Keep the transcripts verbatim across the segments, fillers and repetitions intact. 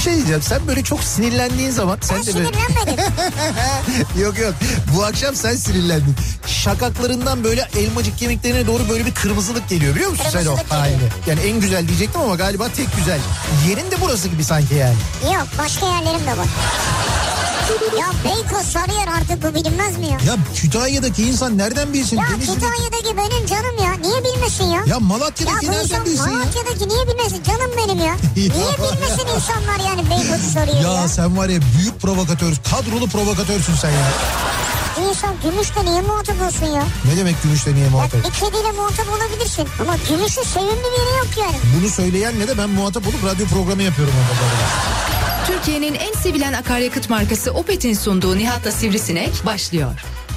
şey diyeceğim, sen böyle çok sinirlendiğin zaman... Ben sen de böyle... sinirlenmedim. Yok yok, bu akşam sen sinirlendin. Şakaklarından böyle elmacık kemiklerine doğru böyle bir kırmızılık geliyor, biliyor musun sen o halini? Yani en güzel diyecektim ama galiba tek güzel. Yerin de burası gibi sanki yani. Yok, başka yerlerim de var. Ya Beykoz, Sarıyer, artık bu bilinmez mi ya? Ya Kütahya'daki insan nereden bilsin? Ya Denizli... Kütahya'daki benim canım ya. Niye bilmesin ya? Ya Malatya'daki ya nereden bilsin ya? Malatya'daki niye bilmesin? Canım benim ya. Niye bilmesin insanlar yani Beykoz'u soruyor ya? Ya sen var ya büyük provokatör, kadrolu provokatörsün sen ya. İnsan gümüşle niye muhatap olsun ya? Ne demek gümüşle niye muhatap? Ya bir kediyle muhatap olabilirsin ama gümüşün sevimli bir yeri yok yani. Bunu söyleyenle de ben muhatap olup radyo programı yapıyorum orada. Türkiye'nin en sevilen akaryakıt markası Opet'in sunduğu Nihat'la Sivrisinek başlıyor.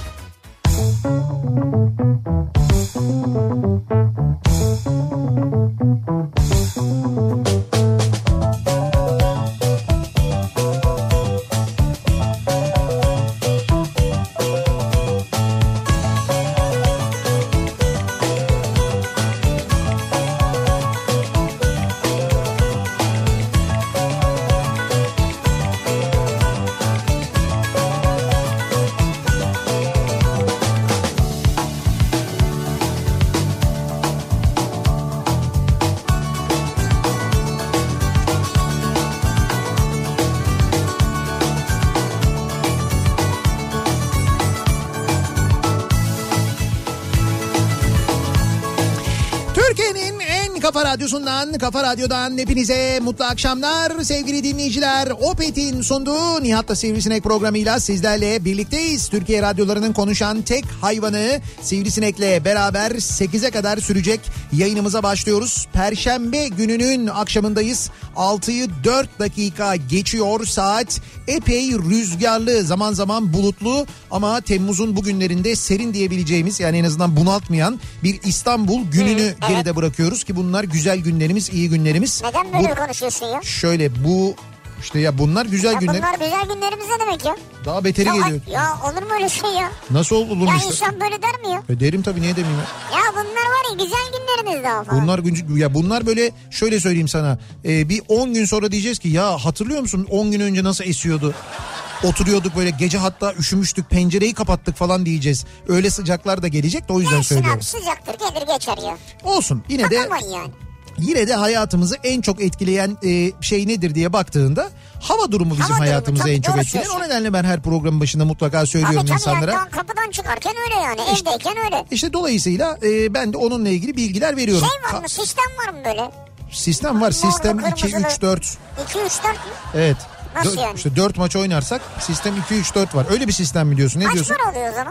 Kafa Radyosu'ndan, Kafa Radyo'dan hepinize mutlu akşamlar sevgili dinleyiciler. Opet'in sunduğu Nihat'la Sivrisinek programıyla sizlerle birlikteyiz. Türkiye radyolarının konuşan tek hayvanı Sivrisinek'le beraber sekize kadar sürecek yayınımıza başlıyoruz. Perşembe gününün akşamındayız. altıyı dört dakika geçiyor saat. Epey rüzgarlı, zaman zaman bulutlu ama Temmuz'un bugünlerinde serin diyebileceğimiz, yani en azından bunaltmayan bir İstanbul gününü Hı, evet. geride bırakıyoruz ki bunlar güzel günlerimiz, iyi günlerimiz. Neden böyle bu, konuşuyorsun ya? Şöyle bu işte ya bunlar güzel ya günler. Bunlar güzel günlerimiz ne demek ya? Daha beteri ya, geliyor. Ya olur mu öyle şey ya? Nasıl olur mu ya işte? Ya insan böyle der mi ya? E derim tabii, niye demeyeyim ya? Ya bunlar var ya güzel günlerimiz daha falan. Bunlar ya bunlar böyle, şöyle söyleyeyim sana. E, bir on gün sonra diyeceğiz ki ya hatırlıyor musun on gün önce nasıl esiyordu? Oturuyorduk böyle gece, hatta üşümüştük, pencereyi kapattık falan diyeceğiz. Öyle sıcaklar da gelecek de o yüzden Gelsin söylüyorum. Abi, sıcaktır gelir geçer ya. Olsun yine de yani. Yine de hayatımızı en çok etkileyen e, şey nedir diye baktığında hava durumu bizim hava hayatımızı durumu, en çok etkileyen. O nedenle ben her programın başında mutlaka söylüyorum tabii, tabii insanlara. Yani, kapıdan çıkarken öyle yani, işte, evdeyken öyle. İşte dolayısıyla e, ben de onunla ilgili bilgiler veriyorum. Şey var mı, sistem var mı böyle? Sistem var, Morlu, sistem iki üç dört. iki üç dört mü? Evet. Nasıl Dö- yani? İşte dört maç oynarsak sistem iki üç dört var. Öyle bir sistem mi diyorsun? Ne Kaç diyorsun? Kaç para oluyor o zaman?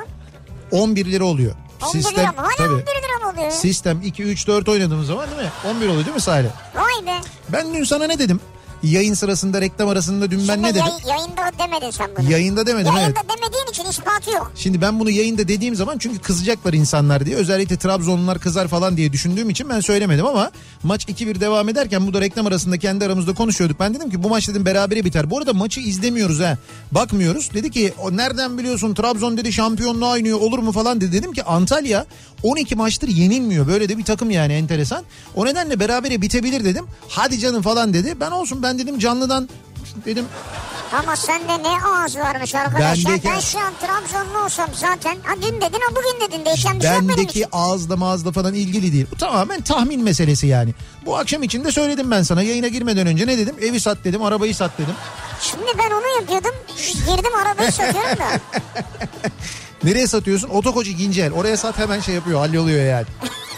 on bir lira oluyor. on bir sistem, lira mı? Hala tabii. on bir lira mı oluyor? Sistem iki üç dört oynadığımız zaman değil mi? on bir oluyor değil mi Salih? Vay be. Ben dün sana ne dedim? Yayın sırasında, reklam arasında dün Şimdi ben ne dedim? Yay, yayında demedin sen bunu. Yayında demedim, yayında evet. Yayında demediğin için ispatı yok. Şimdi ben bunu yayında dediğim zaman, çünkü kızacaklar insanlar diye, özellikle Trabzonlular kızar falan diye düşündüğüm için ben söylemedim ama maç iki bir devam ederken bu da reklam arasında kendi aramızda konuşuyorduk. Ben dedim ki bu maç dedim berabere biter. Bu arada maçı izlemiyoruz ha. Bakmıyoruz. Dedi ki o nereden biliyorsun, Trabzon dedi şampiyonluğa oynuyor, olur mu falan dedi. Dedim ki Antalya on iki maçtır yenilmiyor. Böyle de bir takım yani, enteresan. O nedenle berabere bitebilir dedim. Hadi canım falan dedi. Ben olsun, ben dedim canlıdan dedim. Ama sende ne ağız varmış arkadaş. Bendeki... Ya ben şu an Trabzonlu olsam zaten. Ha dün dedin, ha bugün dedin. Değişen bir şey yok benim için. Bendeki ağızla mağızla falan ilgili değil. Bu tamamen tahmin meselesi yani. Bu akşam için de söyledim ben sana. Yayına girmeden önce ne dedim? Evi sat dedim, arabayı sat dedim. Şimdi ben onu yapıyordum. Girdim arabayı satıyorum da. Nereye satıyorsun? Otokoç ikinci el. Oraya sat, hemen şey yapıyor, halloluyor yani.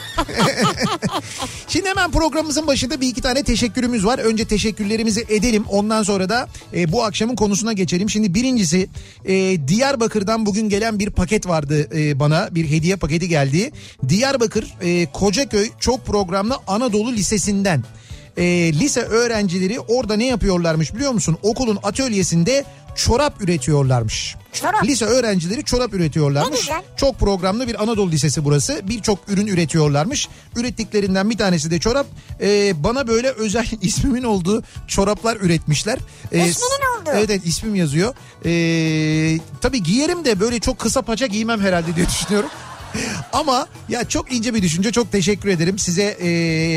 Şimdi hemen programımızın başında bir iki tane teşekkürümüz var. Önce teşekkürlerimizi edelim. Ondan sonra da e, bu akşamın konusuna geçelim. Şimdi birincisi e, Diyarbakır'dan bugün gelen bir paket vardı e, bana. Bir hediye paketi geldi. Diyarbakır e, Kocaköy Çok Programlı Anadolu Lisesi'nden. E, lise öğrencileri orada ne yapıyorlarmış biliyor musun? Okulun atölyesinde çorap üretiyorlarmış. Çorap. Lise öğrencileri çorap üretiyorlarmış. Çok programlı bir Anadolu Lisesi burası. Birçok ürün üretiyorlarmış. Ürettiklerinden bir tanesi de çorap. Ee, bana böyle özel ismimin olduğu çoraplar üretmişler. Ee, İsminin olduğu? Evet, evet, ismim yazıyor. Ee, tabii giyerim de böyle çok kısa paça giymem herhalde diye düşünüyorum. Ama ya çok ince bir düşünce, çok teşekkür ederim size e,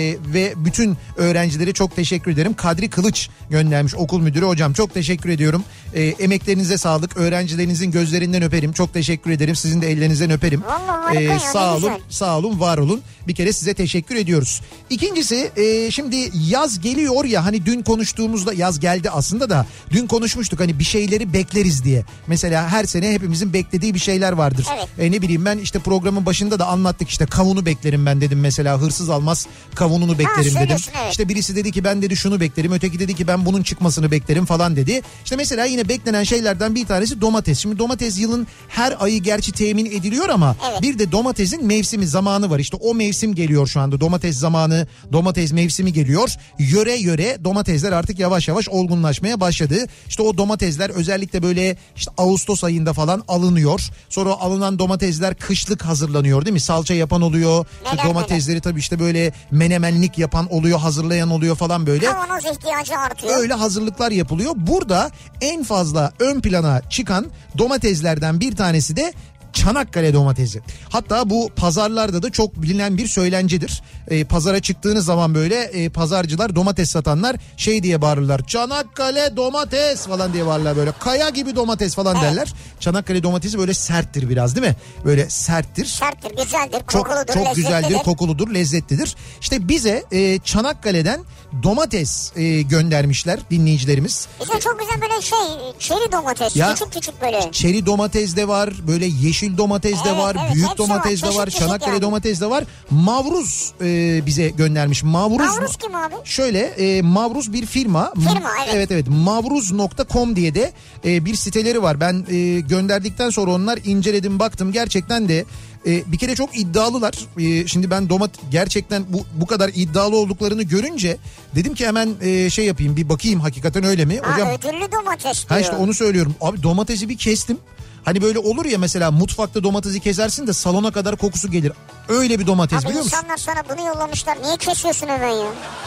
ve bütün öğrencilere çok teşekkür ederim. Kadri Kılıç göndermiş, okul müdürü. Hocam çok teşekkür ediyorum. E, emeklerinize sağlık, öğrencilerinizin gözlerinden öperim. Çok teşekkür ederim, sizin de ellerinizden öperim. Vallahi harika ya, sağ olun, güzel. sağ olun, var olun. Bir kere size teşekkür ediyoruz. İkincisi e, şimdi yaz geliyor ya, hani dün konuştuğumuzda yaz geldi aslında da dün konuşmuştuk hani bir şeyleri bekleriz diye. Mesela her sene hepimizin beklediği bir şeyler vardır. Evet. E, ne bileyim ben işte programın başında da anlattık, işte kavunu beklerim ben dedim mesela, hırsız almaz kavununu beklerim dedim. Evet. İşte birisi dedi ki ben dedi şunu beklerim, öteki dedi ki ben bunun çıkmasını beklerim falan dedi. İşte mesela yine beklenen şeylerden bir tanesi domates. Şimdi domates yılın her ayı gerçi temin ediliyor ama evet. bir de domatesin mevsimi, zamanı var. İşte o mevsim geliyor şu anda, domates zamanı, domates mevsimi geliyor. Yöre yöre domatesler artık yavaş yavaş olgunlaşmaya başladı. İşte o domatesler özellikle böyle işte Ağustos ayında falan alınıyor. Sonra alınan domatesler kışlık hazırlanıyor değil mi? Salça yapan oluyor. İşte Neden, domatesleri neden? tabii işte böyle menemenlik yapan oluyor, hazırlayan oluyor falan böyle. Kavanoz ihtiyacı artıyor. Öyle hazırlıklar yapılıyor. Burada en fazla ön plana çıkan domateslerden bir tanesi de Çanakkale domatesi. Hatta bu pazarlarda da çok bilinen bir söylencedir. E, pazara çıktığınız zaman böyle e, pazarcılar, domates satanlar şey diye bağırırlar. Çanakkale domates falan diye bağırırlar böyle. Kaya gibi domates falan evet. derler. Çanakkale domatesi böyle serttir biraz değil mi? Böyle serttir. Serttir, güzeldir, Çok, kokuludur, çok güzeldir, lezzetlidir. kokuludur, lezzetlidir. İşte bize e, Çanakkale'den domates e, göndermişler dinleyicilerimiz. İşte çok güzel böyle şey, çeri domates, Ya, küçük küçük böyle. Çeri domates de var, böyle yeşil domates de Evet, var, evet, büyük hepsi domates var, de var, çeşit Çanakkale çeşit yani. domates de var. Mavruz e, bize göndermiş. Mavruz, Mavruz kim abi? Şöyle e, Mavruz bir firma. Firma, evet. Evet evet, mavruz nokta com diye de e, bir siteleri var. Ben e, gönderdikten sonra onlar inceledim, baktım, gerçekten de e, bir kere çok iddialılar. E, şimdi ben domat gerçekten bu bu kadar iddialı olduklarını görünce dedim ki hemen e, şey yapayım, bir bakayım hakikaten öyle mi? Ha, Hocam, ödüllü domates diyor. ha işte onu söylüyorum. Abi domatesi bir kestim. Hani böyle olur ya mesela, mutfakta domatesi kesersin de salona kadar kokusu gelir. Öyle bir domates, abi biliyor musun? insanlar sana bunu yollamışlar. Niye kesiyorsun hemen ya?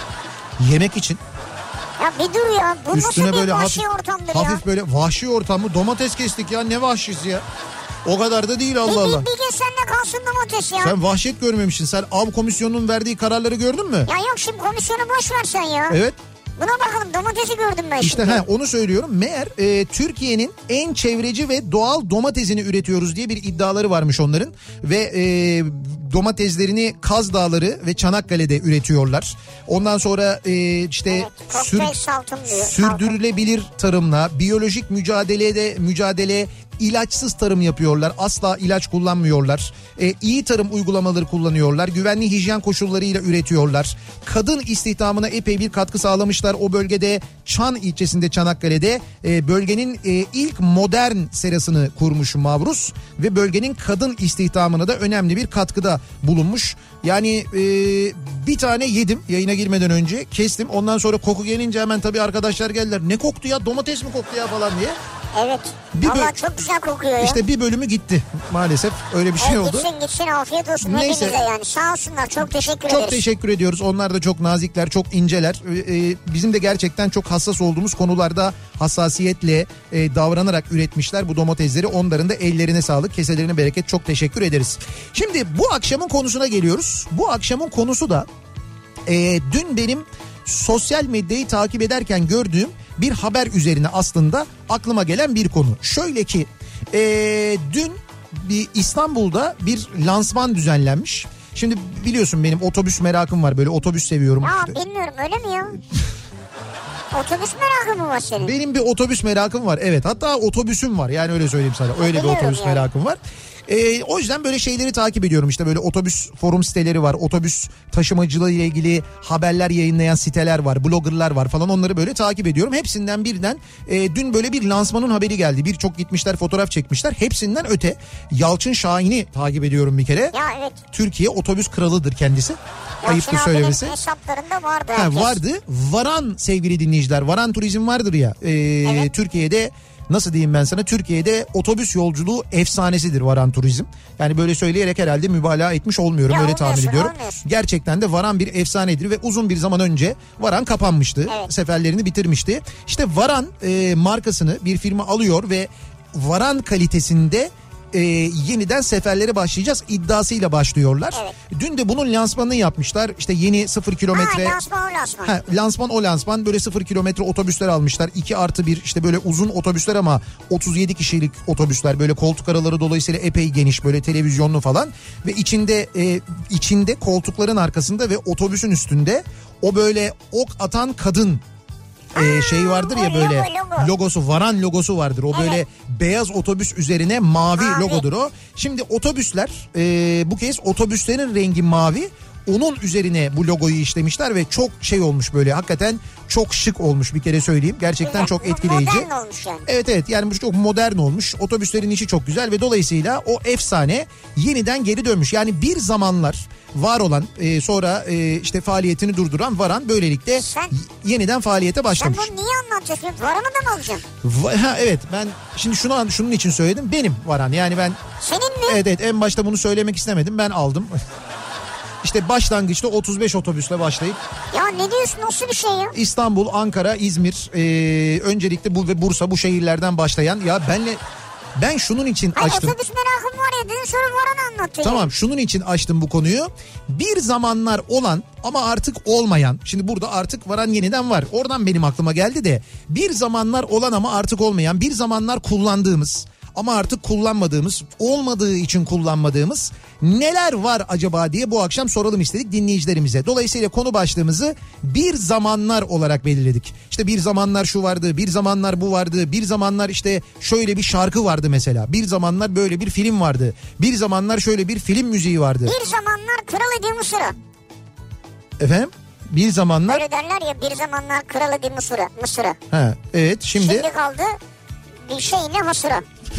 Yemek için. Ya bir dur ya. Bu Üstüne nasıl bir böyle vahşi hafif, ortamdır hafif ya? böyle vahşi ortam mı? Domates kestik ya, ne vahşisi ya? O kadar da değil, Allah bir, Allah. Bir, bir gün sende kalsın domates ya. Sen vahşet görmemişsin. Sen av komisyonunun verdiği kararları gördün mü? Ya yok şimdi komisyonu boş ver sen ya. Evet. Buna bakalım, domatesi gördüm ben İşte şimdi. he, onu söylüyorum. Meğer e, Türkiye'nin en çevreci ve doğal domatesini üretiyoruz diye bir iddiaları varmış onların. Ve e, domateslerini Kaz Dağları ve Çanakkale'de üretiyorlar. Ondan sonra e, işte Evet, kokteyl saltım diyor, sürdürülebilir tarımla, biyolojik mücadelede mücadele, ilaçsız tarım yapıyorlar. Asla ilaç kullanmıyorlar. E, iyi tarım uygulamaları kullanıyorlar. Güvenli hijyen koşullarıyla üretiyorlar. Kadın istihdamına epey bir katkı sağlamışlar. O bölgede Çan ilçesinde, Çanakkale'de e, bölgenin e, ilk modern serasını kurmuş Mavruz ve bölgenin kadın istihdamına da önemli bir katkıda bulunmuş. Yani e, bir tane yedim yayına girmeden önce, kestim. Ondan sonra koku gelince hemen tabii arkadaşlar geldiler. Ne koktu ya, domates mi koktu ya falan diye. Evet. Bir Valla böl- çok güzel kokuyor ya. İşte bir bölümü gitti maalesef, öyle bir şey evet, oldu. Gitsin gitsin, afiyet olsun Neyse. hepinize yani. Sağ olsunlar, çok teşekkür Çok ederiz. teşekkür ediyoruz. Onlar da çok nazikler, çok inceler. Ee, bizim de gerçekten çok hassas olduğumuz konularda hassasiyetle e, davranarak üretmişler bu domatesleri. Onların da ellerine sağlık, keselerine bereket. Çok teşekkür ederiz. Şimdi bu akşamın konusuna geliyoruz. Bu akşamın konusu da e, dün benim sosyal medyayı takip ederken gördüğüm bir haber üzerine aslında aklıma gelen bir konu. Şöyle ki e, dün bir İstanbul'da bir lansman düzenlenmiş. Şimdi biliyorsun benim otobüs merakım var, böyle otobüs seviyorum. Ya bilmiyorum, öyle mi ya? Otobüs merakı mı var senin? Benim bir otobüs merakım var, evet, hatta otobüsüm var, yani öyle söyleyeyim sana, öyle bir Biliyorum otobüs yani. merakım var. Ee, o yüzden böyle şeyleri takip ediyorum, işte böyle otobüs forum siteleri var, otobüs taşımacılığı ile ilgili haberler yayınlayan siteler var, bloggerlar var falan, onları böyle takip ediyorum. Hepsinden birden e, dün böyle bir lansmanın haberi geldi, birçok gitmişler, fotoğraf çekmişler. Hepsinden öte Yalçın Şahin'i takip ediyorum bir kere. Ya evet. Türkiye otobüs kralıdır kendisi. Ayıptır Yalçın abinin söylemesi. hesaplarında vardı Ha, herkes. vardı. Varan, sevgili dinleyiciler, Varan Turizm vardır ya. E, Evet. Türkiye'de nasıl diyeyim ben sana, Türkiye'de otobüs yolculuğu efsanesidir Varan Turizm. Yani böyle söyleyerek herhalde mübalağa etmiş olmuyorum, Ya öyle tahmin olmuyorsun, ediyorum. olmuyorsun. Gerçekten de Varan bir efsanedir ve uzun bir zaman önce Varan kapanmıştı. Evet. Seferlerini bitirmişti. İşte Varan e, markasını bir firma alıyor ve Varan kalitesinde e, yeniden seferlere başlayacağız iddiasıyla başlıyorlar. Evet. Dün de bunun lansmanını yapmışlar. İşte yeni sıfır kilometre. Ha, lansman o lansman. Ha, lansman o lansman böyle sıfır kilometre otobüsler almışlar. iki artı bir işte böyle uzun otobüsler ama otuz yedi kişilik otobüsler, böyle koltuk araları dolayısıyla epey geniş, böyle televizyonlu falan ve içinde e, içinde koltukların arkasında ve otobüsün üstünde o böyle ok atan kadın Ee, şey vardır ya böyle logo, logo. logosu, Varan logosu vardır. O böyle Evet. beyaz otobüs üzerine mavi, Mavi. logodur o. Şimdi otobüsler e, bu kez otobüslerin rengi mavi. Onun üzerine bu logoyu işlemişler ve çok şey olmuş, böyle hakikaten çok şık olmuş, bir kere söyleyeyim. Gerçekten Güzel. çok etkileyici. Modern olmuş yani. Evet evet, yani bu çok modern olmuş. Otobüslerin içi çok güzel ve dolayısıyla o efsane yeniden geri dönmüş. Yani bir zamanlar var olan e, sonra e, işte faaliyetini durduran Varan böylelikle Sen- y- yeniden faaliyete Sen başlamış. bunu niye anlatıyorsun? Varanı da mı alacaksın? Va- ha, evet, ben şimdi şunu şunun için söyledim. Benim Varan, yani ben Senin mi? evet evet en başta bunu söylemek istemedim, ben aldım. İşte başlangıçta otuz beş otobüsle başlayıp Ya ne diyorsun, nasıl bir şey ya? İstanbul, Ankara, İzmir, e, öncelikle bu ve Bursa, bu şehirlerden başlayan, ya benle ben şunun için Hayır, açtım. otobüs merakım var ya dedin, sonra Varan'ı anlatıyor. Tamam, şunun için açtım bu konuyu. Bir zamanlar olan ama artık olmayan. Şimdi burada artık Varan yeniden var. Oradan benim aklıma geldi de. Bir zamanlar olan ama artık olmayan, bir zamanlar kullandığımız ama artık kullanmadığımız, olmadığı için kullanmadığımız neler var acaba diye bu akşam soralım istedik dinleyicilerimize. Dolayısıyla konu başlığımızı bir zamanlar olarak belirledik. İşte bir zamanlar şu vardı, bir zamanlar bu vardı, bir zamanlar işte şöyle bir şarkı vardı mesela. Bir zamanlar böyle bir film vardı. Bir zamanlar şöyle bir film müziği vardı. Bir zamanlar Kral idi Mısır'a. Efendim? Bir zamanlar... Öyle derler ya, bir zamanlar Kral idi Mısır'a. Mısır'a. Ha, evet, şimdi... Şimdi kaldı bir şeyle hasıra.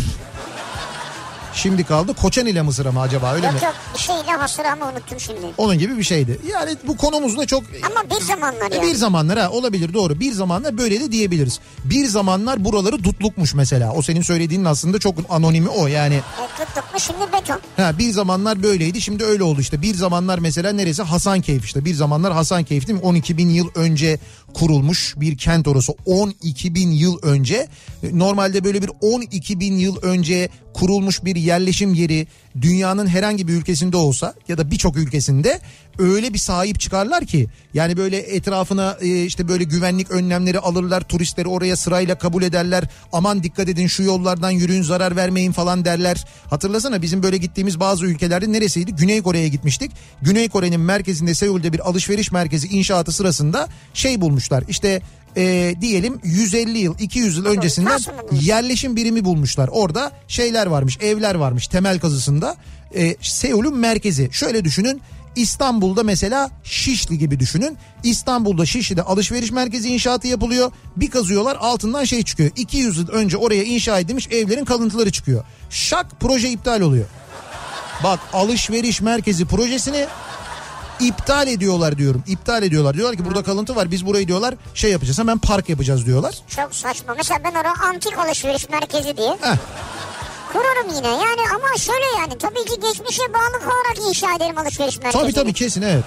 Şimdi kaldı Koçan ile Mısır'a mı acaba, öyle Yok mi? yok, bir şeyle hasıra ama unuttum şimdi. Onun gibi bir şeydi. Yani bu konumuz da çok... Ama bir zamanlar ya. Bir zamanlar, ha, olabilir, doğru. Bir zamanlar böyle de diyebiliriz. Bir zamanlar buraları dutlukmuş mesela. O senin söylediğinin aslında çok anonimi o yani. E, tuttuk mu şimdi beton. Ha, bir zamanlar böyleydi, şimdi öyle oldu işte. Bir zamanlar mesela neresi? Hasankeyf işte. Bir zamanlar Hasankeyf değil mi? on iki bin yıl önce kurulmuş bir kent orası. on iki bin yıl önce. Normalde böyle bir on iki bin yıl önce kurulmuş bir yerleşim yeri dünyanın herhangi bir ülkesinde olsa ya da birçok ülkesinde öyle bir sahip çıkarlar ki, yani böyle etrafına e, işte böyle güvenlik önlemleri alırlar, turistleri oraya sırayla kabul ederler, aman dikkat edin şu yollardan yürüyün, zarar vermeyin falan derler. Hatırlasana, bizim böyle gittiğimiz bazı ülkelerde neresiydi? Güney Kore'ye gitmiştik. Güney Kore'nin merkezinde, Seul'de bir alışveriş merkezi inşaatı sırasında şey bulmuşlar işte. E, diyelim yüz elli yıl iki yüz yıl öncesinden yerleşim birimi bulmuşlar. Orada şeyler varmış, evler varmış temel kazısında. E, Seul'ün merkezi. Şöyle düşünün, İstanbul'da mesela Şişli gibi düşünün. İstanbul'da Şişli'de alışveriş merkezi inşaatı yapılıyor. Bir kazıyorlar, altından şey çıkıyor. iki yüz yıl önce oraya inşa edilmiş evlerin kalıntıları çıkıyor. Şak, proje iptal oluyor. Bak, alışveriş merkezi projesini İptal ediyorlar diyorum. İptal ediyorlar. Diyorlar ki burada kalıntı var. Biz burayı diyorlar şey yapacağız. Hemen park yapacağız diyorlar. Çok saçma. Mesela ben oraya antik alışveriş merkezi diye Heh. kurarım yine. Yani ama şöyle, yani tabii ki geçmişe bağlı kalarak inşa ederim alışveriş merkezini. Tabii tabii, kesin, evet.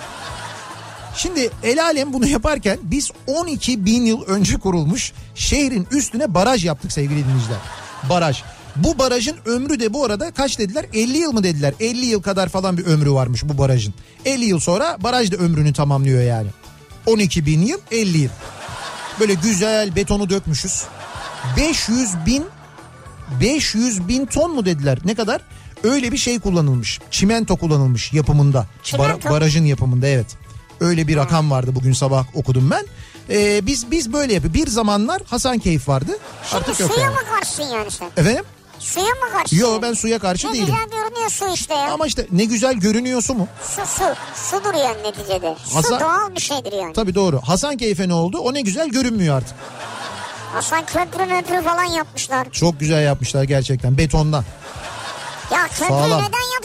Şimdi el alem bunu yaparken biz on iki bin yıl önce kurulmuş şehrin üstüne baraj yaptık sevgili dinleyiciler. Baraj. Bu barajın ömrü de bu arada kaç dediler? elli yıl mı dediler? elli yıl kadar falan bir ömrü varmış bu barajın. elli yıl sonra baraj da ömrünü tamamlıyor yani. on iki bin yıl, elli yıl. Böyle güzel betonu dökmüşüz. beş yüz bin beş yüz bin ton mu dediler? Ne kadar? Öyle bir şey kullanılmış. Çimento kullanılmış yapımında. Çimento. Bar- barajın yapımında, evet. Öyle bir rakam vardı, bugün sabah okudum ben. Ee, biz biz böyle yapıyoruz. Bir zamanlar Hasankeyf vardı. Şimdi Artık yok suya yani. mı karşısın yani sen? Efendim? Suya mı karşısın? Yo, ben suya karşı ne değilim. Ne güzel görünüyor su işte ya. Ama işte ne güzel görünüyor su mu? Su su. Sudur yani neticede. Hasan- Su doğal bir şeydir yani. Tabii doğru. Hasankeyf'e ne oldu? O ne güzel görünmüyor artık. Hasan köprü möprü falan yapmışlar. Çok güzel yapmışlar gerçekten, betondan. Ya köprüyü Sağlam. neden yapsın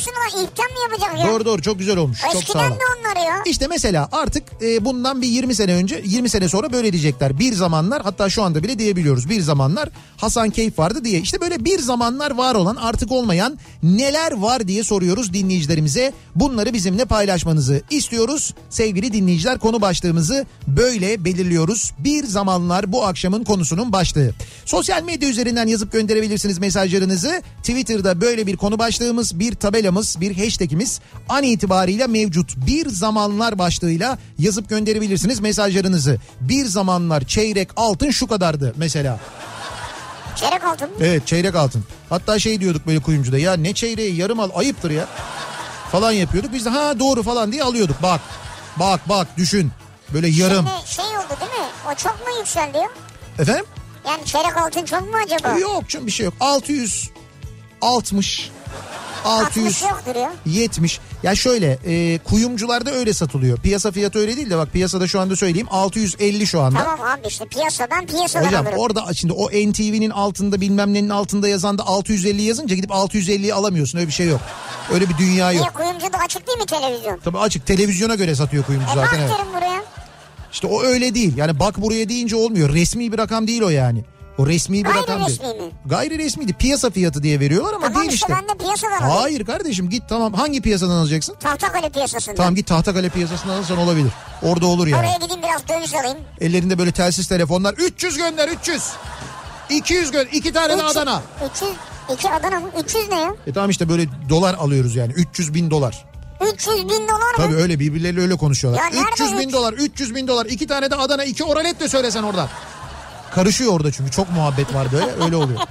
hepsini lan ilkten mi yapacak ya? Doğru doğru, çok güzel olmuş. Eskiden çok sağlam. de onları ya. İşte mesela artık e, bundan bir yirmi sene önce, yirmi sene sonra böyle diyecekler. Bir zamanlar, hatta şu anda bile diyebiliyoruz. Bir zamanlar Hasan Keyf vardı diye. İşte böyle bir zamanlar var olan, artık olmayan neler var diye soruyoruz dinleyicilerimize. Bunları bizimle paylaşmanızı istiyoruz. Sevgili dinleyiciler, konu başlığımızı böyle belirliyoruz. Bir zamanlar bu akşamın konusunun başlığı. Sosyal medya üzerinden yazıp gönderebilirsiniz mesajlarınızı. Twitter'da böyle bir konu başlığımız, bir tabelamız, bir hashtagimiz an itibariyle mevcut. Bir zamanlar başlığıyla yazıp gönderebilirsiniz mesajlarınızı. Bir zamanlar çeyrek altın şu kadardı mesela. Çeyrek altın mı? Evet, çeyrek altın. Hatta şey diyorduk böyle kuyumcuda, ya ne çeyreği, yarım al, ayıptır ya falan yapıyorduk. Biz de ha doğru falan diye alıyorduk. Bak bak bak düşün böyle yarım. Şimdi şey oldu değil mi? O çok mu yükseldi ya? Efendim? Yani çeyrek altın çok mu acaba? Yok canım, bir şey yok. altı yüz altmış altı yüz yoktur ya. yetmiş. Ya şöyle e, kuyumcularda öyle satılıyor. Piyasa fiyatı öyle değil de bak, piyasada şu anda söyleyeyim altı yüz elli şu anda. Tamam abi, işte piyasadan piyasadan Hocam alırım. orada şimdi o N T V'nin altında bilmem nenin altında yazan da altı yüz elli yazınca gidip altı yüz elliyi alamıyorsun, öyle bir şey yok. Öyle bir dünya yok. Niye, kuyumcu da açık değil mi televizyon? Tabii açık, televizyona göre satıyor kuyumcu E zaten. bak Evet. derim buraya. İşte o öyle değil. Yani bak buraya deyince olmuyor. Resmi bir rakam değil o yani. O resmi bir Gayri rakam değil. resmi mi? Gayri resmiydi. Piyasa fiyatı diye veriyorlar ama Tamam değil işte. işte. Ben de piyasadan alayım. Hayır kardeşim, git tamam, hangi piyasadan alacaksın? Tahtakale piyasasından. Tamam, git Tahtakale piyasasından alırsan olabilir. Orada olur yani. Oraya gideyim biraz döviz alayım. Ellerinde böyle telsiz telefonlar. üç yüz gönder, üç yüz. iki yüz gönder. iki tane de Adana. üç yüz, iki Adana mı? üç yüz ne ya? E tamam işte böyle dolar alıyoruz yani. üç yüz bin dolar. üç yüz bin dolar mı? Tabii öyle, birbirleriyle öyle konuşuyorlar. Ya nerede üç yüz bin üç? dolar, üç yüz bin dolar. iki tane de Adana, iki oralet de söylesen oradan. Karışıyor orada çünkü çok muhabbet var böyle, öyle oluyor.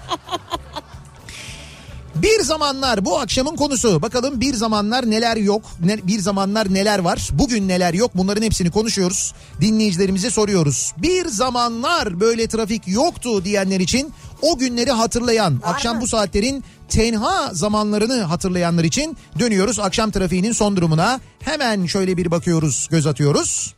Bir zamanlar bu akşamın konusu. Bakalım bir zamanlar neler yok, ne, bir zamanlar neler var, bugün neler yok, bunların hepsini konuşuyoruz. Dinleyicilerimize soruyoruz. Bir zamanlar böyle trafik yoktu diyenler için, o günleri hatırlayan, var akşam mı? bu saatlerin tenha zamanlarını hatırlayanlar için dönüyoruz akşam trafiğinin son durumuna. Hemen şöyle bir bakıyoruz, göz atıyoruz.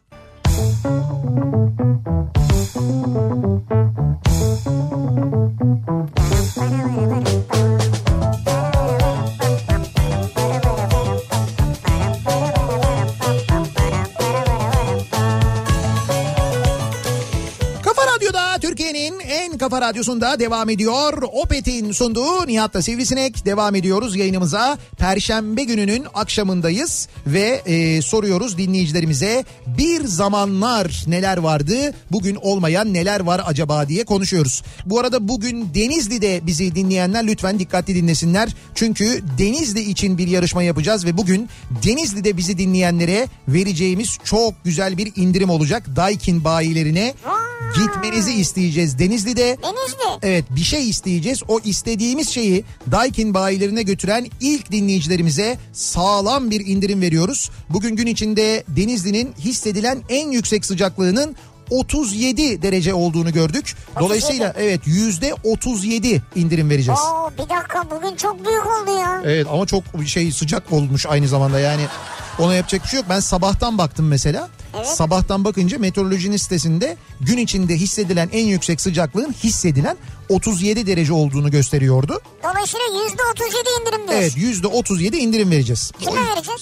Türkiye'nin en kafa radyosunda devam ediyor. Opet'in sunduğu Nihat'la Sivrisinek, devam ediyoruz yayınımıza. Perşembe gününün akşamındayız ve e, soruyoruz dinleyicilerimize, bir zamanlar neler vardı, bugün olmayan neler var acaba diye konuşuyoruz. Bu arada bugün Denizli'de bizi dinleyenler lütfen dikkatli dinlesinler. Çünkü Denizli için bir yarışma yapacağız ve bugün Denizli'de bizi dinleyenlere vereceğimiz çok güzel bir indirim olacak. Daikin bayilerine gitmenizi isteyeceğiz Denizli'de. Denizli. Evet, bir şey isteyeceğiz. O istediğimiz şeyi Daikin bayilerine götüren ilk dinleyicilerimize sağlam bir indirim veriyoruz. Bugün gün içinde Denizli'nin hissedilen en yüksek sıcaklığının otuz yedi derece olduğunu gördük. Dolayısıyla otuz yedi. evet, yüzde otuz yedi indirim vereceğiz. Oo, bir dakika, bugün çok büyük oldu ya. Evet ama çok şey sıcak olmuş aynı zamanda, yani ona yapacak bir şey yok. Ben sabahtan baktım mesela. Evet. Sabahtan bakınca meteorolojinin sitesinde gün içinde hissedilen en yüksek sıcaklığın hissedilen otuz yedi derece olduğunu gösteriyordu. Dolayısıyla yüzde otuz yedi indirim diyorsun. Evet, yüzde otuz yedi indirim vereceğiz. Kime vereceğiz?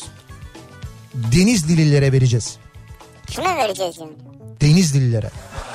Denizlililere vereceğiz. Kime vereceğiz yani? Denizlililere.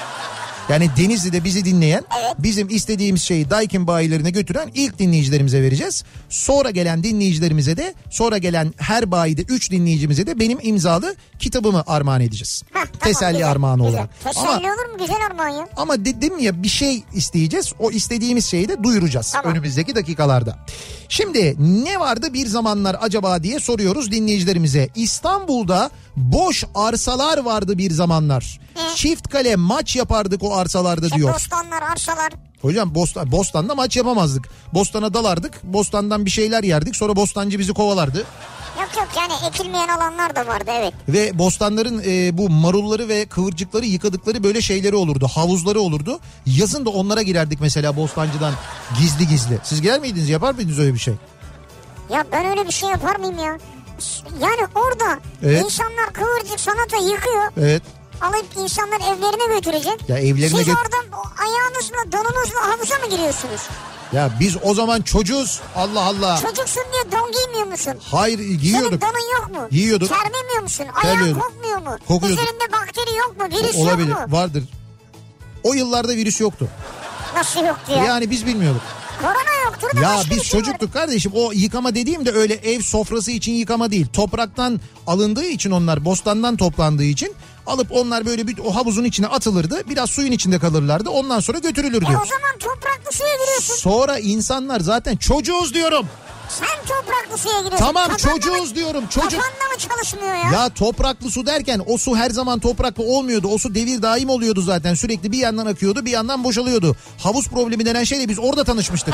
Yani Denizli'de bizi dinleyen, evet, bizim istediğimiz şeyi Daikin bayilerine götüren ilk dinleyicilerimize vereceğiz. Sonra gelen dinleyicilerimize de, sonra gelen her bayide üç dinleyicimize de benim imzalı kitabımı armağan edeceğiz. Heh, tamam, teselli güzel, armağanı güzel. olarak. Teselli Ama, olur mu? Güzel armağan ya. ama dedim ya, bir şey isteyeceğiz. O istediğimiz şeyi de duyuracağız tamam, önümüzdeki dakikalarda. Şimdi ne vardı bir zamanlar acaba diye soruyoruz dinleyicilerimize. İstanbul'da boş arsalar vardı bir zamanlar. He. Çift kale maç yapardık o arsalarda İşte diyor. bostanlar, arsalar. Hocam Bostan, Bostan'da maç yapamazdık. Bostan'a dalardık. Bostan'dan bir şeyler yerdik. Sonra bostancı bizi kovalardı. Yok yok, yani ekilmeyen alanlar da vardı, evet. Ve bostanların e, bu marulları ve kıvırcıkları yıkadıkları böyle şeyleri olurdu. Havuzları olurdu. Yazın da onlara girerdik mesela bostancıdan gizli gizli. Siz girer miydiniz, yapar mıydınız öyle bir şey? Ya ben öyle bir şey yapar mıyım ya? Yani orada evet, insanlar kıvırcık sanata yıkıyor. Evet. Alıp insanlar evlerine götürecek. Ya evlerine Siz gö- orada ayağınızla, donunuzla havuza mı giriyorsunuz? Ya biz o zaman çocuğuz. Allah Allah. Çocuksun diye don giymiyor musun? Hayır, giyiyorduk. Senin donun yok mu? Giyiyorduk. Terlemiyor musun? Ayağın Terliyorduk. kokmuyor mu? Kokuyorduk. Üzerinde bakteri yok mu? Virüs O, olabilir. yok mu? Vardır. O yıllarda virüs yoktu. Nasıl yoktu ya? Yani biz bilmiyorduk. Korona yoktur da Ya başka biz bir şey çocuktuk var. kardeşim. O yıkama dediğim de öyle ev sofrası için yıkama değil. Topraktan alındığı için onlar, bostandan toplandığı için alıp onlar böyle bir o havuzun içine atılırdı. Biraz suyun içinde kalırlardı. Ondan sonra götürülürdü. E o zaman topraklı suya giriyorsun. Sonra insanlar zaten çocuğuz diyorum. Sen topraklı suya giriyorsun. Tamam, Kafanda çocuğuz mı, diyorum. Çocuk. Kafanda mı çalışmıyor ya? Ya topraklı su derken o su her zaman topraklı olmuyordu. O su devir daim oluyordu zaten. Sürekli bir yandan akıyordu, bir yandan boşalıyordu. Havuz problemi denen şeyle biz orada tanışmıştık.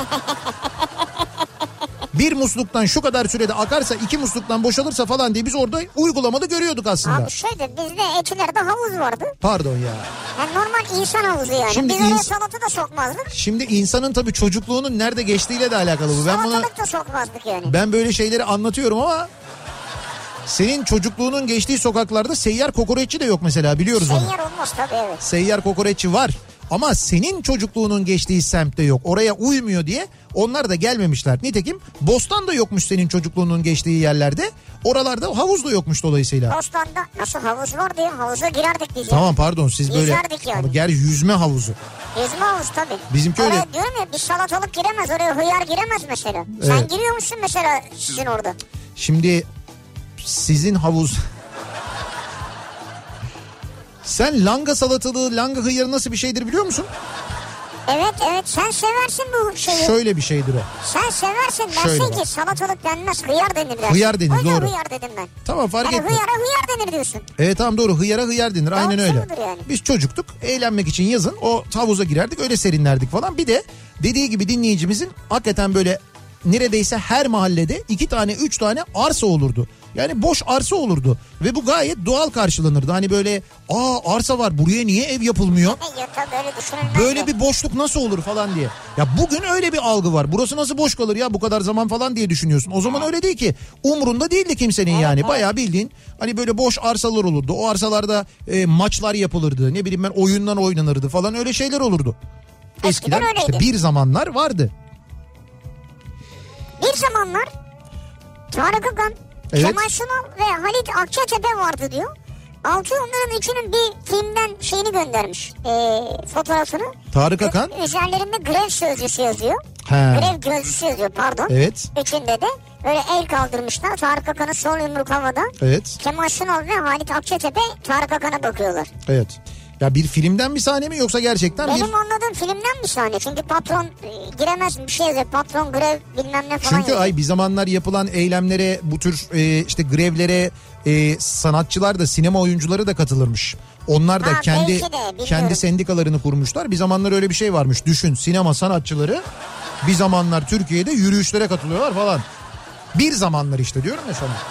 Bir musluktan şu kadar sürede akarsa, iki musluktan boşalırsa falan diye biz orada uygulamalı görüyorduk aslında. Abi şöyle, bizde Etiler'de havuz vardı. Pardon ya. Yani normal insan havuzu yani. Şimdi Biz oraya ins- salata da sokmazdık. Şimdi insanın tabii çocukluğunun nerede geçtiğiyle de alakalı bu. Ben bunu Salatalık da sokmazdık yani. ben böyle şeyleri anlatıyorum ama senin çocukluğunun geçtiği sokaklarda seyyar kokoreççi de yok mesela, biliyoruz onu. Seyyar olmaz tabii, evet. Seyyar kokoreççi var. Ama senin çocukluğunun geçtiği semtte yok. Oraya uymuyor diye onlar da gelmemişler. Nitekim Bostan da yokmuş senin çocukluğunun geçtiği yerlerde. Oralarda havuz da yokmuş dolayısıyla. Bostan'da nasıl havuz vardı ya? Havuza girerdik biz. Tamam, pardon, siz böyle Yüzerdik yani. ama ger yüzme havuzu. Yüzme havuz tabii. Bizimki oraya öyle. diyorum ya, bir salatalık giremez, oraya hıyar giremez mesela. Evet. Sen giriyor musun mesela sizin orada? Şimdi sizin havuz... Sen langa salatalığı, langa hıyarı nasıl bir şeydir biliyor musun? Evet evet, sen seversin bu şeyi. Şöyle bir şeydir o. Sen seversin, Şöyle dersin bak. ki salatalık denmez, hıyar denir dersin. Hıyar denir, o yüzden doğru. hıyar dedim ben. Tamam, fark Yani etmiyor. hıyara hıyar denir diyorsun. Evet tamam, doğru, hıyara hıyar denir, aynen öyle. Doğrusudur yani. Biz çocuktuk, eğlenmek için yazın o havuza girerdik, öyle serinlerdik falan. Bir de dediği gibi dinleyicimizin hakikaten böyle neredeyse her mahallede iki tane üç tane arsa olurdu. Yani boş arsa olurdu ve bu gayet doğal karşılanırdı. Hani böyle aa arsa var, buraya niye ev yapılmıyor? E, ya tabii öyle düşünülmez. Böyle de. bir boşluk nasıl olur falan diye. Ya bugün öyle bir algı var. Burası nasıl boş kalır ya bu kadar zaman falan diye düşünüyorsun. O zaman öyle değil ki. Umrunda değildi kimsenin yani. evet. Bayağı bildiğin hani böyle boş arsalar olurdu. O arsalarda e, maçlar yapılırdı. Ne bileyim ben, oyunlar oynanırdı falan, öyle şeyler olurdu. Eskiden Eskiden işte öyleydi. bir zamanlar vardı. Bir zamanlar Tarık Akan, Evet. Kemal Sunal ve Halit Akçatepe vardı diyor. Altı onların üçünün bir filmden şeyini göndermiş, e, fotoğrafını. Tarık Akan. Ve üzerlerinde grev sözcüsü yazıyor. He. Grev gözcüsü yazıyor, pardon. Evet. Üçünde de böyle el kaldırmışlar. Tarık Akan'ın sol yumruk havada. Evet. Kemal Sunal ve Halit Akçatepe Tarık Akan'a bakıyorlar. Evet. Ya bir filmden bir sahne mi yoksa gerçekten Benim bir... anladığım filmden bir sahne. Çünkü patron e, giremez bir şey yazıyor. Patron grev bilmem ne falan Çünkü yazıyor. ay bir zamanlar yapılan eylemlere, bu tür e, işte grevlere e, sanatçılar da, sinema oyuncuları da katılırmış. Onlar da Ha, kendi belki de, bilmiyorum. kendi sendikalarını kurmuşlar. Bir zamanlar öyle bir şey varmış. Düşün, sinema sanatçıları bir zamanlar Türkiye'de yürüyüşlere katılıyorlar falan. Bir zamanlar işte diyorum ya sana.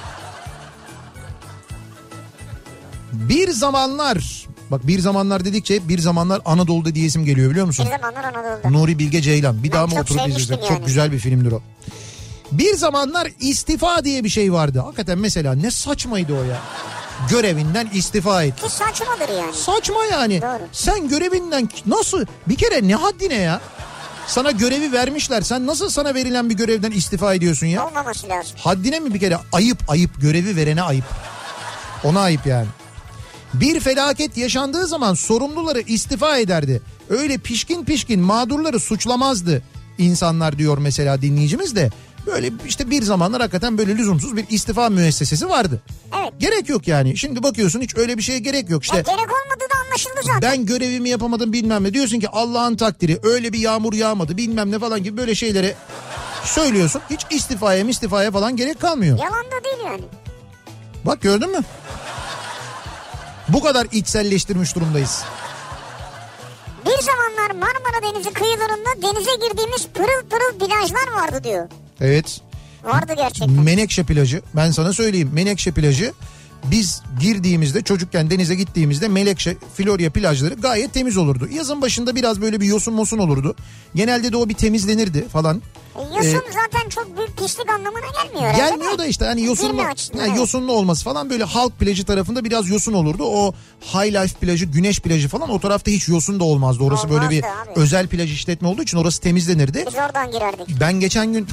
Bir zamanlar, bak bir zamanlar dedikçe bir zamanlar Anadolu'da diyesim geliyor, biliyor musun? Bir zamanlar Anadolu'da. Nuri Bilge Ceylan. Bir Ben daha mı çok oturup sevmiştim izleyeceğim? yani. Çok güzel bir filmdir o. Bir zamanlar istifa diye bir şey vardı. Hakikaten mesela ne saçmaydı o ya. Görevinden istifa et. Ki saçmadır yani. Saçma yani. Doğru. Sen görevinden nasıl, bir kere ne haddine ya? Sana görevi vermişler. Sen nasıl sana verilen bir görevden istifa ediyorsun ya? Olmaması lazım. Haddine mi bir kere? Ayıp ayıp. Görevi verene ayıp. Ona ayıp yani. Bir felaket yaşandığı zaman sorumluları istifa ederdi. Öyle pişkin pişkin mağdurları suçlamazdı insanlar diyor mesela dinleyicimiz de. Böyle işte bir zamanlar hakikaten böyle lüzumsuz bir istifa müessesesi vardı. Evet. Gerek yok yani. Şimdi bakıyorsun hiç öyle bir şeye gerek yok. İşte E, gerek olmadığı da anlaşıldı zaten. ben görevimi yapamadım bilmem ne. Diyorsun ki Allah'ın takdiri, öyle bir yağmur yağmadı bilmem ne falan gibi böyle şeyleri söylüyorsun. Hiç istifaya istifaya falan gerek kalmıyor. Yalan da değil yani. Bak gördün mü? Bu kadar içselleştirmiş durumdayız. Bir zamanlar Marmara Denizi kıyılarında denize girdiğimiz pırıl pırıl plajlar vardı diyor. Evet. Vardı gerçekten. Menekşe plajı. Ben sana söyleyeyim. Menekşe plajı. Biz girdiğimizde, çocukken denize gittiğimizde Menekşe, Florya plajları gayet temiz olurdu. Yazın başında biraz böyle bir yosun mosun olurdu. Genelde de o bir temizlenirdi falan. E, yosun Ee, zaten çok büyük pislik anlamına gelmiyor herhalde. Gelmiyor da işte hani yosunlu, açısından, yani evet. yosunlu olması falan, böyle halk plajı tarafında biraz yosun olurdu. O High Life plajı, Güneş plajı falan, o tarafta hiç yosun da olmazdı. Orası Olmazdı böyle bir abi. özel plaj işletme olduğu için orası temizlenirdi. Biz oradan girerdik. Ben geçen gün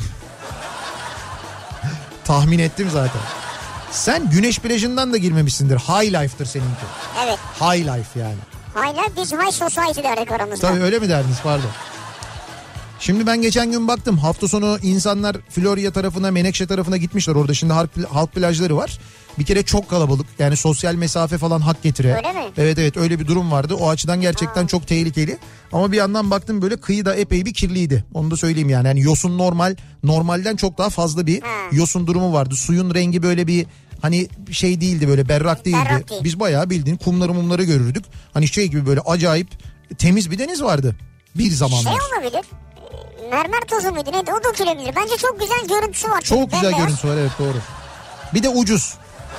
tahmin ettim zaten. Sen Güneş plajından da girmemişsindir. High Life'tır seninki. Evet. High Life yani. Hala biz High Society derdik aramızda. Tabii öyle mi derdiniz, pardon. Şimdi ben geçen gün baktım, hafta sonu insanlar Florya tarafına, Menekşe tarafına gitmişler. Orada şimdi halk, halk plajları var. Bir kere çok kalabalık, yani sosyal mesafe falan hak getire. Öyle mi? Evet evet, öyle bir durum vardı. O açıdan gerçekten ha. çok tehlikeli. Ama bir yandan baktım böyle kıyı da epey bir kirliydi. Onu da söyleyeyim yani. Yani yosun normal, normalden çok daha fazla bir ha. yosun durumu vardı. Suyun rengi böyle bir hani şey değildi, böyle berrak değildi. Berrak değil. Biz bayağı bildiğin kumları mumları görürdük. Hani şey gibi böyle acayip temiz bir deniz vardı bir zamanlar. Şey olabilir. Mermer tozu muydu neydi, o dökülebilir. Bence çok güzel görüntüsü var. Çok güzel bembeyaz. görüntüsü var, evet doğru. Bir de ucuz.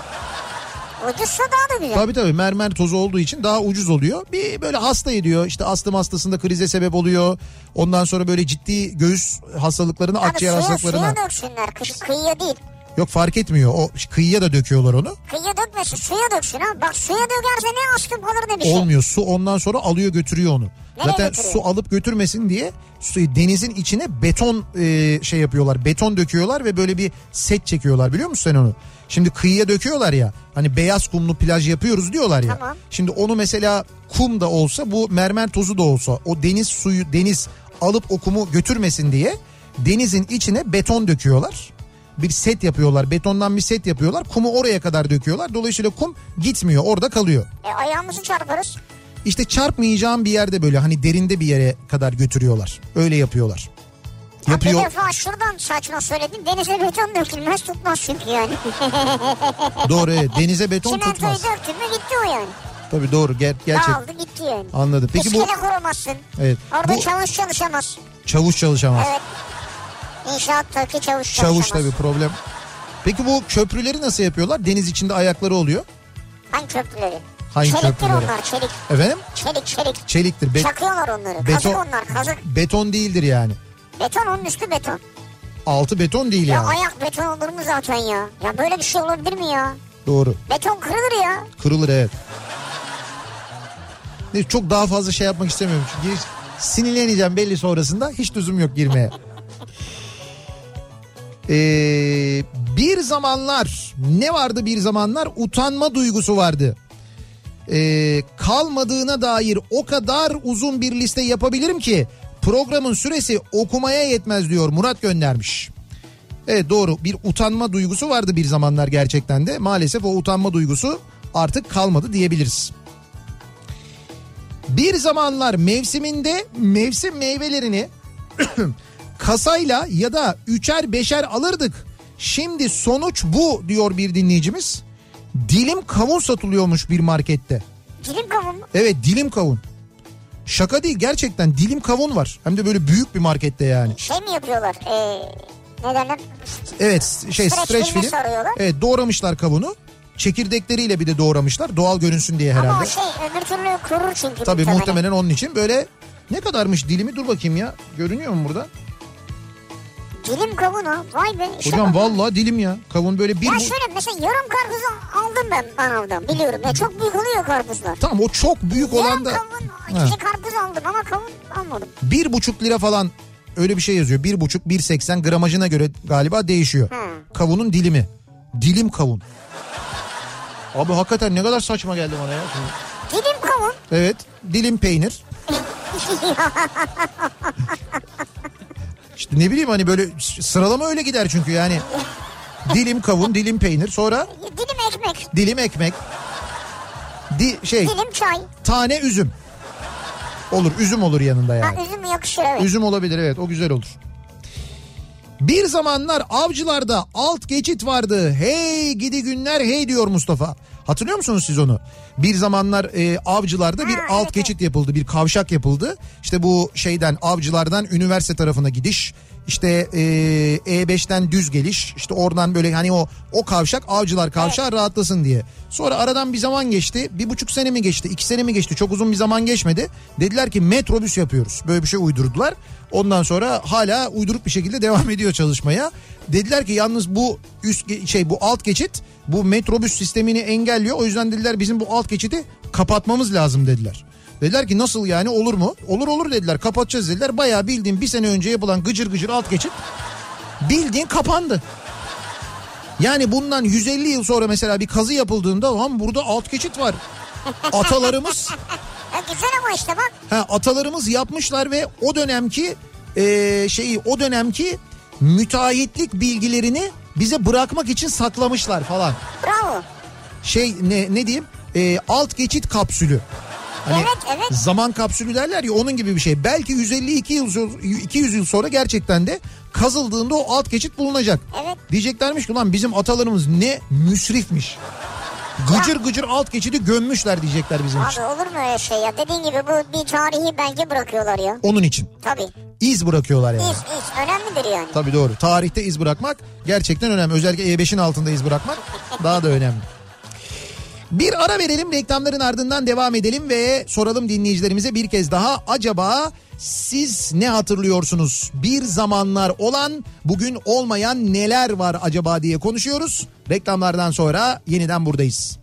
Ucuzsa daha da güzel. Tabii tabii, mermer tozu olduğu için daha ucuz oluyor. Bir böyle hasta ediyor. İşte astım hastasında krize sebep oluyor. Ondan sonra böyle ciddi göğüs hastalıklarına, Abi akciğer suya, hastalıklarına. suya döksünler, kış, kıyıya değil. Yok, fark etmiyor. O kıyıya da döküyorlar onu. Kıyıya dökmesin, suya döksün ha. Bak suya dökerse ne astım kalır ne bir şey. Olmuyor. Su ondan sonra alıyor götürüyor onu. Nereye Zaten götürüyor? su alıp götürmesin diye suyu, denizin içine beton e, şey yapıyorlar. Beton döküyorlar ve böyle bir set çekiyorlar, biliyor musun sen onu? Şimdi kıyıya döküyorlar ya, hani beyaz kumlu plaj yapıyoruz diyorlar ya. Tamam. Şimdi onu mesela kum da olsa, bu mermer tozu da olsa, o deniz suyu, deniz alıp o kumu götürmesin diye denizin içine beton döküyorlar. Bir set yapıyorlar, betondan bir set yapıyorlar, kumu oraya kadar döküyorlar. Dolayısıyla kum gitmiyor, orada kalıyor. E ayağımızı çarparız. İşte çarpmayacağım bir yerde, böyle hani derinde bir yere kadar götürüyorlar. Öyle yapıyorlar. Ya Yapıyor. bir defa şuradan saçma söyledin. Denize beton dökülmez, tutmaz çünkü yani. Doğru, evet. Denize beton Çimentoyu tutmaz. döktün mü gitti o yani. Tabii doğru, ger gerçek. Dağıldı gitti yani. Anladım. Peki bu İskele kuramazsın. evet. Orada Bu çavuş çalışamaz. çavuş çalışamaz. Evet. İnşaattaki çavuş Çavuş çalışamaz. tabii problem. Peki bu köprüleri nasıl yapıyorlar? Deniz içinde ayakları oluyor. Hangi köprüleri? Hangi Çeliktir köprüleri? onlar, çelik. Efendim? Çelik çelik. Çeliktir. Be- Çakıyorlar onları. beton- Kazık onlar, kazık. beton değildir yani. Beton, onun üstü beton. Altı beton değil Ya yani. ayak beton olur mu zaten ya? Ya böyle bir şey olabilir mi ya? Doğru. Beton kırılır ya. Kırılır, evet. Neyse, çok daha fazla şey yapmak istemiyorum. Çünkü sinirleneceğim belli sonrasında. Hiç lüzum yok girmeye. Ee, bir zamanlar ne vardı bir zamanlar? Utanma duygusu vardı. Ee, kalmadığına dair o kadar uzun bir liste yapabilirim ki programın süresi okumaya yetmez diyor, Murat göndermiş. Evet doğru, bir utanma duygusu vardı bir zamanlar gerçekten de. Maalesef o utanma duygusu artık kalmadı diyebiliriz. Bir zamanlar mevsiminde mevsim meyvelerini kasayla ya da üçer beşer alırdık. Şimdi sonuç bu diyor bir dinleyicimiz. Dilim kavun satılıyormuş bir markette. Dilim kavun mu? Evet, dilim kavun. Şaka değil, gerçekten dilim kavun var. Hem de böyle büyük bir markette yani. Şey mi yapıyorlar? Ee, ne derler? Evet şey Streç streç filme film. sarıyorlar. Evet, doğramışlar kavunu. Çekirdekleriyle bir de doğramışlar. Doğal görünsün diye herhalde. Ama o şey öbür türlü kurur çünkü. Tabii muhtemelen onun için. Böyle ne kadarmış dilimi, dur bakayım ya. Görünüyor mu burada? Dilim kavun ha. Vay be. İşte Hocam bak. vallahi dilim ya. Kavun böyle bir... Ya bu- şöyle mesela yarım karpuzu aldım ben manavdan, biliyorum. Ya çok büyük oluyor karpuzlar. Tamam, o çok büyük olan Yarım da... kavun, Ha. iki karpuz aldım ama kavun almadım. Bir buçuk lira falan öyle bir şey yazıyor. Bir buçuk, bir seksen gramajına göre galiba değişiyor. Ha. Kavunun dilimi. Dilim kavun. Abi hakikaten ne kadar saçma geldi bana ya. Şimdi. Dilim kavun. Evet, dilim peynir. İşte ne bileyim, hani böyle sıralama öyle gider çünkü yani. Dilim kavun, dilim peynir, sonra Dilim ekmek. dilim ekmek. Di şey Dilim çay. tane üzüm. Olur, üzüm olur yanında yani. Ha, üzüm yakışır evet. Üzüm olabilir, evet, o güzel olur. Bir zamanlar Avcılar'da alt geçit vardı. Hey gidi günler hey diyor Mustafa. Hatırlıyor musunuz siz onu? Bir zamanlar e, Avcılar'da bir Ha, alt evet, geçit yapıldı. Bir kavşak yapıldı. İşte bu şeyden, Avcılar'dan üniversite tarafına gidiş. işte e, E beşten düz geliş, işte oradan böyle hani o o kavşak Avcılar kavşağı evet. rahatlasın diye. Sonra aradan bir zaman geçti, bir buçuk sene mi geçti, iki sene mi geçti, çok uzun bir zaman geçmedi. Dediler ki metrobüs yapıyoruz, böyle bir şey uydurdular. Ondan sonra hala uyduruk bir şekilde devam ediyor çalışmaya. Dediler ki yalnız bu üst şey bu alt geçit bu metrobüs sistemini engelliyor. O yüzden dediler bizim bu alt geçidi kapatmamız lazım dediler. Dediler ki nasıl yani, olur mu? Olur olur dediler, kapatacağız dediler. Bayağı bildiğin bir sene önce yapılan gıcır gıcır alt geçit bildiğin kapandı. Yani bundan yüz elli yıl sonra mesela bir kazı yapıldığında lan burada alt geçit var. Atalarımız ya güzel ama işte bak. Ha, atalarımız yapmışlar ve o dönemki e, şeyi o dönemki müteahhitlik bilgilerini bize bırakmak için saklamışlar falan. Bravo. Şey ne ne diyeyim? E, alt geçit kapsülü. Hani evet, evet. Zaman kapsülü derler ya, onun gibi bir şey. Belki yüz elli iki yıl iki yüz yıl sonra gerçekten de kazıldığında o alt geçit bulunacak. Evet. Diyeceklermiş ki lan bizim atalarımız ne müsrifmiş. Gıcır ya. Gıcır alt geçidi gömmüşler diyecekler bizim abi için. Abi olur mu öyle şey ya? Dediğin gibi bu bir tarihi belge bırakıyorlar ya. Onun için. Tabii. İz bırakıyorlar yani. İz, iz önemlidir yani. Tabii doğru. Tarihte iz bırakmak gerçekten önemli. Özellikle E beşin altında iz bırakmak daha da önemli. Bir ara verelim, reklamların ardından devam edelim ve soralım dinleyicilerimize bir kez daha, acaba siz ne hatırlıyorsunuz? Bir zamanlar olan, bugün olmayan neler var acaba diye konuşuyoruz. Reklamlardan sonra yeniden buradayız.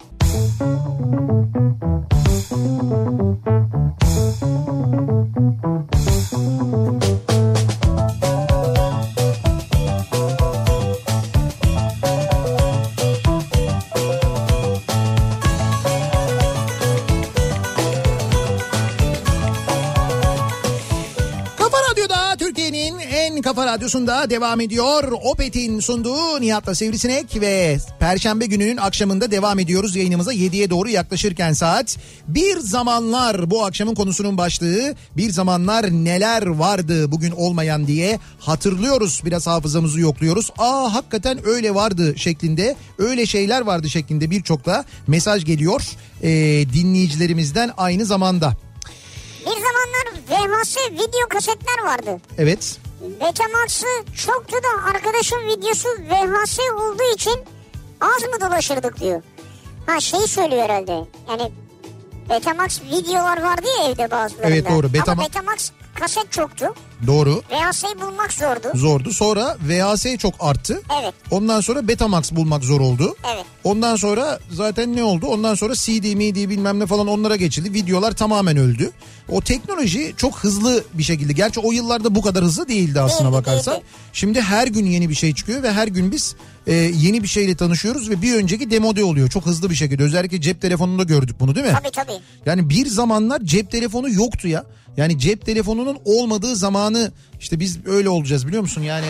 Kafa Radyosu'nda devam ediyor. Opet'in sunduğu Nihat'la Sivrisinek ve Perşembe gününün akşamında devam ediyoruz yayınımıza. yediye doğru yaklaşırken saat. Bir zamanlar bu akşamın konusunun başlığı. Bir zamanlar neler vardı bugün olmayan diye hatırlıyoruz. Biraz hafızamızı yokluyoruz. Aa hakikaten öyle vardı şeklinde, öyle şeyler vardı şeklinde birçok da mesaj geliyor ee, dinleyicilerimizden aynı zamanda. Bir zamanlar V H S video kasetler vardı. Evet. Betamax'ı çoktu da arkadaşım videosu V H S olduğu için az mı dolaşırdık diyor. Ha şeyi söylüyor herhalde. Yani Betamax videolar vardı ya evde bazılarında. Evet doğru. Betama... Ama Betamax kaset çoktu. Doğru. V H S'yi bulmak zordu. Zordu. Sonra V H S çok arttı. Evet. Ondan sonra Betamax bulmak zor oldu. Evet. Ondan sonra zaten ne oldu? Ondan sonra C D, M D bilmem ne falan onlara geçildi. Videolar tamamen öldü. O teknoloji çok hızlı bir şekilde. Gerçi o yıllarda bu kadar hızlı değildi aslına değildi, bakarsan. Değildi. Şimdi her gün yeni bir şey çıkıyor ve her gün biz e, yeni bir şeyle tanışıyoruz ve bir önceki demode oluyor. Çok hızlı bir şekilde. Özellikle cep telefonunda gördük bunu, değil mi? Tabii tabii. Yani bir zamanlar cep telefonu yoktu ya. Yani cep telefonunun olmadığı zamanı işte biz öyle olacağız biliyor musun? Yani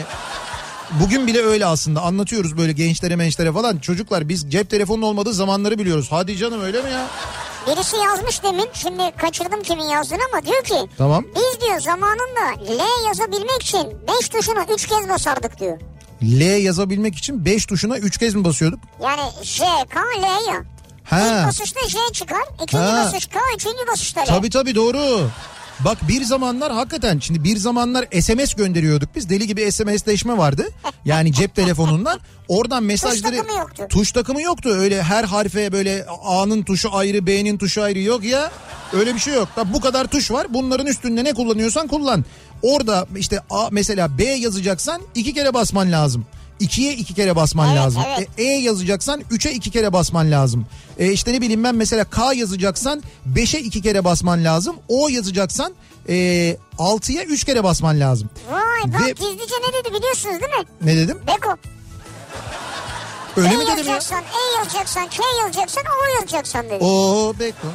bugün bile öyle aslında, anlatıyoruz böyle gençlere mençlere falan. Çocuklar biz cep telefonunun olmadığı zamanları biliyoruz. Hadi canım, öyle mi ya? Birisi yazmış demin, şimdi kaçırdım kimin yazdığını ama diyor ki. Tamam. Biz diyor zamanında L yazabilmek için beş tuşuna üç kez basardık diyor. L yazabilmek için beş tuşuna üç kez mi basıyorduk? Yani J, K, L ya. Ha. İlk basışta J çıkar, ikinci ha. basış K, üçüncü basışta L. Tabii tabii doğru. Bak bir zamanlar hakikaten, şimdi bir zamanlar S M S gönderiyorduk biz, deli gibi S M S'leşme vardı. Yani cep telefonundan oradan mesajları... Tuş takımı yoktu. Tuş takımı yoktu, öyle her harfe böyle A'nın tuşu ayrı, B'nin tuşu ayrı, yok ya. Öyle bir şey yok. Bak bu kadar tuş var, bunların üstünde ne kullanıyorsan kullan. Orada işte A, mesela B yazacaksan iki kere basman lazım. ikiye iki kere basman evet, lazım. Evet. E, e yazacaksan üçe iki kere basman lazım. E işte ne bileyim ben, mesela K yazacaksan beşe iki kere basman lazım. O yazacaksan e, altıya üç kere basman lazım. Vay bak, Ve... gizlice ne dedi biliyorsunuz değil mi? Ne dedim? Beko. Öyle e mi dedim ya? E yazacaksan, K yazacaksan, O yazacaksan dedi. Oo Beko.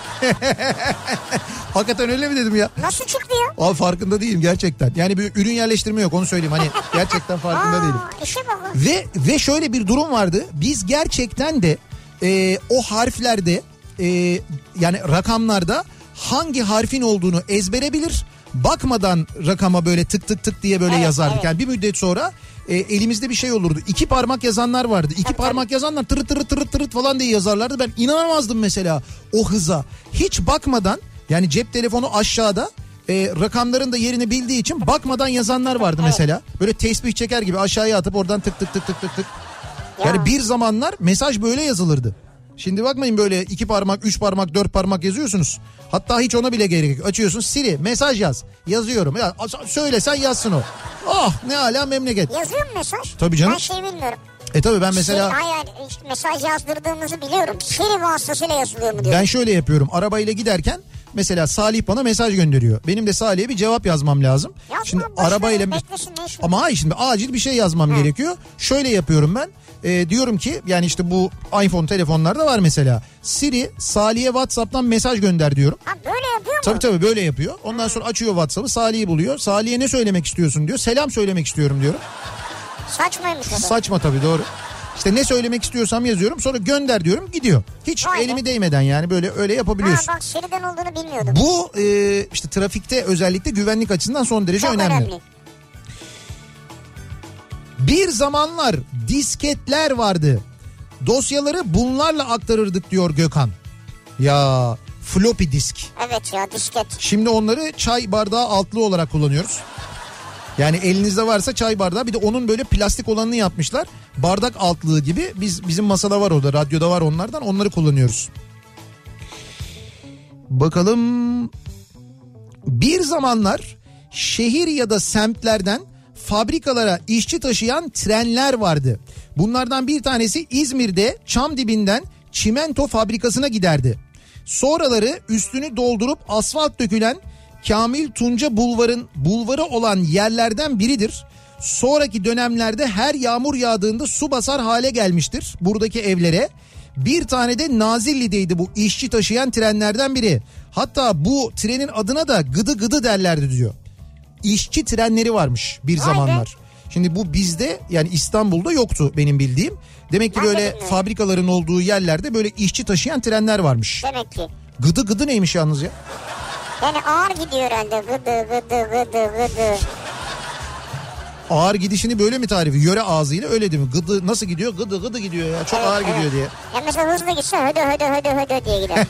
Hakikaten öyle mi dedim ya? Nasıl çıktı ya? Abi farkında değilim gerçekten. Yani bir ürün yerleştirme yok, onu söyleyeyim. Hani gerçekten farkında Aa, değilim. İşe bak. Ve ve şöyle bir durum vardı. Biz gerçekten de e, o harflerde e, yani rakamlarda hangi harfin olduğunu ezbere bilir. Bakmadan rakama böyle tık tık tık diye böyle evet, yazardık. Evet. Yani bir müddet sonra e, elimizde bir şey olurdu. İki parmak yazanlar vardı. İki tabii, parmak tabii. yazanlar tırıt tırıt tırıt tırıt falan diye yazarlardı. Ben inanamazdım mesela o hıza. Hiç bakmadan, yani cep telefonu aşağıda, e, rakamların da yerini bildiği için bakmadan yazanlar vardı evet. mesela. Böyle tesbih çeker gibi aşağıya atıp oradan tık tık tık tık tık tık. Ya. Yani bir zamanlar mesaj böyle yazılırdı. Şimdi bakmayın böyle iki parmak, üç parmak, dört parmak yazıyorsunuz. Hatta hiç ona bile gerek yok. Açıyorsun Siri mesaj yaz. Yazıyorum. Ya, söylesen yazsın o. Oh ne ala memleket. Yazıyor mu mesaj? Tabii canım. Ben şey bilmiyorum. E tabii ben mesela... Siri, hayır işte mesaj yazdırdığımızı biliyorum. Siri vasıtasıyla yazılıyor mu diyorum. Ben şöyle yapıyorum. Arabayla giderken mesela Salih bana mesaj gönderiyor. Benim de Salih'e bir cevap yazmam lazım. Yazma, şimdi arabayla... Beklesin, Ama hayır şimdi acil bir şey yazmam He. gerekiyor. Şöyle yapıyorum ben. E, diyorum ki yani işte bu iPhone telefonlarda var mesela. Siri Salih'e WhatsApp'tan mesaj gönder diyorum. Ha böyle yapıyor mu? Tabii tabii böyle yapıyor. Ondan sonra açıyor WhatsApp'ı, Salih'i buluyor. Salih'e ne söylemek istiyorsun diyor. Selam söylemek istiyorum diyorum. Saçmaymış o da. Saçma tabii doğru. İşte ne söylemek istiyorsam yazıyorum sonra gönder diyorum gidiyor. Hiç Vay elimi be. değmeden yani böyle öyle yapabiliyorsun. Ha bak Siri'den olduğunu bilmiyordum. Bu e, işte trafikte özellikle güvenlik açısından son derece Çok önemli. önemli. Bir zamanlar disketler vardı. Dosyaları bunlarla aktarırdık diyor Gökhan. Ya floppy disk. Evet ya disket. Şimdi onları çay bardağı altlı olarak kullanıyoruz. Yani elinizde varsa çay bardağı bir de onun böyle plastik olanını yapmışlar. Bardak altlığı gibi biz bizim masada var o da radyoda var onlardan onları kullanıyoruz. Bakalım bir zamanlar şehir ya da semtlerden fabrikalara işçi taşıyan trenler vardı. Bunlardan bir tanesi İzmir'de Çamdibi'nden çimento fabrikasına giderdi. Sonraları üstünü doldurup asfalt dökülen Kamil Tunca Bulvar'ın bulvarı olan yerlerden biridir. Sonraki dönemlerde her yağmur yağdığında su basar hale gelmiştir buradaki evlere. Bir tane de Nazilli'deydi bu işçi taşıyan trenlerden biri. Hatta bu trenin adına da gıdı gıdı derlerdi diyor. İşçi trenleri varmış bir Vay zamanlar. Be. Şimdi bu bizde yani İstanbul'da yoktu benim bildiğim. Demek ki ben böyle de fabrikaların olduğu yerlerde böyle işçi taşıyan trenler varmış. Demek ki. Gıdı gıdı neymiş yalnız ya? Yani ağır gidiyor herhalde. Gıdı gıdı gıdı gıdı. Ağır gidişini böyle mi tarifi? Yöre ağzıyla öyle değil mi? Gıdı nasıl gidiyor? Gıdı gıdı gidiyor ya. Çok evet, ağır evet. gidiyor diye. Ya mesela hızlı gitse hödö hödö hödö hödö diye gider.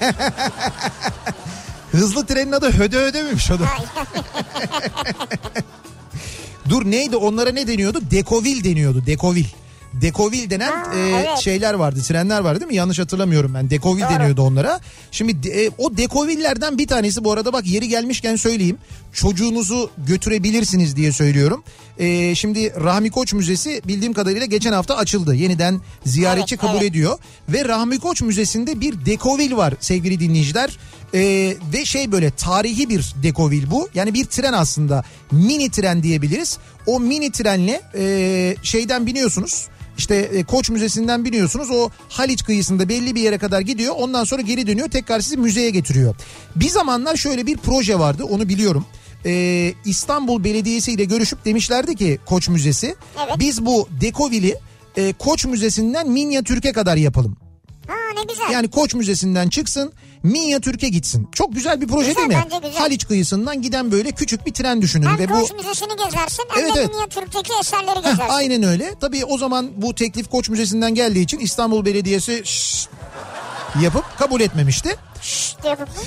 Hızlı trenin adı hödö hödö müymüş o da? Dur neydi onlara ne deniyordu? Dekovil deniyordu. Dekovil. Dekovil denen ha, e, evet. şeyler vardı, trenler vardı değil mi? Yanlış hatırlamıyorum ben. Dekovil Doğru. deniyordu onlara. Şimdi e, o dekovillerden bir tanesi bu arada bak yeri gelmişken söyleyeyim. Çocuğunuzu götürebilirsiniz diye söylüyorum. E, şimdi Rahmi Koç Müzesi bildiğim kadarıyla geçen hafta açıldı. Yeniden ziyaretçi evet, kabul evet. ediyor. Ve Rahmi Koç Müzesi'nde bir dekovil var sevgili dinleyiciler. Ee, ve şey böyle tarihi bir dekovil bu. Yani bir tren aslında. Mini tren diyebiliriz. O mini trenle e, şeyden biniyorsunuz. İşte e, Koç Müzesi'nden biniyorsunuz. O Haliç kıyısında belli bir yere kadar gidiyor. Ondan sonra geri dönüyor. Tekrar sizi müzeye getiriyor. Bir zamanlar şöyle bir proje vardı. Onu biliyorum. Ee, İstanbul Belediyesi ile görüşüp demişlerdi ki Koç Müzesi. Evet. Biz bu dekovili e, Koç Müzesi'nden Minyatürk'e kadar yapalım. Ha ne güzel. Yani Koç Müzesi'nden çıksın Minyatürk'e gitsin. Çok güzel bir proje güzel, değil mi? Güzel. Haliç kıyısından giden böyle küçük bir tren düşünün. Hem ve Koç bu... Müzesi'ni gezersin hem evet, de evet. Minyatürk'teki eserleri gezersin. Aynen öyle. Tabii o zaman bu teklif Koç Müzesi'nden geldiği için İstanbul Belediyesi şşş yapıp kabul etmemişti. Şşş yapıp mı?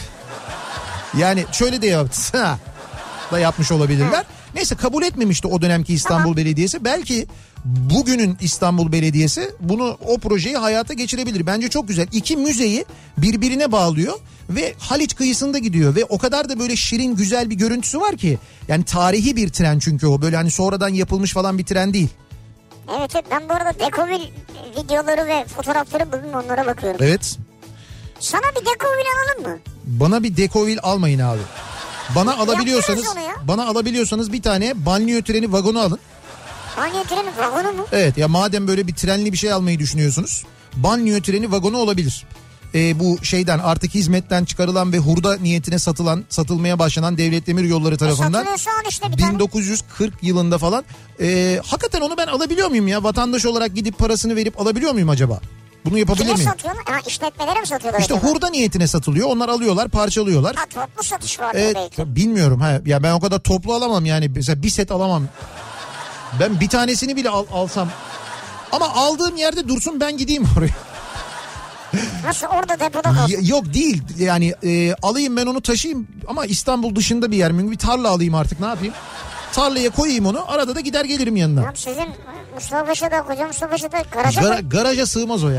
Yani şöyle de yaptı. da yapmış olabilirler. Hı. Neyse kabul etmemişti o dönemki İstanbul tamam. Belediyesi. Belki bugünün İstanbul Belediyesi bunu o projeyi hayata geçirebilir. Bence çok güzel. İki müzeyi birbirine bağlıyor ve Haliç kıyısında gidiyor ve o kadar da böyle şirin güzel bir görüntüsü var ki. Yani tarihi bir tren çünkü o böyle hani sonradan yapılmış falan bir tren değil. Evet evet ben bu arada dekovil videoları ve fotoğrafları bugün onlara bakıyorum. Evet. Sana bir dekovil alalım mı? Bana bir dekovil almayın abi. Bana alabiliyorsanız bana alabiliyorsanız bir tane banliyö treni vagonu alın. Banliyö treni vagonu mu? Evet ya madem böyle bir trenli bir şey almayı düşünüyorsunuz. Banliyö treni vagonu olabilir. Ee, bu şeyden artık hizmetten çıkarılan ve hurda niyetine satılan satılmaya başlanan Devlet Demiryolları tarafından e işte bin dokuz yüz kırk yılında falan. Ee, hakikaten onu ben alabiliyor muyum ya? Vatandaş olarak gidip parasını verip alabiliyor muyum acaba? Bunu yapabilir Kime miyim? satıyorlar? Ha, işletmelere mi satıyorlar İşte acaba? hurda niyetine satılıyor. Onlar alıyorlar, parçalıyorlar. Ha toplu satış var evet, belki. Bilmiyorum. Ha, ya ben o kadar toplu alamam yani. Mesela bir set alamam. Ben bir tanesini bile al, alsam. Ama aldığım yerde dursun ben gideyim oraya. Nasıl orada depoda kalsın? Y- yok değil yani e, alayım ben onu taşıyayım ama İstanbul dışında bir yer mi? Bir tarla alayım artık ne yapayım? Tarlaya koyayım onu arada da gider gelirim yanına. Ya sizin Mustafa Paşa'da koca Mustafa Paşa'da garaja Gar- koyun. Garaja sığmaz o ya.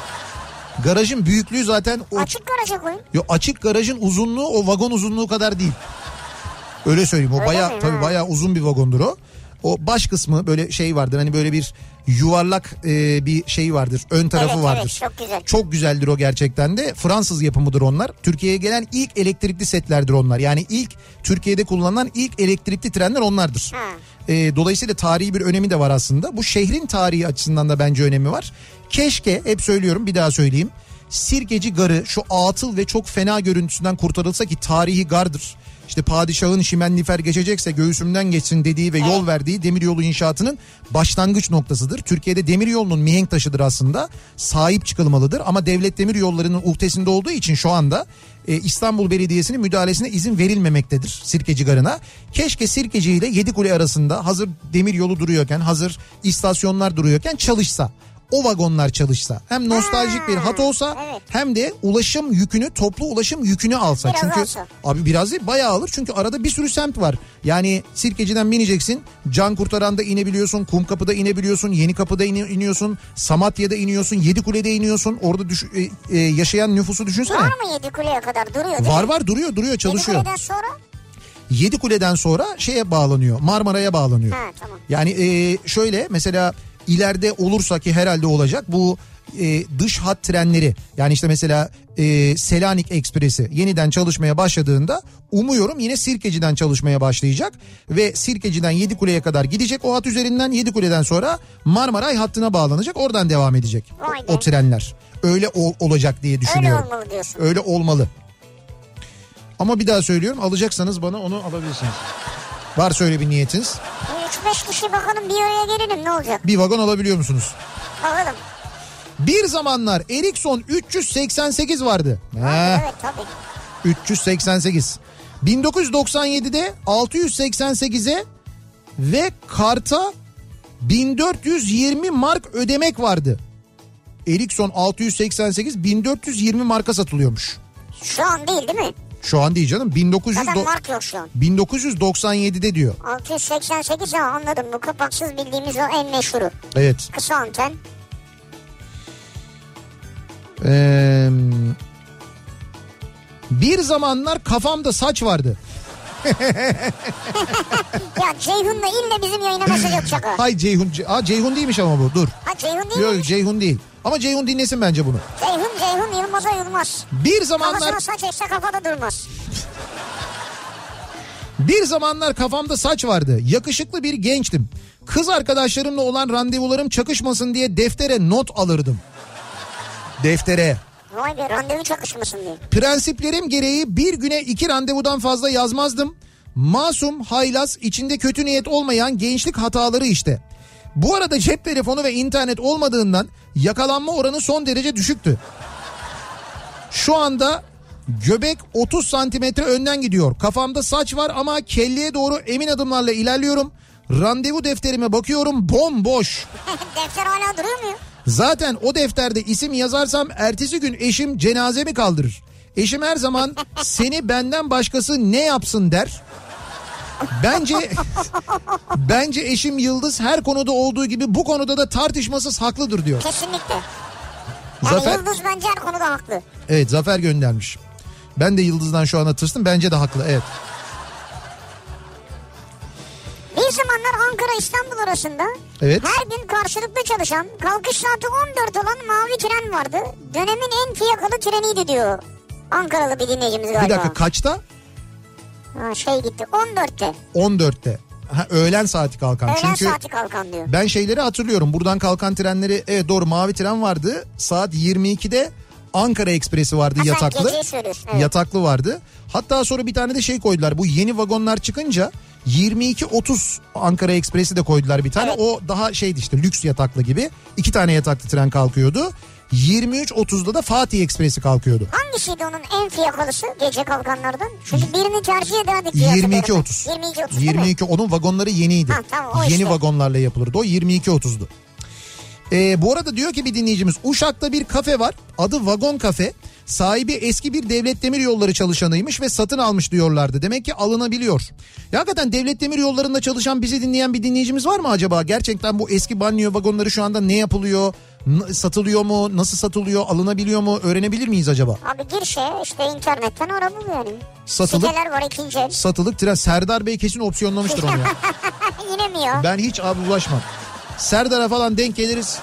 Garajın büyüklüğü zaten... O... Açık garaja koyun. Yo, açık garajın uzunluğu o vagon uzunluğu kadar değil. Öyle söyleyeyim o bayağı tabii bayağı uzun bir vagondur o. O baş kısmı böyle şey vardır hani böyle bir yuvarlak e, bir şey vardır. Ön tarafı evet, vardır. Evet, çok güzel. Çok güzeldir o gerçekten de. Fransız yapımıdır onlar. Türkiye'ye gelen ilk elektrikli setlerdir onlar. Yani ilk Türkiye'de kullanılan ilk elektrikli trenler onlardır. E, dolayısıyla tarihi bir önemi de var aslında. Bu şehrin tarihi açısından da bence önemi var. Keşke hep söylüyorum bir daha söyleyeyim. Sirkeci Garı şu atıl ve çok fena görüntüsünden kurtarılsa ki tarihi gardır. İşte padişahın şimenlifer geçecekse göğsümden geçsin dediği ve yol verdiği demiryolu inşaatının başlangıç noktasıdır. Türkiye'de demiryolunun mihenk taşıdır aslında. Sahip çıkılmalıdır ama devlet demiryollarının uhdesinde olduğu için şu anda e, İstanbul Belediyesi'nin müdahalesine izin verilmemektedir Sirkeci Garı'na. Keşke Sirkeci ile Yedikule arasında hazır demiryolu duruyorken, hazır istasyonlar duruyorken çalışsa. O vagonlar çalışsa hem nostaljik ha, bir hat olsa evet. Hem de ulaşım yükünü toplu ulaşım yükünü alsa. Biraz çünkü olsa. Abi biraz değil bayağı alır çünkü arada bir sürü semt var. Yani Sirkeci'den bineceksin, Can Kurtaran'da inebiliyorsun, Kumkapı'da inebiliyorsun, Yenikapı'da in, iniyorsun, Samatya'da iniyorsun, Yedikule'de iniyorsun. Orada düş, e, e, yaşayan nüfusu düşünsene. Var mı Yedikule'ye kadar duruyor değil Var mi? var duruyor duruyor çalışıyor. Yedikule'den sonra? Yedikule'den sonra şeye bağlanıyor, Marmara'ya bağlanıyor. Ha, tamam. Yani e, şöyle mesela ileride olursa ki herhalde olacak bu e, dış hat trenleri yani işte mesela e, Selanik Ekspresi yeniden çalışmaya başladığında umuyorum yine Sirkeci'den çalışmaya başlayacak ve Sirkeci'den Yedikule'ye kadar gidecek o hat üzerinden Yedikule'den sonra Marmaray hattına bağlanacak oradan devam edecek o, o trenler. Öyle ol, olacak diye düşünüyorum. Öyle olmalı diyorsun. Öyle olmalı. Ama bir daha söylüyorum alacaksanız bana onu alabilirsiniz. Varsa öyle bir niyetiniz. üç beş kişi bakalım bir araya gelelim ne olacak? Bir vagon alabiliyor musunuz? Bakalım. Bir zamanlar Ericsson üç yüz seksen sekiz vardı. Heh. Evet tabii. üç yüz seksen sekiz. bin dokuz yüz doksan yedide altı yüz seksen sekize ve karta bin dört yüz yirmi mark ödemek vardı. Ericsson altı yüz seksen sekiz bin dört yüz yirmi marka satılıyormuş. Şu an değil değil mi? Şu an değil canım. bin dokuz yüz Zaten mark yok şu an. bin dokuz yüz doksan yedide diyor. altı yüz seksen sekiz ha anladım. Bu kapaksız bildiğimiz o en meşhuru. Evet. Kısa anten. Ee, bir zamanlar kafamda saç vardı. Ya Ceyhun'la ille bizim yayına mesaj atacak ha. Hay Ceyhun. Aa, Ceyhun değilmiş ama bu dur. Ha Ceyhun değil Yok mi? Ceyhun değil. Ama Ceyhun dinlesin bence bunu. Ceyhun Ceyhun Yılmaz'a Yılmaz. Bir zamanlar... Kafasına saç ekse kafada durmaz. Bir zamanlar kafamda saç vardı. Yakışıklı bir gençtim. Kız arkadaşlarımla olan randevularım çakışmasın diye deftere not alırdım. Deftere. Vay be randevu çakışmasın diye. Prensiplerim gereği bir güne iki randevudan fazla yazmazdım. Masum, haylaz, içinde kötü niyet olmayan gençlik hataları işte. Bu arada cep telefonu ve internet olmadığından yakalanma oranı son derece düşüktü. Şu anda göbek otuz santimetre önden gidiyor. Kafamda saç var ama kelleye doğru emin adımlarla ilerliyorum. Randevu defterime bakıyorum bomboş. Defter hala duruyor mu? Zaten o defterde isim yazarsam ertesi gün eşim cenazemi kaldırır. Eşim her zaman seni benden başkası ne yapsın der. Bence bence eşim Yıldız her konuda olduğu gibi bu konuda da tartışmasız haklıdır diyor. Kesinlikle. Yani Zafer, Yıldız bence her konuda haklı. Evet Zafer göndermiş. Ben de Yıldız'dan şu anda tırstım bence de haklı evet. Bir zamanlar Ankara İstanbul arasında evet. Her gün karşılıklı çalışan kalkış saati on dört olan mavi tren vardı. Dönemin en fiyakalı treniydi diyor. Ankaralı bir dinleyicimiz galiba. Bir dakika kaçta? Ha, şey gitti on dörtte. on dörtte. Ha, öğlen saati kalkan. Öğlen Çünkü saati kalkan diyor. Ben şeyleri hatırlıyorum. Buradan kalkan trenleri evet doğru mavi tren vardı. Saat yirmi ikide Ankara Ekspresi vardı ha, yataklı. Evet. Yataklı vardı. Hatta sonra bir tane de şey koydular. Bu yeni vagonlar çıkınca yirmi iki otuz Ankara Ekspresi de koydular bir tane. Evet. O daha şeydi işte lüks yataklı gibi. İki tane yataklı tren kalkıyordu. yirmi üç otuzda da Fatih Ekspresi kalkıyordu. Hangisiydi onun en fiyakalısı gece kalkanlardan? Çünkü birini tercih ederdik. yirmi iki otuz. yirmi iki otuz. yirmi iki onun vagonları yeniydi. Ha, tamam, Yeni işte. vagonlarla yapılırdı. O yirmi iki otuzdu. Ee, bu arada diyor ki bir dinleyicimiz, Uşak'ta bir kafe var, adı Vagon Kafe. Sahibi eski bir Devlet Demiryolları çalışanıymış ve satın almış diyorlardı. Demek ki alınabiliyor. Ya hakikaten Devlet Demiryolları'nda çalışan, bizi dinleyen bir dinleyicimiz var mı acaba? Gerçekten bu eski banyo vagonları şu anda ne yapılıyor? N- satılıyor mu? Nasıl satılıyor? Alınabiliyor mu? Öğrenebilir miyiz acaba? Abi gir şeye işte, internetten ara bul yani. Satılık, siteler var ikinci el. Satılık tren. Serdar Bey kesin opsiyonlamıştır onu ya. Yine mi ya? Ben hiç abi ulaşmam. Serdar'a falan denk geliriz.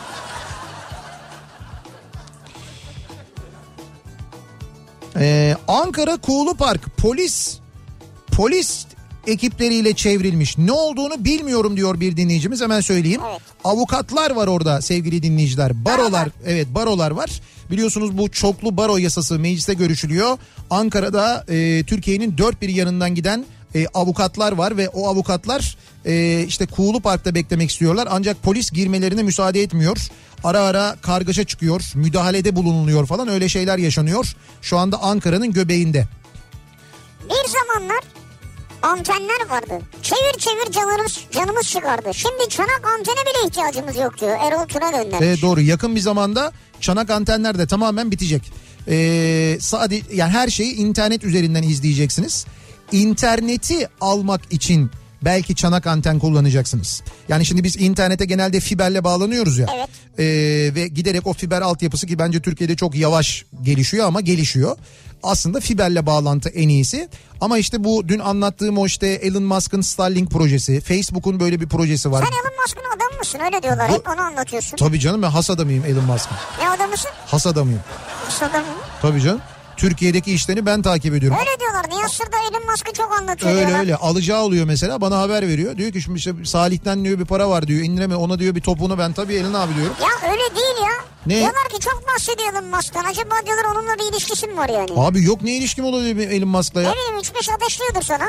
Ee, Ankara Kuğulu Park polis polis ekipleriyle çevrilmiş. Ne olduğunu bilmiyorum diyor bir dinleyicimiz, hemen söyleyeyim. Evet. Avukatlar var orada sevgili dinleyiciler. Barolar, Barolar. evet barolar var. Biliyorsunuz bu çoklu baro yasası mecliste görüşülüyor. Ankara'da e, Türkiye'nin dört bir yanından giden e, avukatlar var ve o avukatlar e, işte Kuğulu Park'ta beklemek istiyorlar. Ancak polis girmelerine müsaade etmiyor. Ara ara kargaşa çıkıyor, müdahalede bulunuluyor falan, öyle şeyler yaşanıyor. Şu anda Ankara'nın göbeğinde. Bir zamanlar antenler vardı. Çevir çevir canımız, canımız çıkardı. Şimdi çanak antene bile ihtiyacımız yok diyor. Erol Tuna göndermiş. Evet doğru, yakın bir zamanda çanak antenler de tamamen bitecek. Ee, sadece yani her şeyi internet üzerinden izleyeceksiniz. İnterneti almak için belki çanak anten kullanacaksınız. Yani şimdi biz internete genelde fiberle bağlanıyoruz ya. Evet. Ee, ve giderek o fiber altyapısı, ki bence Türkiye'de çok yavaş gelişiyor ama gelişiyor. Aslında fiberle bağlantı en iyisi. Ama işte bu dün anlattığım o işte Elon Musk'ın Starlink projesi, Facebook'un böyle bir projesi var. Sen Elon Musk'ın adamı mısın? Öyle diyorlar. Bu, hep onu anlatıyorsun. Tabii canım, ben has adamıyım Elon Musk'ın. Ne adamısın? Has adamıyım. Has adamı mı? Tabii canım. Türkiye'deki işlerini ben takip ediyorum. Öyle diyorlar. Nihat Sırda Elon Musk'ı çok anlatıyor Öyle diyorlar. öyle alacağı oluyor mesela, bana haber veriyor. Diyor ki şimdi işte Salih'ten diyor bir para var diyor, indireme ona diyor bir topuğunu, ben tabii Elon abi diyorum. Ya öyle değil ya. Ne? Diyorlar ki çok bahsediyor Elon Musk'tan. Acaba diyorlar onunla bir ilişkisi mi var yani? Abi yok, ne ilişkim olabilir benim Elon Musk'la ya? Ne bileyim üç beş ateşliyordur sana.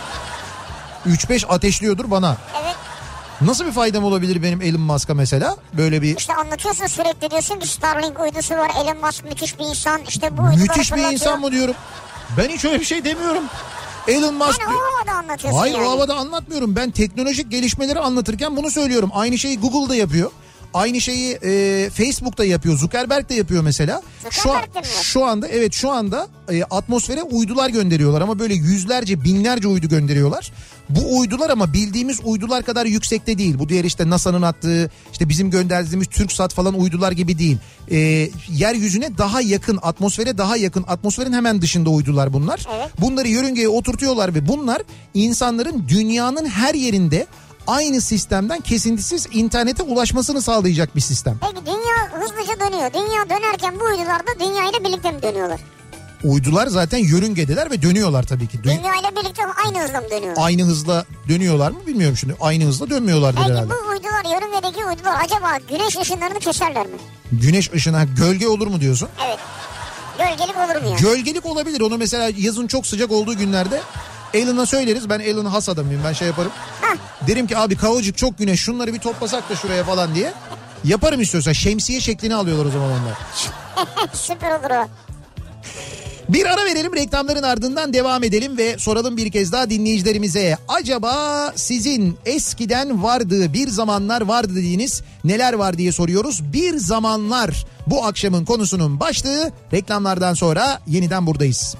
üç beş ateşliyordur bana. Evet. Nasıl bir faydam olabilir benim Elon Musk'a mesela? Böyle bir... İşte anlatıyorsun sürekli, diyorsun ki Starlink uydusu var. Elon Musk müthiş bir insan. İşte bu uyduları Müthiş bir fırlatıyor. insan mı diyorum? Ben hiç öyle bir şey demiyorum. Elon Musk... Yani o havada anlatıyorsun. Hayır yani. o havada anlatmıyorum. Ben teknolojik gelişmeleri anlatırken bunu söylüyorum. Aynı şeyi Google'da yapıyor. Aynı şeyi e, Facebook'ta yapıyor. Zuckerberg de yapıyor mesela. Şu, an, Zuckerberg de mi var? şu anda evet şu anda e, atmosfere uydular gönderiyorlar ama böyle yüzlerce binlerce uydu gönderiyorlar. Bu uydular ama bildiğimiz uydular kadar yüksekte değil. Bu diğer işte NASA'nın attığı, işte bizim gönderdiğimiz TürkSat falan uydular gibi değil. E, yeryüzüne daha yakın, atmosfere daha yakın, atmosferin hemen dışında uydular bunlar. Evet. Bunları yörüngeye oturtuyorlar ve bunlar insanların dünyanın her yerinde aynı sistemden kesintisiz internete ulaşmasını sağlayacak bir sistem. Peki dünya hızlıca dönüyor. Dünya dönerken bu uydular da dünya ile birlikte mi dönüyorlar? Uydular zaten yörüngedeler ve dönüyorlar tabii ki. Dü- Dünya ile birlikte aynı hızla mı dönüyorlar? aynı hızla dönüyorlar mı bilmiyorum şimdi. Aynı hızla dönmüyorlardır Peki herhalde. bu uydular, yörüngedeki uydular acaba güneş ışınlarını keserler mi? Güneş ışına gölge olur mu diyorsun? Evet. Gölgelik olur mu yani? Gölgelik olabilir. Onu mesela yazın çok sıcak olduğu günlerde Elon'a söyleriz. Ben Elon'a has adamıyım, ben şey yaparım. Hah. Derim ki abi Kavacık çok güneş, şunları bir toplasak da şuraya falan diye. Yaparım istiyorsan. Şemsiye şeklini alıyorlar o zaman onlar. Süper olur o. Bir ara verelim, reklamların ardından devam edelim ve soralım bir kez daha dinleyicilerimize. Acaba sizin eskiden vardığı, bir zamanlar vardı dediğiniz neler var diye soruyoruz. Bir zamanlar bu akşamın konusunun başlığı. Reklamlardan sonra yeniden buradayız.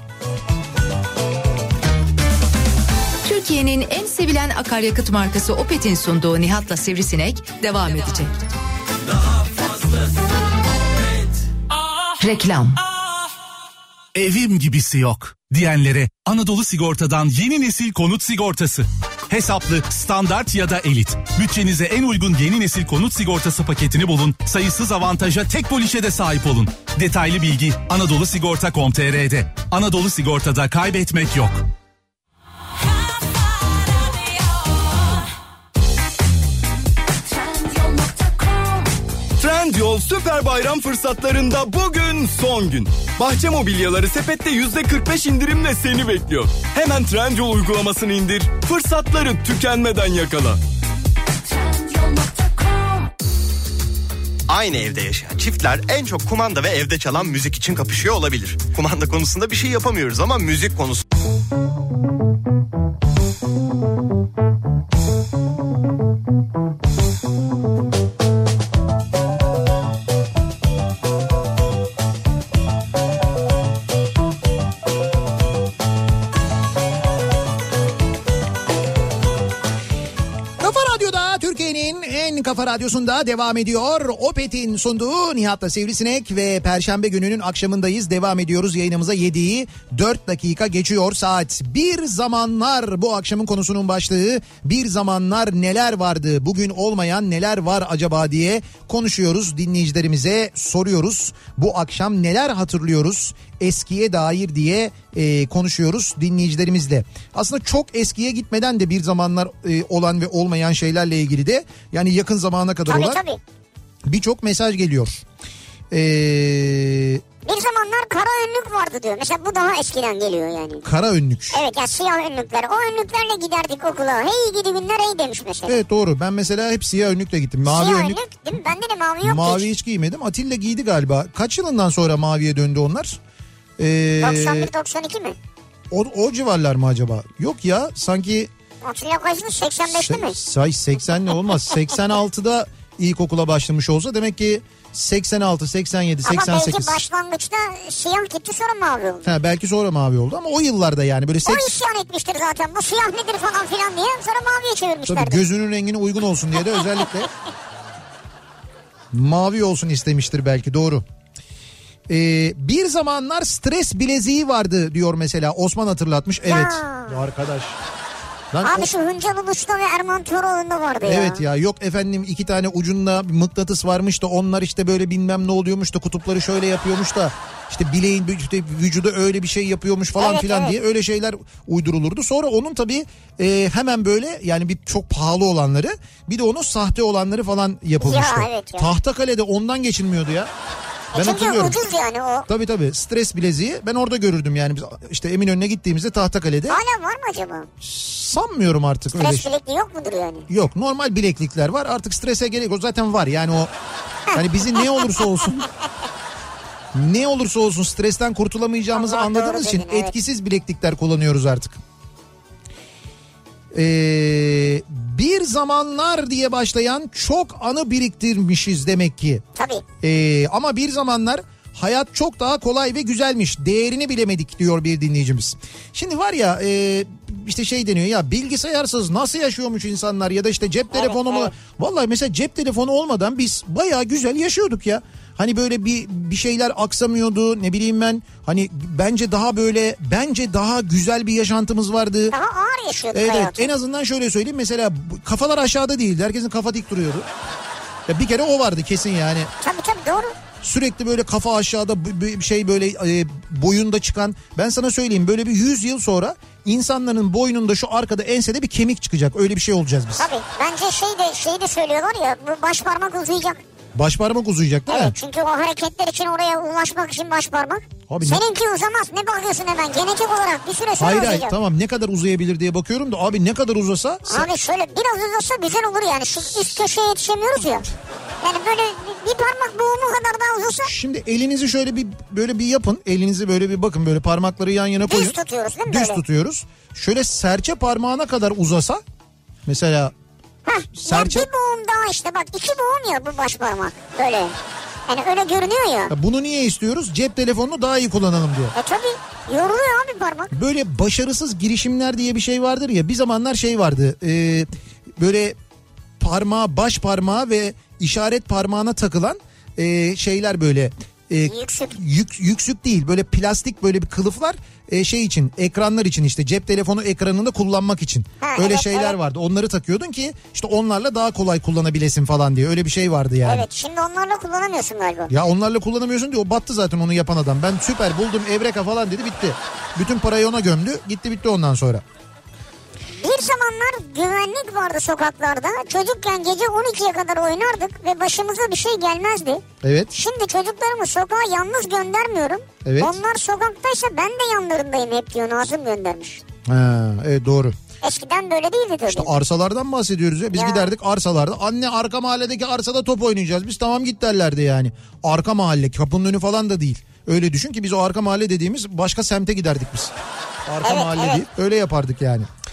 Türkiye'nin en sevilen akaryakıt markası Opet'in sunduğu Nihat'la Sivrisinek devam edecek. Daha fazlası Opet. Reklam. Evim gibisi yok diyenlere Anadolu Sigorta'dan yeni nesil konut sigortası. Hesaplı, standart ya da elit. Bütçenize en uygun yeni nesil konut sigortası paketini bulun. Sayısız avantaja, tek polişe de sahip olun. Detaylı bilgi anadolu sigorta nokta com nokta tr'de. Anadolu Sigorta'da kaybetmek yok. Trendyol Süper Bayram fırsatlarında bugün son gün. Bahçe mobilyaları sepette yüzde kırk beş indirimle seni bekliyor. Hemen Trendyol uygulamasını indir, fırsatları tükenmeden yakala. Aynı evde yaşayan çiftler en çok kumanda ve evde çalan müzik için kapışıyor olabilir. Kumanda konusunda bir şey yapamıyoruz ama müzik konusu... Kafa Radyosu'nda devam ediyor. Opet'in sunduğu Nihat'la Sivrisinek ve Perşembe gününün akşamındayız. Devam ediyoruz yayınımıza. Yediği dört dakika geçiyor saat. Bir zamanlar bu akşamın konusunun başlığı. Bir zamanlar neler vardı, bugün olmayan neler var acaba diye konuşuyoruz. Dinleyicilerimize soruyoruz. Bu akşam neler hatırlıyoruz eskiye dair diye e, konuşuyoruz dinleyicilerimizle. Aslında çok eskiye gitmeden de bir zamanlar e, olan ve olmayan şeylerle ilgili de yani yakın zamana kadar tabii, olan tabii. birçok mesaj geliyor. Eee... Bir zamanlar kara önlük vardı diyor. Mesela bu daha eskiden geliyor yani. Kara önlük. Evet ya, siyah önlükler. O önlüklerle giderdik okula. Hey gidi günler hey demiş mesela. Evet doğru. Ben mesela hep siyah önlükle gittim. Mavi siyah önlük. önlük değil mi? Bende de mavi yok. Mavi hiç. hiç giymedim. Atilla giydi galiba. Kaç yılından sonra maviye döndü onlar? Ee, doksan bir doksan iki mi? O, o civarlar mı acaba? Yok ya sanki... Atilla kaçtı? seksen beşte mi? Say seksenle olmaz. seksen altıda ilkokula başlamış olsa demek ki seksen altı, seksen yedi, seksen sekiz. Ama belki başlangıçta siyah gitti sonra mavi oldu. Ha, belki sonra mavi oldu ama o yıllarda yani böyle... Seks... O isyan etmiştir zaten. Bu siyah nedir falan filan diye sonra maviye çevirmişlerdi. Tabii gözünün rengine uygun olsun diye de özellikle mavi olsun istemiştir belki, doğru. Ee, bir zamanlar stres bileziği vardı diyor mesela Osman hatırlatmış. Evet ya. Arkadaş. Lan abi o... şu Hıncal Ulus'ta ve Erman Toroğlu'nda vardı ya. Evet ya, yok efendim iki tane ucunda mıknatıs varmış da onlar işte böyle bilmem ne oluyormuş da kutupları şöyle yapıyormuş da işte bileğin işte vücuda öyle bir şey yapıyormuş falan evet, filan evet. diye öyle şeyler uydurulurdu. Sonra onun tabii e, hemen böyle yani bir çok pahalı olanları bir de onun sahte olanları falan yapılmıştı. Ya, evet ya. Tahtakale'de ondan geçilmiyordu ya. Ben Çünkü hatırlıyorum. ucuz yani o. Tabii tabii, stres bileziği ben orada görürdüm yani, biz işte Eminönü'ne gittiğimizde Tahtakale'de. Hala var mı acaba? Sanmıyorum artık stres öyle. Stres bilekliği yok mudur yani? Yok, normal bileklikler var, artık strese gerek yok, zaten var yani o. Yani bizi ne olursa olsun ne olursa olsun stresten kurtulamayacağımızı Allah anladığımız için dedin, evet. etkisiz bileklikler kullanıyoruz artık. Ee, bir zamanlar diye başlayan çok anı biriktirmişiz demek ki. Tabii. Ee, ama bir zamanlar hayat çok daha kolay ve güzelmiş. Değerini bilemedik diyor bir dinleyicimiz. Şimdi var ya e, işte şey deniyor ya, bilgisayarsız nasıl yaşıyormuş insanlar ya da işte cep telefonu mu? Evet, evet. Vallahi mesela cep telefonu olmadan biz bayağı güzel yaşıyorduk ya. Hani böyle bir bir şeyler aksamıyordu, ne bileyim ben. Hani bence daha böyle bence daha güzel bir yaşantımız vardı. Daha ağır yaşıyorduk evet, hayatı. Evet, en azından şöyle söyleyeyim, mesela kafalar aşağıda değildi. Herkesin kafa dik duruyordu. Ya bir kere o vardı kesin yani. Tabii tabii, doğru. Sürekli böyle kafa aşağıda bir şey böyle e, boyunda çıkan. Ben sana söyleyeyim, böyle bir yüz yıl sonra insanların boynunda şu arkada ensede bir kemik çıkacak. Öyle bir şey olacağız biz. Tabii bence şey de şey de söylüyorlar ya, bu baş parmak uzayacak. Baş parmak uzayacak değil evet, mi? çünkü o hareketler için oraya ulaşmak için baş parmak. Abi seninki ne... uzamaz, ne bakıyorsun hemen genetik olarak bir süre sonra hayır, uzayacak. Hayır tamam, ne kadar uzayabilir diye bakıyorum da abi ne kadar uzasa. Abi şöyle biraz uzasa güzel olur yani, şu üst köşeye yetişemiyoruz ya. Yani böyle bir parmak boğumu kadar daha uzasa. Şimdi elinizi şöyle bir böyle bir yapın. Elinizi böyle bir bakın, böyle parmakları yan yana koyun. Düz tutuyoruz değil mi Düz böyle? tutuyoruz. Şöyle serçe parmağına kadar uzasa mesela. Heh, serçe... ya bir boğum daha işte, bak iki boğum ya bu baş parmak böyle. Yani öyle görünüyor ya. ya. Bunu niye istiyoruz? Cep telefonunu daha iyi kullanalım diye. E tabii yoruluyor abi parmak. Böyle başarısız girişimler diye bir şey vardır ya. Bir zamanlar şey vardı. E, böyle parmağı, baş parmağı ve işaret parmağına takılan e, şeyler böyle. E, yüksük. Yük, yüksük değil, böyle plastik böyle bir kılıflar e, şey için, ekranlar için, işte cep telefonu ekranında kullanmak için. Ha, öyle evet, şeyler evet. vardı. Onları takıyordun ki işte onlarla daha kolay kullanabilesin falan diye, öyle bir şey vardı yani. Evet, şimdi onlarla kullanamıyorsun galiba. Ya onlarla kullanamıyorsun diye, o battı zaten onu yapan adam. Ben süper buldum evreka falan dedi, bitti. Bütün parayı ona gömdü, gitti bitti ondan sonra. Bir zamanlar güvenlik vardı sokaklarda. Çocukken gece on ikiye kadar oynardık ve başımıza bir şey gelmezdi. Evet. Şimdi çocuklarımı sokağa yalnız göndermiyorum. Evet. Onlar sokaktaysa ben de yanlarındayım hep diyor, Nazım göndermiş. Ha, evet doğru. Eskiden böyle değildi tabii. İşte arsalardan bahsediyoruz ya. Biz ya. giderdik arsalarda. Anne arka mahalledeki arsada top oynayacağız. Biz tamam git derlerdi yani. Arka mahalle, kapının önü falan da değil. Öyle düşün ki biz o arka mahalle dediğimiz başka semte giderdik biz. Arka evet, mahalle evet. deyip öyle yapardık yani.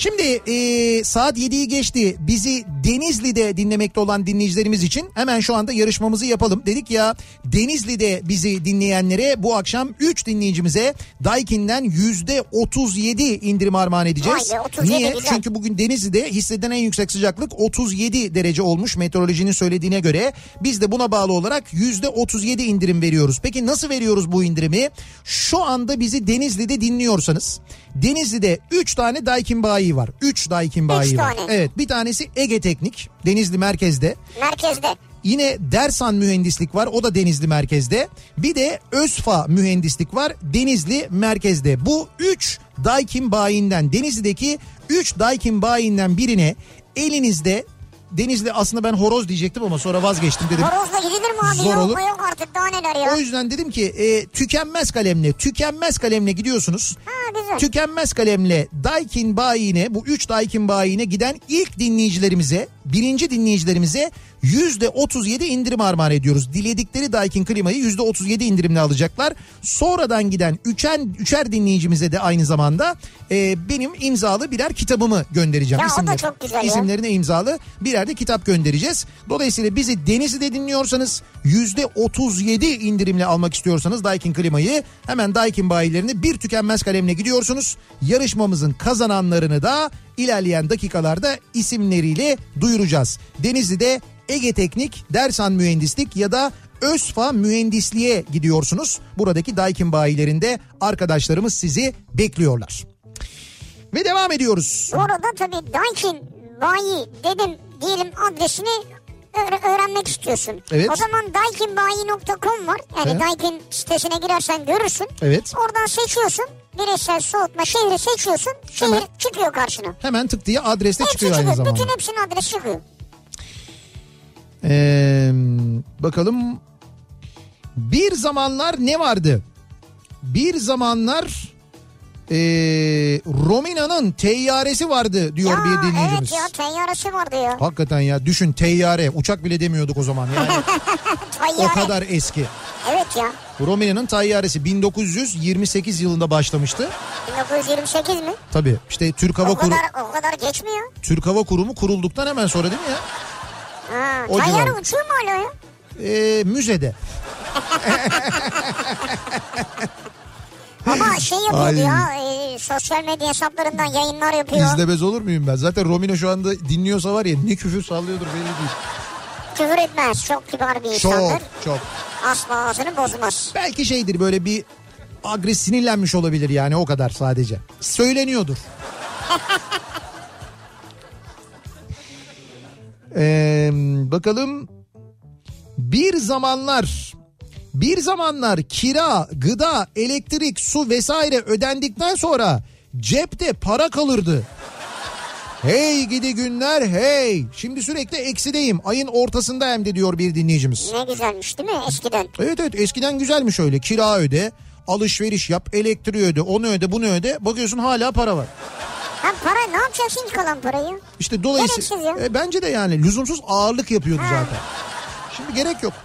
Şimdi e, saat yediyi geçti. Bizi Denizli'de dinlemekte olan dinleyicilerimiz için hemen şu anda yarışmamızı yapalım. Dedik ya, Denizli'de bizi dinleyenlere bu akşam üç dinleyicimize Daikin'den yüzde otuz yedi indirim armağan edeceğiz. Vay be, otuz yedi Niye? güzel. Çünkü bugün Denizli'de hissedilen en yüksek sıcaklık otuz yedi derece olmuş meteorolojinin söylediğine göre. Biz de buna bağlı olarak yüzde otuz yedi indirim veriyoruz. Peki nasıl veriyoruz bu indirimi? Şu anda bizi Denizli'de dinliyorsanız, Denizli'de üç tane Daikin bayi var. üç Daikin bayi var. tane. Evet, bir tanesi Ege Teknik, Denizli merkezde. Merkezde. Yine Dersan Mühendislik var, o da Denizli merkezde. Bir de Özfa Mühendislik var, Denizli merkezde. Bu üç Daikin bayinden, Denizli'deki üç Daikin bayinden birine elinizde, Denizli aslında ben horoz diyecektim ama sonra vazgeçtim dedim. Horozla gidilir mi abi? Zor yok, olur. yok artık, daha neler ya. O yüzden dedim ki e, tükenmez kalemle, tükenmez kalemle gidiyorsunuz. Ha, güzel. Tükenmez kalemle Daikin bayine, bu üç Daikin bayine giden ilk dinleyicilerimize, birinci dinleyicilerimize yüzde otuz yedi indirim armağan ediyoruz. Diledikleri Daikin klimayı yüzde otuz yedi indirimle alacaklar. Sonradan giden üçen, üçer dinleyicimize de aynı zamanda e, benim imzalı birer kitabımı göndereceğim. Ya o da İsimler- çok güzel ya. İsimlerine imzalı birer de kitap göndereceğiz. Dolayısıyla bizi Denizli'de dinliyorsanız, yüzde otuz yedi indirimle almak istiyorsanız Daikin klimayı, hemen Daikin bayilerine bir tükenmez kalemle gidiyorsunuz. Yarışmamızın kazananlarını da ilerleyen dakikalarda isimleriyle duyuracağız. Denizli'de Ege Teknik, Dersan Mühendislik ya da Özfa Mühendisliğe gidiyorsunuz. Buradaki Daikin bayilerinde arkadaşlarımız sizi bekliyorlar. Ve devam ediyoruz. Bu arada tabii Daikin bayi dedim diyelim, adresini öğre- öğrenmek istiyorsun. Evet. O zaman daikinbayi nokta com var. Yani Evet. Daikin sitesine girersen görürsün. Evet. Oradan seçiyorsun. Bireysel soğutma şehri seçiyorsun. Şehir Hemen. çıkıyor karşına. Hemen tık diye adreste Hepsi çıkıyor aynı çıkıyor. zamanda. Bütün hepsinin adresi çıkıyor. Ee, bakalım, bir zamanlar ne vardı? Bir zamanlar ee, Romina'nın teyyaresi vardı diyor Ya bir dinleyicimiz. evet ya, teyyaresi vardı ya. Hakikaten ya, düşün, teyyare, uçak bile demiyorduk o zaman yani. O Teyyare. kadar eski. Evet ya. Romina'nın tayyaresi bin dokuz yüz yirmi sekiz yılında başlamıştı. bin dokuz yüz yirmi sekiz mi? Tabii işte Türk Hava O Kurumu, kadar, o kadar geçmiyor. Türk Hava Kurumu kurulduktan hemen sonra değil mi ya? Ha, O teyyare civar. uçuyor mu hala ya? Ee, müzede. Ama şey yapıyordu Ay. ya, e, sosyal medya hesaplarından yayınlar yapıyor. İzlemez olur muyum ben? Zaten Romina şu anda dinliyorsa var ya, ne küfür sallıyordur belli değil. Küfür etmez, çok kibar bir Çok insandır. çok. Asla ağzını bozmaz. Belki şeydir, böyle bir agres sinirlenmiş olabilir yani, o kadar sadece. Söyleniyordur. Ee, bakalım. Bir zamanlar bir zamanlar kira, gıda, elektrik, su vesaire ödendikten sonra cepte para kalırdı. Hey gidi günler hey. Şimdi sürekli eksideyim. Ayın ortasında hem de diyor bir dinleyicimiz. Ne güzelmiş değil mi eskiden? Evet evet, eskiden güzelmiş öyle. Kira öde, alışveriş yap, elektriği öde, onu öde, bunu öde. Bakıyorsun hala para var. Ha, para ne yapacaksın ki kalan parayı? İşte dolayısıyla Gereksiz ya. e, bence de yani lüzumsuz ağırlık yapıyordu Ha. zaten. Şimdi gerek yok.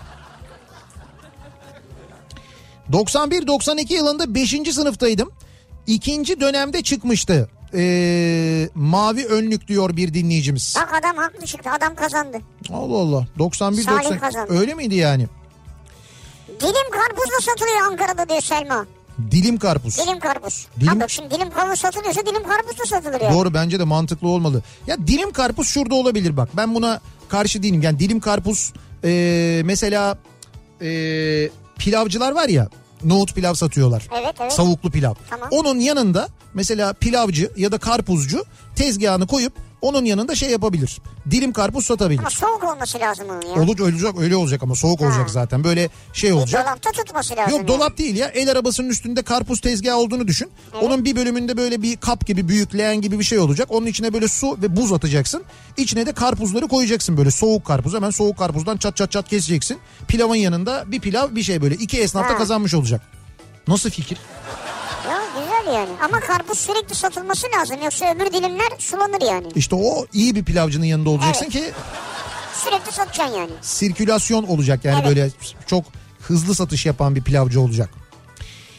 doksan bir doksan iki yılında beşinci sınıftaydım. İkinci dönemde çıkmıştı. Ee, mavi önlük diyor bir dinleyicimiz. Bak adam haklı çıktı, adam kazandı. Allah Allah. doksan bir Salih doksan kazandı. öyle miydi yani? Dilim karpuz da satılıyor Ankara'da diyor Selma. Dilim karpuz. Dilim karpuz. Dilim- Ha bak, şimdi dilim karpuz satılıyorsa dilim karpuz da satılır ya. Doğru, bence de mantıklı olmalı. Ya dilim karpuz şurada olabilir bak. Ben buna karşı değilim. Yani dilim karpuz e, mesela e, pilavcılar var ya, nohut pilav satıyorlar. Evet evet. Savuklu pilav. Tamam. Onun yanında mesela pilavcı ya da karpuzcu tezgahını koyup onun yanında şey yapabilir. Dilim karpuz satabilir. Ama soğuk olması lazım onun ya. Olur, olacak, öyle olacak ama soğuk olacak Ha. zaten. Böyle şey olacak. Dolapta tutması lazım. Yok yani. dolap değil ya, el arabasının üstünde karpuz tezgahı olduğunu düşün. Onun bir bölümünde böyle bir kap gibi, büyük leğen gibi bir şey olacak. Onun içine böyle su ve buz atacaksın. İçine de karpuzları koyacaksın, böyle soğuk karpuz. Hemen soğuk karpuzdan çat çat çat keseceksin. Pilavın yanında bir pilav bir şey, böyle iki esnaf da Ha. kazanmış olacak. Nasıl fikir? Ya güzel yani. Ama karpuz sürekli satılması lazım. Yoksa öbür dilimler sulanır yani. İşte o iyi bir pilavcının yanında olacaksın Evet. ki Sürekli satacaksın yani. sirkülasyon olacak yani, Evet. böyle çok hızlı satış yapan bir pilavcı olacak.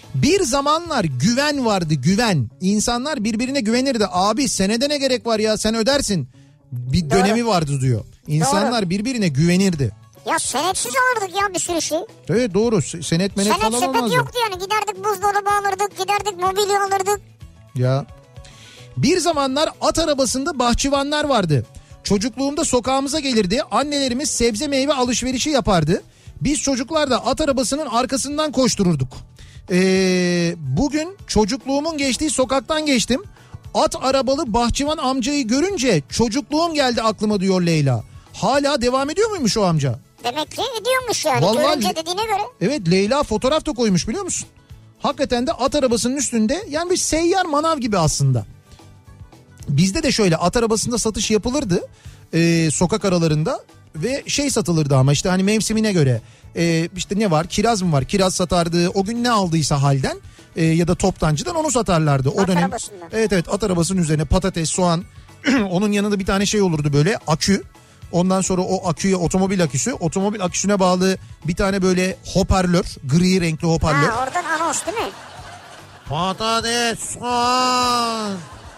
Bir zamanlar güven vardı, güven. İnsanlar birbirine güvenirdi. Abi senede ne gerek var ya, sen ödersin. Bir Doğru. dönemi vardı diyor. İnsanlar Doğru. birbirine güvenirdi. Ya senetsiz alırdık ya bir sürü şey. Evet doğru, senet menet Senet falan sepet olmazdı. yoktu yani, giderdik buzdolabı alırdık, giderdik mobilya alırdık. Ya. Bir zamanlar at arabasında bahçıvanlar vardı. Çocukluğumda sokağımıza gelirdi. Annelerimiz sebze meyve alışverişi yapardı. Biz çocuklar da at arabasının arkasından koştururduk. Ee, bugün çocukluğumun geçtiği sokaktan geçtim. At arabalı bahçıvan amcayı görünce çocukluğum geldi aklıma diyor Leyla. Hala devam ediyor muymuş o amca? Demek ki ediyormuş yani. Vallahi- Görünce dediğine göre. Evet, Leyla fotoğraf da koymuş biliyor musun? Hakikaten de at arabasının üstünde, yani bir seyyar manav gibi aslında. Bizde de şöyle at arabasında satış yapılırdı e, sokak aralarında ve şey satılırdı ama işte hani mevsimine göre e, işte ne var, kiraz mı var, kiraz satardı, o gün ne aldıysa halden e, ya da toptancıdan onu satarlardı. O At dönem, arabasında. evet evet, at arabasının üzerine patates, soğan, onun yanında bir tane şey olurdu böyle, akü. Ondan sonra o aküye, otomobil aküsü, otomobil aküsüne bağlı bir tane böyle hoparlör, gri renkli hoparlör. Ha, oradan anons değil mi? Patates, soğan.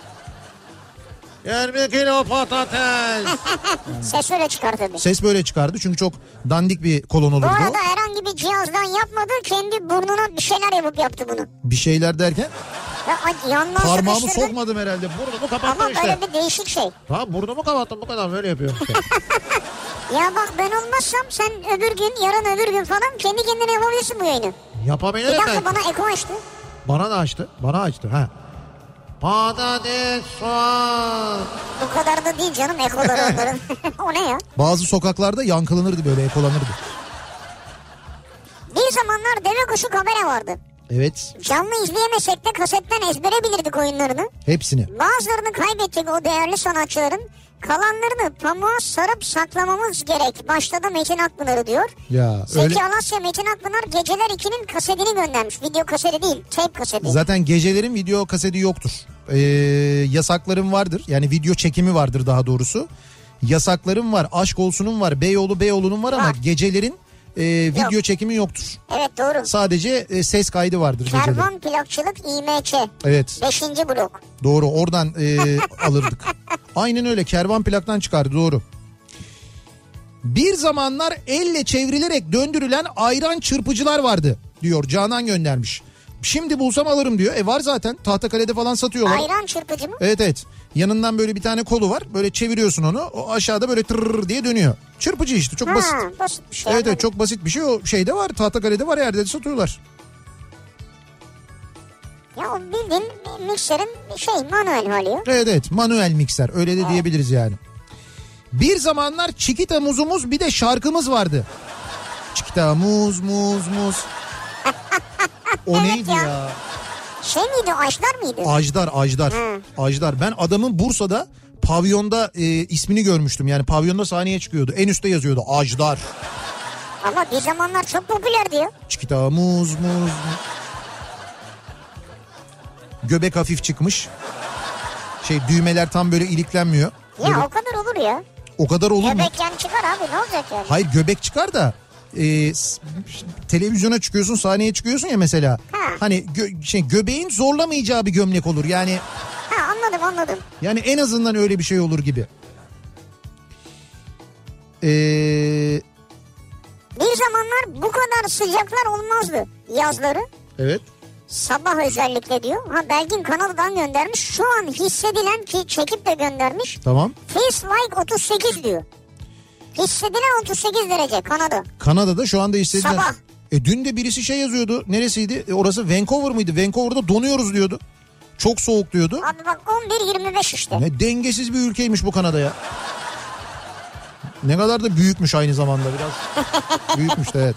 yirmi kilo patates. Ses öyle çıkar tabii. Ses böyle çıkardı çünkü çok dandik bir kolon Bu olurdu. arada herhangi bir cihazdan yapmadı, kendi burnuna bir şeyler yapıp yaptı bunu. Bir şeyler derken Ya, ay, yandan parmağımı sıkıştırdı. sokmadım herhalde. Burnumu kapattım Ama işte. böyle bir değişik şey. Tamam, burnumu kapattım, bu kadar, böyle yapıyorum. Ya bak, ben olmazsam sen öbür gün, yarın öbür gün falan kendi kendine yapabilirsin bu yayını. Bir Yapabilirim dakika, ben. bana eko açtı. Bana da açtı. Bana açtı. Ha. Patates, soğan. Bu kadar da değil canım ekoları onların. O ne ya? Bazı sokaklarda yankılanırdı, böyle ekolanırdı. Bir zamanlar deve kuşu kamera vardı. Evet, Canlı izleyemesek de kasetten ezbere bilirdik oyunlarını. hepsini. Bazılarını kaybettik o değerli sanatçıların. Kalanlarını pamuğa sarıp saklamamız gerek. Başta da Metin Akpınar'ı diyor. Ya Zeki öyle. Alasya Metin Akpınar Geceler iki'nin kasetini göndermiş. Video kaseti değil, tape kaseti. Zaten gecelerin video kaseti yoktur. Ee, yasaklarım vardır. Yani video çekimi vardır daha doğrusu. Yasaklarım var. Aşk Olsun'un var. Beyoğlu Beyoğlu'nun var ama Var. gecelerin e, video Yok. çekimi yoktur. Evet, doğru. Sadece e, ses kaydı vardır gecelerin. Kervan plakçılık İ M Ç. Evet, Beşinci blok. doğru, oradan e, alırdık. Aynen öyle, kervan plaktan çıkardı, doğru. Bir zamanlar elle çevrilerek döndürülen ayran çırpıcılar vardı diyor, Canan göndermiş. Şimdi bulsam alırım diyor. E var zaten, Tahtakale'de falan satıyorlar. Ayran çırpıcı mı? Evet evet. Yanından böyle bir tane kolu var. Böyle çeviriyorsun onu. O aşağıda böyle tırrrr diye dönüyor. Çırpıcı işte, çok Ha, basit. basit bir şey. Evet evet, anladım. çok basit bir şey. O şeyde var, Tahtakale'de var, yerde de satıyorlar. Ya o bildiğin mikserin şey, manuel hali ya. Evet evet, manuel mikser, öyle de diyebiliriz yani. Bir zamanlar Çikita muzumuz, bir de şarkımız vardı. Çikita muz muz muz. O Evet neydi ya. ya? Şey miydi, Ajdar mıydı? Ajdar, Ajdar. Hı. Ajdar. Ben adamın Bursa'da pavyonda e, ismini görmüştüm. Yani pavyonda sahneye çıkıyordu. En üstte yazıyordu Ajdar. Ama bir zamanlar çok popülerdi ya. Çikita muz muz muz. Göbek hafif çıkmış. Şey, düğmeler tam böyle iliklenmiyor. Ya Göbek- o kadar olur ya. o kadar olur mu? Göbek yani çıkar abi, ne olacak yani? Hayır, göbek çıkar da e, s- televizyona çıkıyorsun, sahneye çıkıyorsun ya mesela. Ha. Hani gö- şey, göbeğin zorlamayacağı bir gömlek olur. Yani Ha, anladım anladım. yani en azından öyle bir şey olur gibi. Eee Bir zamanlar bu kadar sıcaklar olmazdı yazları. evet. Sabah özellikle diyor. Ha, Belgin Kanada'dan göndermiş. Şu an hissedilen, ki çekip de göndermiş. Tamam. Feels like otuz sekiz diyor. Hissedilen otuz sekiz derece Kanada. Kanada'da şu anda hissedilen. Sabah. E dün de birisi şey yazıyordu. Neresiydi? E, orası Vancouver mıydı? Vancouver'da donuyoruz diyordu. Çok soğuk diyordu. Abi bak, on bir yirmi beş işte. Ne dengesiz bir ülkeymiş bu Kanada ya. Ne kadar da büyükmüş aynı zamanda, biraz. Büyükmüş de, evet.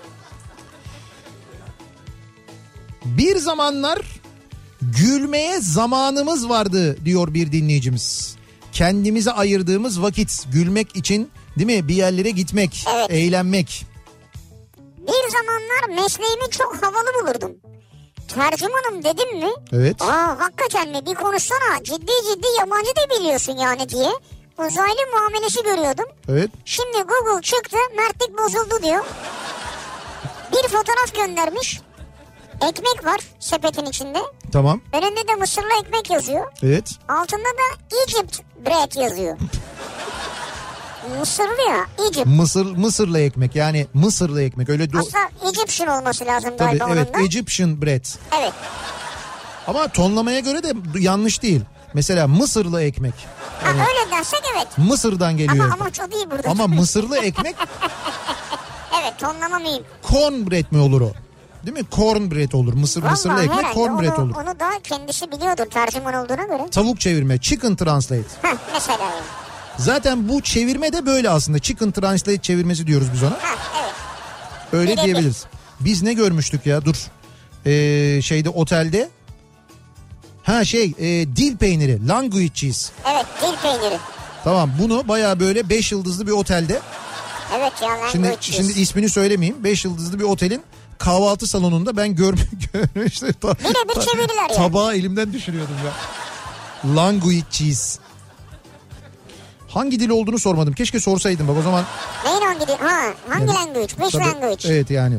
Bir zamanlar gülmeye zamanımız vardı diyor bir dinleyicimiz. Kendimize ayırdığımız vakit gülmek için, değil mi? Bir yerlere gitmek, Evet. eğlenmek. Bir zamanlar mesleğimi çok havalı bulurdum. Tercümanım dedim mi? Evet. Aa, hakikaten mi? Bir konuşsana. Ciddi ciddi yabancı da biliyorsun yani diye. Uzaylı muamelesi görüyordum. Evet. Şimdi Google çıktı, mertlik bozuldu diyor. Bir fotoğraf göndermiş. ekmek var sepetin içinde. Tamam. Önünde de mısırlı ekmek yazıyor. Evet. Altında da Egypt bread yazıyor. Mısırlı ya, Egypt. Mısır Mısırlı ekmek, yani Mısırlı ekmek öyle. Do- Aslında Egyptian olması lazım Tabii, galiba evet, onun da. Egyptian bread. Evet. Ama tonlamaya göre de yanlış değil. Mesela Mısırlı ekmek. Ha, Yani öyle dersek evet. Mısır'dan geliyor. Ama amaç o değil burada. Ama Mısırlı ekmek Evet, tonlama mühim. cornbread mi olur o? Değil mi? Cornbread olur. Mısır Vallahi Mısırlı ekmek herhalde cornbread onu, olur. onu da kendisi biliyordur tercüman olduğuna göre. Tavuk çevirme, chicken translate. Heh, mesela yani. Zaten bu çevirme de böyle aslında. Chicken translate çevirmesi diyoruz biz ona. Ha, evet. Öyle Birebir. diyebiliriz. Biz ne görmüştük ya, dur. Ee, şeyde, otelde. Ha şey e, dil peyniri, language cheese. Evet, dil peyniri. Tamam, bunu bayağı böyle beş yıldızlı bir otelde. Evet ya, language Şimdi cheese. şimdi ismini söylemeyeyim. beş yıldızlı bir otelin kahvaltı salonunda ben görmüş görmüştüm. Ta, Birebir ta, çeviriler ya. Tabağı elimden düşürüyordum ya. Language cheese. Hangi dil olduğunu sormadım. Keşke sorsaydım bak o zaman. Neyin hangi dil? Ha, hangi Evet. language? Which Tabii, language? evet yani.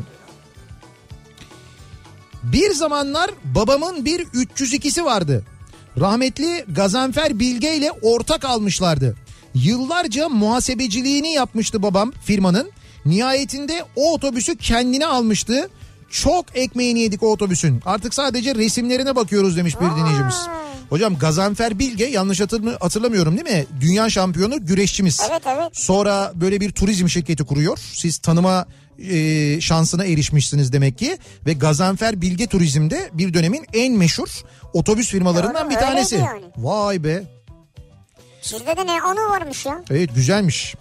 Bir zamanlar babamın bir üç yüz ikisi vardı. Rahmetli Gazanfer Bilge ile ortak almışlardı. Yıllarca muhasebeciliğini yapmıştı babam firmanın. Nihayetinde o otobüsü kendine almıştı. Çok ekmeğini yedik o otobüsün. Artık sadece resimlerine bakıyoruz demiş bir dinleyicimiz. Hocam Gazanfer Bilge, yanlış hatırl- hatırlamıyorum değil mi? Dünya şampiyonu güreşçimiz. Evet, evet. Sonra böyle bir turizm şirketi kuruyor. Siz tanıma e, şansına erişmişsiniz demek ki. Ve Gazanfer Bilge Turizm'de bir dönemin en meşhur otobüs firmalarından Doğru, bir tanesi. öyleydi yani. Vay be. Sizde de ne anı varmış ya. Evet, güzelmiş.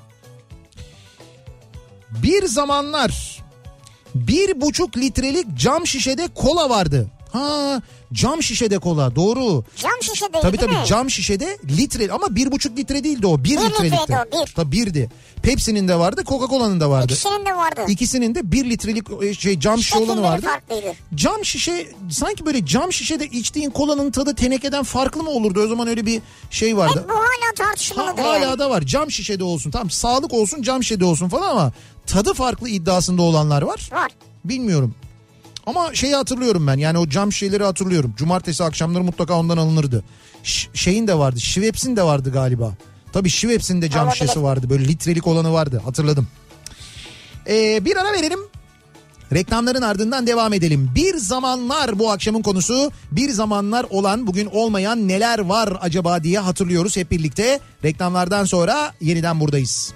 Bir zamanlar bir buçuk litrelik cam şişede kola vardı. Ha, cam şişede kola, doğru. Cam şişe değil, Tabii değil tabii mi? cam şişede litre, ama bir buçuk litre değildi o. Bir, Bir litrelikti. litreydi o, bir. Tabii birdi. Pepsi'nin de vardı, Coca-Cola'nın da vardı. İkisinin de vardı. İkisinin de bir litrelik şey cam şişe olanı Şekilleri vardı. farklıydı. Cam şişe, sanki böyle cam şişede içtiğin kolanın tadı tenekeden farklı mı olurdu? O zaman öyle bir şey vardı. Evet, bu hala Ha, tartışmalıdır hala yani. da var. Cam şişede olsun. Tamam, sağlık olsun, cam şişede olsun falan, ama tadı farklı iddiasında olanlar var. Var. Bilmiyorum. Ama şeyi hatırlıyorum ben. Yani o cam şişeleri hatırlıyorum. Cumartesi akşamları mutlaka ondan alınırdı. Ş- şeyin de vardı. Schweppes'in de vardı galiba. Tabii Schweppes'in de cam Olabilir. şişesi vardı. Böyle litrelik olanı vardı. Hatırladım. Ee, bir ara verelim. Reklamların ardından devam edelim. Bir zamanlar bu akşamın konusu. Bir zamanlar olan, bugün olmayan neler var acaba diye hatırlıyoruz hep birlikte. Reklamlardan sonra yeniden buradayız.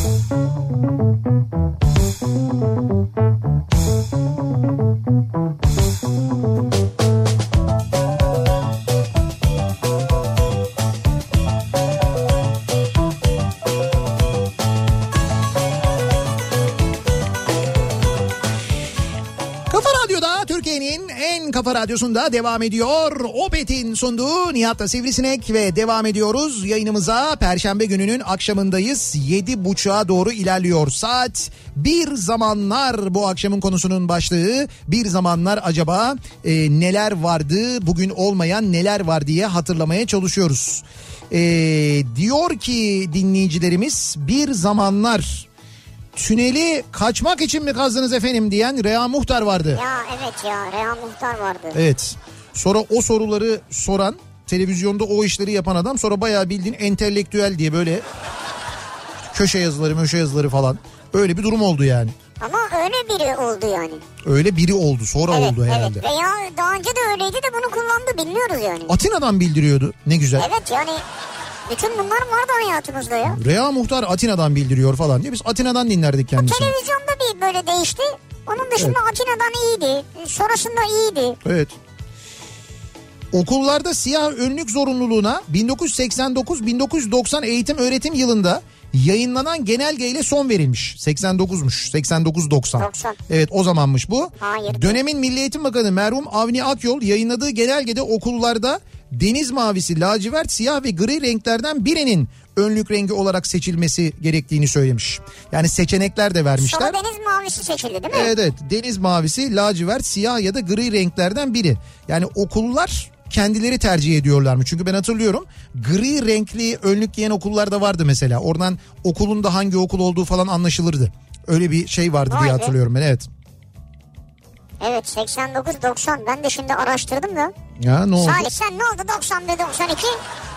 Türkiye'nin en kafa radyosunda devam ediyor. Opet'in sunduğu Nihat'la Sivrisinek ve devam ediyoruz yayınımıza. Perşembe gününün akşamındayız. Yedi buçuğa doğru ilerliyor saat. Bir zamanlar bu akşamın konusunun başlığı. Bir zamanlar acaba e, neler vardı, bugün olmayan neler var diye hatırlamaya çalışıyoruz. E, diyor ki dinleyicilerimiz, bir zamanlar tüneli kaçmak için mi kazdınız efendim diyen Rea Muhtar vardı. Ya evet ya, Rea Muhtar vardı. Evet. Sonra o soruları soran, televizyonda o işleri yapan adam sonra bayağı bildiğin entelektüel diye böyle köşe yazıları, möşe yazıları falan. Öyle bir durum oldu yani. Ama öyle biri oldu yani. Öyle biri oldu, sonra evet, oldu herhalde. Evet, veya daha önce de öyleydi de bunu kullandı, bilmiyoruz yani. Atina'dan bildiriyordu, ne güzel. Evet yani bütün bunlar vardı hayatımızda ya. Rea Muhtar Atina'dan bildiriyor falan diye biz Atina'dan dinlerdik kendisini. Televizyonda bir böyle değişti. Onun dışında evet. Atina'dan iyiydi. Sonrasında iyiydi. Evet. Okullarda siyah önlük zorunluluğuna bin dokuz yüz seksen dokuz bin dokuz yüz doksan eğitim öğretim yılında yayınlanan genelgeyle son verilmiş. seksen dokuzmuş. seksen dokuz doksan. doksan. Evet, o zamanmış bu. Hayır. Dönemin Milli Eğitim Bakanı merhum Avni Akyol yayınladığı genelgede okullarda deniz mavisi, lacivert, siyah ve gri renklerden birinin önlük rengi olarak seçilmesi gerektiğini söylemiş. Yani seçenekler de vermişler. Sonra deniz mavisi seçildi değil mi? Evet evet, deniz mavisi, lacivert, siyah ya da gri renklerden biri. Yani okullar kendileri tercih ediyorlar mı? Çünkü ben hatırlıyorum, gri renkli önlük giyen okullar da vardı mesela. Oradan okulun da hangi okul olduğu falan anlaşılırdı. Öyle bir şey vardı Vay diye be. hatırlıyorum ben, evet. Evet seksen dokuz doksan ben de şimdi araştırdım da. Ya ne oldu? Salih sen ne oldu doksan ve doksan iki?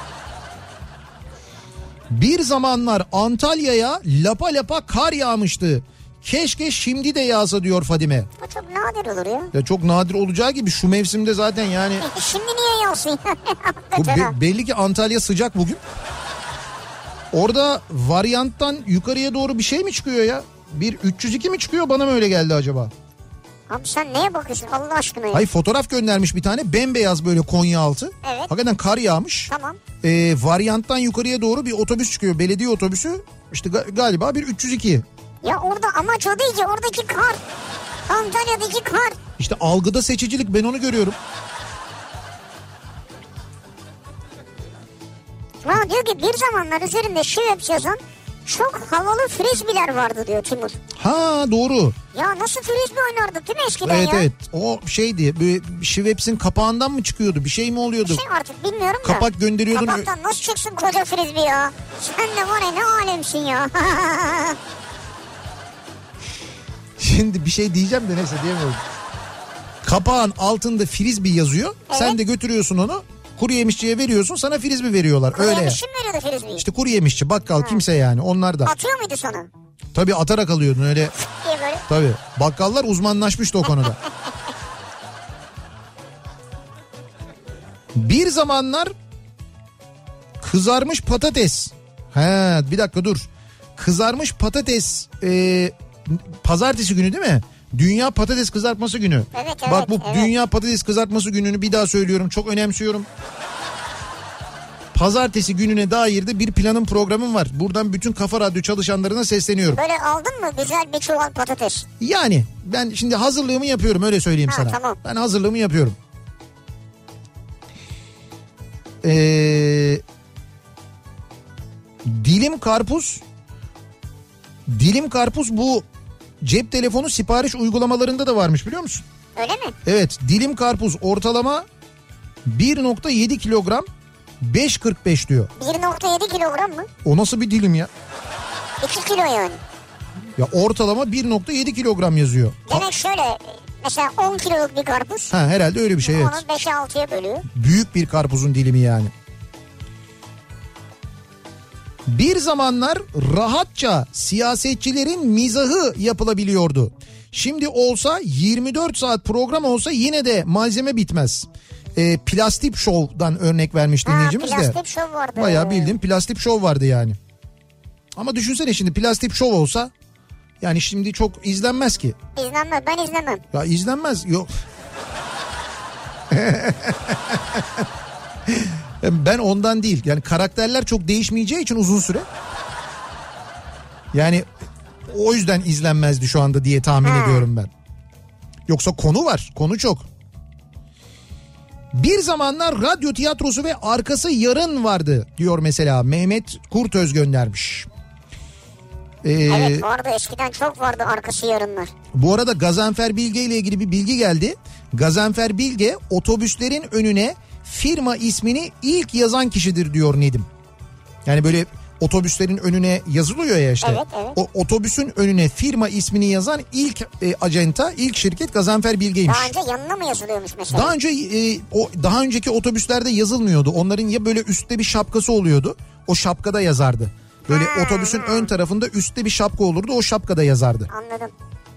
Bir zamanlar Antalya'ya lapa lapa kar yağmıştı. Keşke şimdi de yağsa diyor Fadime. Bu çok nadir olur ya. Ya çok nadir olacağı gibi şu mevsimde zaten yani. Şimdi niye yağsın? Bu be- belli ki Antalya sıcak bugün. Orada varyanttan yukarıya doğru bir şey mi çıkıyor ya? Bir üç yüz iki mi çıkıyor, bana mı öyle geldi acaba? Abi sen neye bakıyorsun Allah aşkına ya? Hayır, fotoğraf göndermiş bir tane, bembeyaz böyle Konyaaltı. Evet. Hakikaten kar yağmış. Tamam. Ee, varyanttan yukarıya doğru bir otobüs çıkıyor, belediye otobüsü. İşte ga- galiba bir üç yüz iki. Ya orada amaç o değil ki, oradaki kar. Antalya'daki kar. İşte algıda seçicilik, ben onu görüyorum. Ha diyor ki bir zamanlar üzerinde Şiveps yazan çok havalı frisbee'ler vardı diyor Timur. Ha doğru. Ya nasıl frisbee oynardık değil mi eskiden Evet ya? evet, o şeydi, böyle Şiveps'in kapağından mı çıkıyordu, bir şey mi oluyordu? Bir şey artık bilmiyorum da. Kapak gönderiyordun. Kapaktan nasıl çıksın koca frisbee ya? Sen de var ya ne alemsin ya. Şimdi bir şey diyeceğim de neyse diyemiyorum. Kapağın altında frisbee yazıyor. Evet. Sen de götürüyorsun onu. Kuru yemişçiye veriyorsun, sana frisbee veriyorlar. Kuru öyle. yemişçi mi veriyordu frisbee'yi? İşte kuru yemişçi, bakkal, Ha. kimse yani, onlar da. Atıyor muydu sana? Tabii atarak alıyordun öyle. Diye böyle. Tabii bakkallar uzmanlaşmıştı o konuda. Bir zamanlar kızarmış patates. He bir dakika dur. Kızarmış patates e, pazartesi günü değil mi? Dünya patates kızartması günü. Evet, evet, Bak bu evet. Dünya patates kızartması gününü bir daha söylüyorum, çok önemsiyorum. Pazartesi gününe dair de bir planım, programım var. Buradan bütün Kafa Radyo çalışanlarına sesleniyorum. Böyle aldın mı güzel bir çuval patates? Yani ben şimdi hazırlığımı yapıyorum, öyle söyleyeyim Ha, sana. tamam. Ben hazırlığımı yapıyorum. Ee, dilim karpuz. Dilim karpuz bu cep telefonu sipariş uygulamalarında da varmış, biliyor musun? Öyle mi? Evet, dilim karpuz ortalama bir nokta yedi kilogram, beş kırk beş diyor. bir nokta yedi kilogram mı? O nasıl bir dilim ya? iki kilo yani. Ya ortalama bir nokta yedi kilogram yazıyor. Demek şöyle mesela on kiloluk bir karpuz. Ha herhalde öyle bir şey, evet. Onu beşe altıya bölüyor. Büyük bir karpuzun dilimi yani. Bir zamanlar rahatça siyasetçilerin mizahı yapılabiliyordu. Şimdi olsa yirmi dört saat program olsa yine de malzeme bitmez. E, plastik şovdan örnek vermiş Ha, dinleyicimiz de. plastik şov vardı. Bayağı bildiğin plastik şov vardı yani. Ama düşünsene şimdi plastik şov olsa yani şimdi çok izlenmez ki. İzlenmez, ben izlemem. Ya izlenmez, yok. Ben ondan değil. Yani karakterler çok değişmeyeceği için uzun süre. Yani o yüzden izlenmezdi şu anda diye tahmin ha. ediyorum ben. Yoksa konu var. Konu çok. Bir zamanlar radyo tiyatrosu ve arkası yarın vardı diyor mesela Mehmet Kurtöz göndermiş. Ee, Evet vardı, eskiden çok vardı arkası yarınlar. Bu arada Gazanfer Bilge ile ilgili bir bilgi geldi. Gazanfer Bilge otobüslerin önüne firma ismini ilk yazan kişidir diyor Nedim. Yani böyle otobüslerin önüne yazılıyor ya işte. Evet, evet. O otobüsün önüne firma ismini yazan ilk e, acenta, ilk şirket Gazanfer Bilge'ymiş. Daha önce yanına mı yazılıyormuş mesela? Daha önce e, o daha önceki otobüslerde yazılmıyordu. Onların ya böyle üstte bir şapkası oluyordu. O şapkada yazardı. Böyle Ha, otobüsün ha. ön tarafında üstte bir şapka olurdu. O şapkada yazardı. Anladım.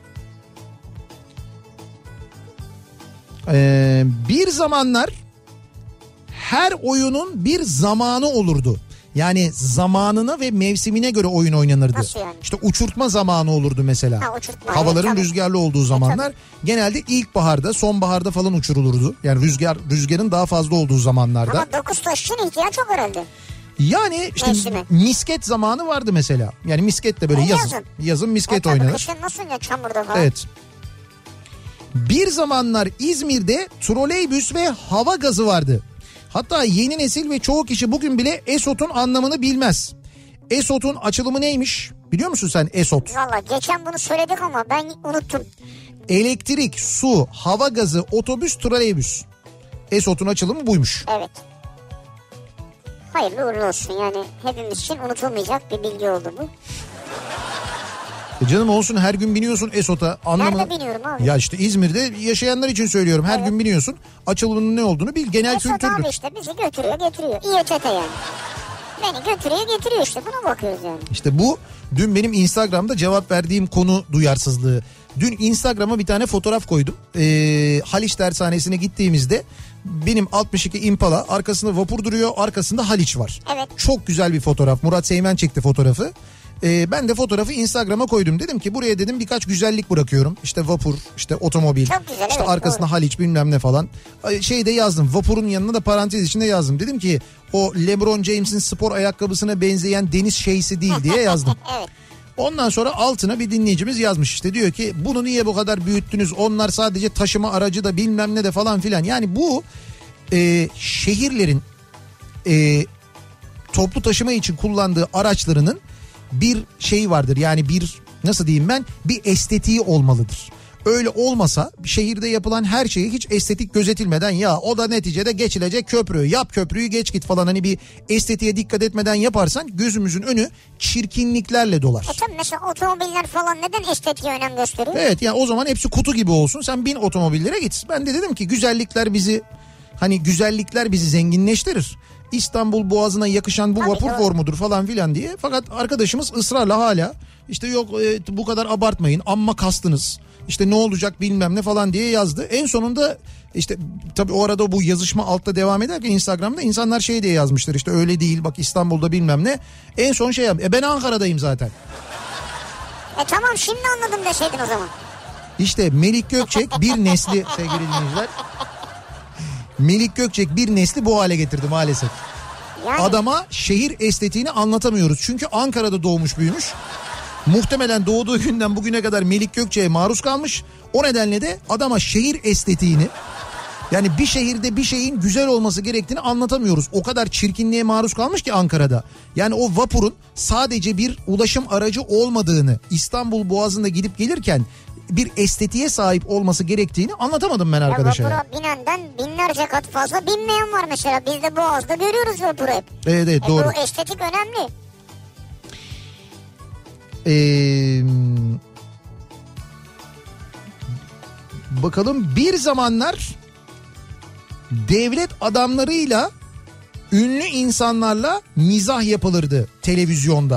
Ee, bir zamanlar her oyunun bir zamanı olurdu. Yani zamanına ve mevsimine göre oyun oynanırdı. Nasıl yani? İşte uçurtma zamanı olurdu mesela. Ha, uçurtma, Havaların evet, tabii. rüzgarlı olduğu zamanlar. Genelde ilkbaharda, sonbaharda falan uçurulurdu. Yani rüzgar rüzgarın daha fazla olduğu zamanlarda. Ama dokuz taş için ihtiyaç yok herhalde. Yani işte Mevsimi. misket zamanı vardı mesela. Yani misket de böyle E, yazın. yazın. Yazın misket E, tabii oynanır. kışın nasıl ya çamurda falan. Evet. Bir zamanlar İzmir'de troleybüs ve hava gazı vardı. Hatta yeni nesil ve çoğu kişi bugün bile ESOT'un anlamını bilmez. ESOT'un açılımı neymiş? Biliyor musun sen ESOT? Valla geçen bunu söyledik ama ben unuttum. Elektrik, su, hava gazı, otobüs, troleybüs. ESOT'un açılımı buymuş. Evet. Hayırlı uğurlu olsun yani hepimiz için unutulmayacak bir bilgi oldu bu. E canım olsun, her gün biniyorsun Esot'a. Anlamı... Nerede biniyorum abi? Ya işte İzmir'de yaşayanlar için söylüyorum. Her evet. gün biniyorsun. Açılımının ne olduğunu bil. Genel Esot kültürdür. abi işte bizi götürüyor getiriyor. İyi çete yani. Beni götürüyor getiriyor işte, buna bakıyoruz yani. İşte bu dün benim Instagram'da cevap verdiğim konu duyarsızlığı. Dün Instagram'a bir tane fotoğraf koydum. Ee, Haliç Tersanesi'ne gittiğimizde benim altmış iki Impala, arkasında vapur duruyor, arkasında Haliç var. Evet. Çok güzel bir fotoğraf. Murat Seymen çekti fotoğrafı. Ee, ben de fotoğrafı Instagram'a koydum. Dedim ki buraya dedim birkaç güzellik bırakıyorum. İşte vapur, işte otomobil, çok güzel, işte evet, arkasında doğru. Haliç bilmem ne falan. Şeyde yazdım, vapurun yanına da parantez içinde yazdım. Dedim ki o LeBron James'in spor ayakkabısına benzeyen deniz şeysi değil diye yazdım. Evet. Ondan sonra altına bir dinleyicimiz yazmış işte, diyor ki bunu niye bu kadar büyüttünüz, onlar sadece taşıma aracı da bilmem ne de falan filan. Yani bu e, şehirlerin e, toplu taşıma için kullandığı araçlarının bir şeyi vardır, yani bir nasıl diyeyim ben, bir estetiği olmalıdır. Öyle olmasa şehirde yapılan her şeyi hiç estetik gözetilmeden, ya o da neticede geçilecek köprü, yap köprüyü geç git falan, hani bir estetiğe dikkat etmeden yaparsan gözümüzün önü çirkinliklerle dolar. E tabii mesela otomobiller falan neden estetiğe önem gösteriyor? Evet, yani o zaman hepsi kutu gibi olsun, sen bin otomobillere git. Ben de dedim ki güzellikler bizi, hani güzellikler bizi zenginleştirir. İstanbul Boğazı'na yakışan bu Tabii, vapur doğru. formudur falan filan diye. Fakat arkadaşımız ısrarla hala işte yok e, bu kadar abartmayın, amma kastınız, İşte ne olacak bilmem ne falan diye yazdı. En sonunda işte tabii o arada bu yazışma altta devam ederken Instagram'da insanlar şey diye yazmışlar, işte öyle değil bak İstanbul'da bilmem ne. En son şey yap, e ben Ankara'dayım zaten. E tamam, şimdi anladım deseydin o zaman. İşte Melik Gökçek bir nesli sevgili dinleyiciler. Melik Gökçek bir nesli bu hale getirdi maalesef. Yani... Adama şehir estetiğini anlatamıyoruz. Çünkü Ankara'da doğmuş büyümüş. Muhtemelen doğduğu günden bugüne kadar Melik Gökçek'e maruz kalmış. O nedenle de adama şehir estetiğini, yani bir şehirde bir şeyin güzel olması gerektiğini anlatamıyoruz. O kadar çirkinliğe maruz kalmış ki Ankara'da. Yani o vapurun sadece bir ulaşım aracı olmadığını, İstanbul Boğazı'nda gidip gelirken bir estetiğe sahip olması gerektiğini anlatamadım ben arkadaşa. Ya vapura binenden binlerce kat fazla binmeyen var mesela. Biz de Boğaz'da görüyoruz vapuru hep. Evet evet, e doğru. Bu estetik önemli. Ee, bakalım, bir zamanlar devlet adamlarıyla, ünlü insanlarla mizah yapılırdı televizyonda.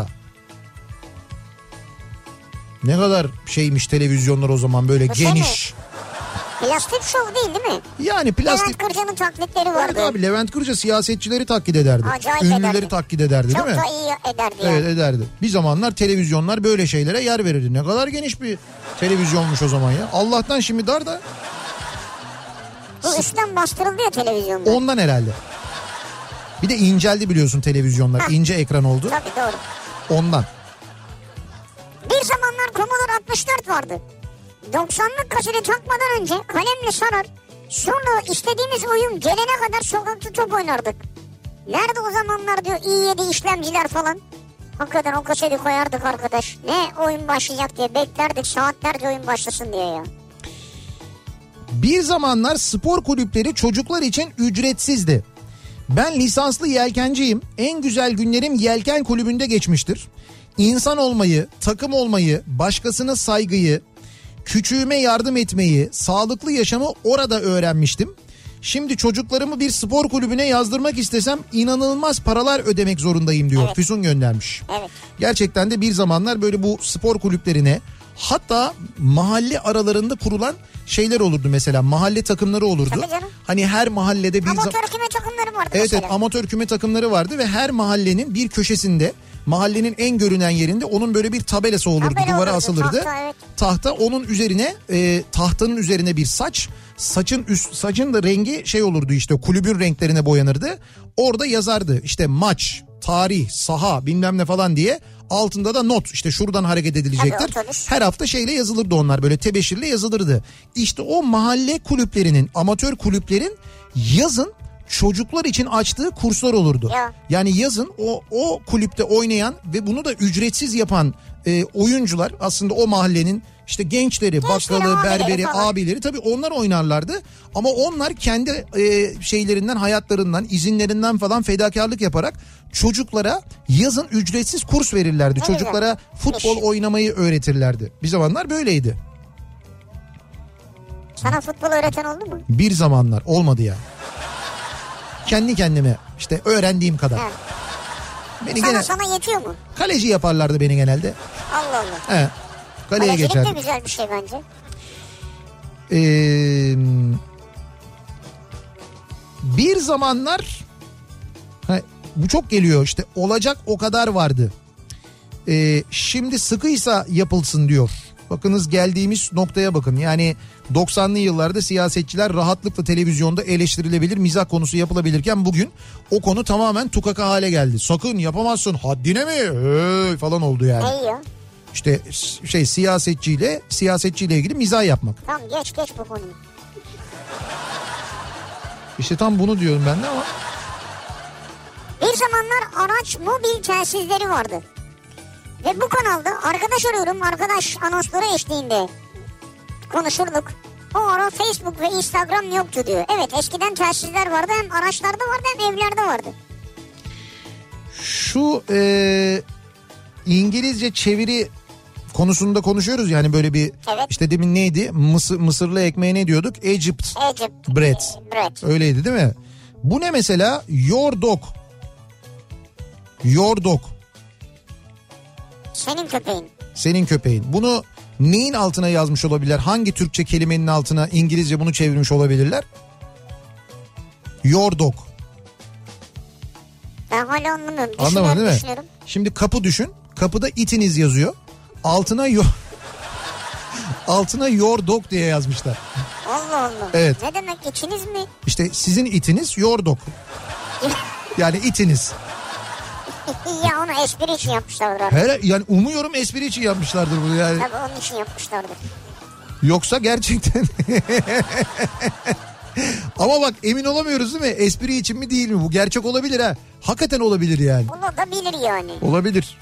Ne kadar şeymiş televizyonlar o zaman, böyle Bu geniş. Şey plastik şov değil değil mi? Yani plastik. Levent Kırca'nın taklitleri vardı. Evet abi, Levent Kırca siyasetçileri taklit ederdi. Acayip Ünlüleri ederdi. taklit ederdi. Çok değil mi? da iyi ederdi Evet yani. ederdi. Bir zamanlar televizyonlar böyle şeylere yer verirdi. Ne kadar geniş bir televizyonmuş o zaman ya. Allah'tan şimdi dar da. Bu üstten bastırıldı ya televizyonda. Ondan herhalde. Bir de inceldi biliyorsun televizyonlar. Heh. İnce ekran oldu. Tabii doğru. Ondan. Bir zamanlar Commodore altmış dört vardı. doksanlık kaseti takmadan önce kalemle sarar. Sonra istediğimiz oyun gelene kadar sokakta top oynardık. Nerede o zamanlar diyor i yedi işlemciler falan. Hakikaten o kaseti koyardık arkadaş. Ne oyun başlayacak diye beklerdik, saatlerce oyun başlasın diye ya. Bir zamanlar spor kulüpleri çocuklar için ücretsizdi. Ben lisanslı yelkenciyim. En güzel günlerim yelken kulübünde geçmiştir. İnsan olmayı, takım olmayı, başkasına saygıyı, küçüğüme yardım etmeyi, sağlıklı yaşamı orada öğrenmiştim. Şimdi çocuklarımı bir spor kulübüne yazdırmak istesem inanılmaz paralar ödemek zorundayım diyor. Evet. Füsun göndermiş. Evet. Gerçekten de bir zamanlar böyle bu spor kulüplerine, hatta mahalle aralarında kurulan şeyler olurdu mesela. Mahalle takımları olurdu. Tabii canım. Hani her mahallede bir... Amatör küme takımları vardı evet, mesela. evet, amatör küme takımları vardı ve her mahallenin bir köşesinde, mahallenin en görünen yerinde onun böyle bir tabelası olurdu. Tabela duvara olurdu, asılırdı. tahta, evet. Tahta, onun üzerine e, tahtanın üzerine bir saç. Saçın üst saçın da rengi şey olurdu, işte kulübün renklerine boyanırdı. Orada yazardı işte maç, tarih, saha bilmem ne falan diye. Altında da not, işte şuradan hareket edilecektir. Tabii, her hafta şeyle yazılırdı onlar, böyle tebeşirle yazılırdı. İşte o mahalle kulüplerinin, amatör kulüplerin yazın çocuklar için açtığı kurslar olurdu. Ya. Yani yazın o o kulüpte oynayan ve bunu da ücretsiz yapan e, oyuncular aslında o mahallenin işte gençleri, Gençleri, bakkalı, abileri berberi, falan. abileri tabii onlar oynarlardı. Ama onlar kendi e, şeylerinden, hayatlarından, izinlerinden falan fedakarlık yaparak çocuklara yazın ücretsiz kurs verirlerdi. Ne Çocuklara güzel. futbol İş. oynamayı öğretirlerdi. Bir zamanlar böyleydi. Sana futbol öğreten oldu mu? Bir zamanlar olmadı ya. Kendi kendime işte öğrendiğim kadar. He. Beni Sana, gene sana yetiyor mu? kaleci yaparlardı beni genelde. Allah Allah. He. Kaleye Kalecilik de geçerdim. güzel bir şey bence. Ee, bir zamanlar ha, bu çok geliyor işte olacak o kadar vardı. Ee, şimdi sıkıysa yapılsın diyor. Bakınız geldiğimiz noktaya bakın. Yani doksanlı yıllarda siyasetçiler rahatlıkla televizyonda eleştirilebilir, mizah konusu yapılabilirken bugün o konu tamamen tukaka hale geldi. Sakın yapamazsın, haddine mi hey, falan oldu yani. Ne ya? İşte şey siyasetçiyle siyasetçiyle ilgili mizah yapmak. Tamam geç geç bu konuyu. İşte tam bunu diyorum ben de ama. Bir zamanlar araç mobil telsizleri vardı. Ve bu kanalda arkadaş arıyorum, arkadaş anonsları eşliğinde konuşurduk. O ara Facebook ve Instagram yoktu diyor. Evet, eskiden telsizler vardı, hem araçlarda vardı hem evlerde vardı. Şu e, İngilizce çeviri konusunda konuşuyoruz yani böyle bir Evet. işte demin neydi Mısır, Mısırlı ekmeğe ne diyorduk? Egypt Egypt bread. bread. Öyleydi değil mi? Bu ne mesela? Your dog. Your dog. Senin köpeğin. Senin köpeğin. Bunu neyin altına yazmış olabilirler? Hangi Türkçe kelimenin altına İngilizce bunu çevirmiş olabilirler? Your dog. Ben hala anlamıyorum. Anlamadın değil mi? Düşünüyorum. Şimdi kapı düşün. Kapıda itiniz yazıyor. Altına yo altına your dog diye yazmışlar. Allah Allah. Evet. Ne demek, içiniz mi? İşte sizin itiniz your dog. Yani itiniz. Ya onu espri için yapmışlardır artık. Her, yani umuyorum espri için yapmışlardır bunu yani. Tabii onun için yapmışlardır. Yoksa gerçekten. Ama bak emin olamıyoruz değil mi? Espri için mi değil mi? Bu gerçek olabilir ha. Hakikaten olabilir yani. Bunu da bilir yani. Olabilir.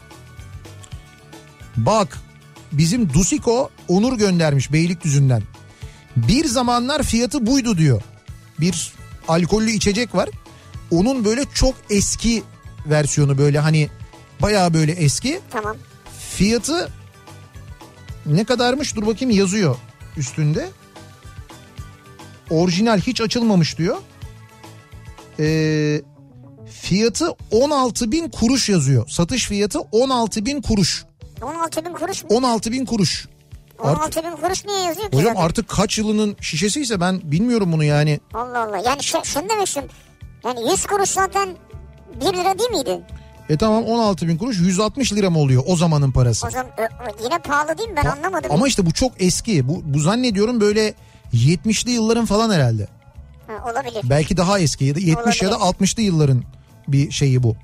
Bak bizim Dusiko Onur göndermiş Beylikdüzü'nden. Bir zamanlar fiyatı buydu diyor. Bir alkollü içecek var. Onun böyle çok eski versiyonu, böyle hani bayağı böyle eski. Tamam. Fiyatı ne kadarmış dur bakayım, yazıyor üstünde. Orijinal hiç açılmamış diyor. Ee, fiyatı on altı bin kuruş yazıyor. Satış fiyatı on altı bin kuruş. on altı bin kuruş mu? on altı bin kuruş. on altı bin kuruş niye yazıyor ki Hocam zaten? artık kaç yılının şişesiyse ben bilmiyorum bunu yani. Allah Allah. Yani şu, şunu demek istiyorum. Yani yüz kuruş zaten bir lira değil miydi? E tamam on altı bin kuruş yüz altmış lira mı oluyor o zamanın parası? O zaman ö, ö, yine pahalı değil mi? Ben Ha, anlamadım. Ama işte bu çok eski. Bu, bu zannediyorum böyle yetmişli yılların falan herhalde. Ha, olabilir. Belki daha eski ya da yetmiş ya da Olabilir. altmışlı yılların bir şeyi bu.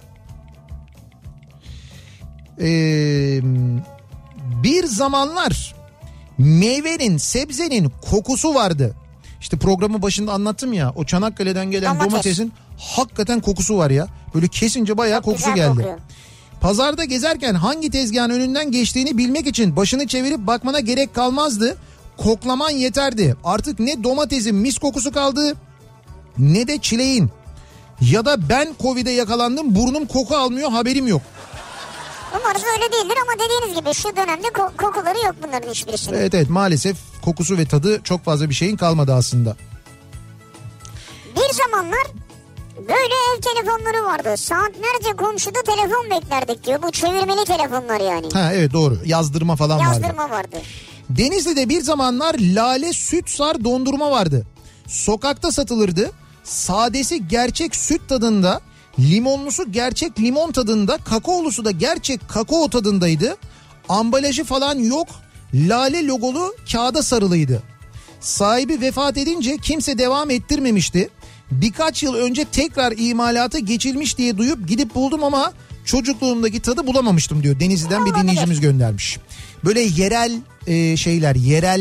Ee, bir zamanlar meyvenin, sebzenin kokusu vardı. İşte programın başında anlattım ya, o Çanakkale'den gelen Domates. domatesin hakikaten kokusu var ya. Böyle kesince bayağı kokusu Güzel geldi. kokuyor. Pazarda gezerken hangi tezgahın önünden geçtiğini bilmek için başını çevirip bakmana gerek kalmazdı. Koklaman yeterdi. Artık ne domatesin mis kokusu kaldı ne de çileğin. Ya da ben Covid'e yakalandım, burnum koku almıyor, haberim yok. Umarız öyle değildir ama dediğiniz gibi şu dönemde ko- kokuları yok bunların hiçbirisinin. Evet evet, maalesef kokusu ve tadı çok fazla bir şeyin kalmadı aslında. Bir zamanlar böyle ev telefonları vardı. Saatlerce komşuda telefon beklerdik diyor. Bu çevirmeli telefonlar yani. Ha evet doğru, yazdırma falan vardı. Yazdırma vardı. Denizli'de bir zamanlar lale süt sar dondurma vardı. Sokakta satılırdı. Sadesi gerçek süt tadında, limonlusu gerçek limon tadında, kakaolusu da gerçek kakao tadındaydı. Ambalajı falan yok. Lale logolu kağıda sarılıydı. Sahibi vefat edince kimse devam ettirmemişti. Birkaç yıl önce tekrar imalata geçilmiş diye duyup gidip buldum ama çocukluğumdaki tadı bulamamıştım diyor. Denizli'den bir dinleyicimiz göndermiş. Böyle yerel e, şeyler, yerel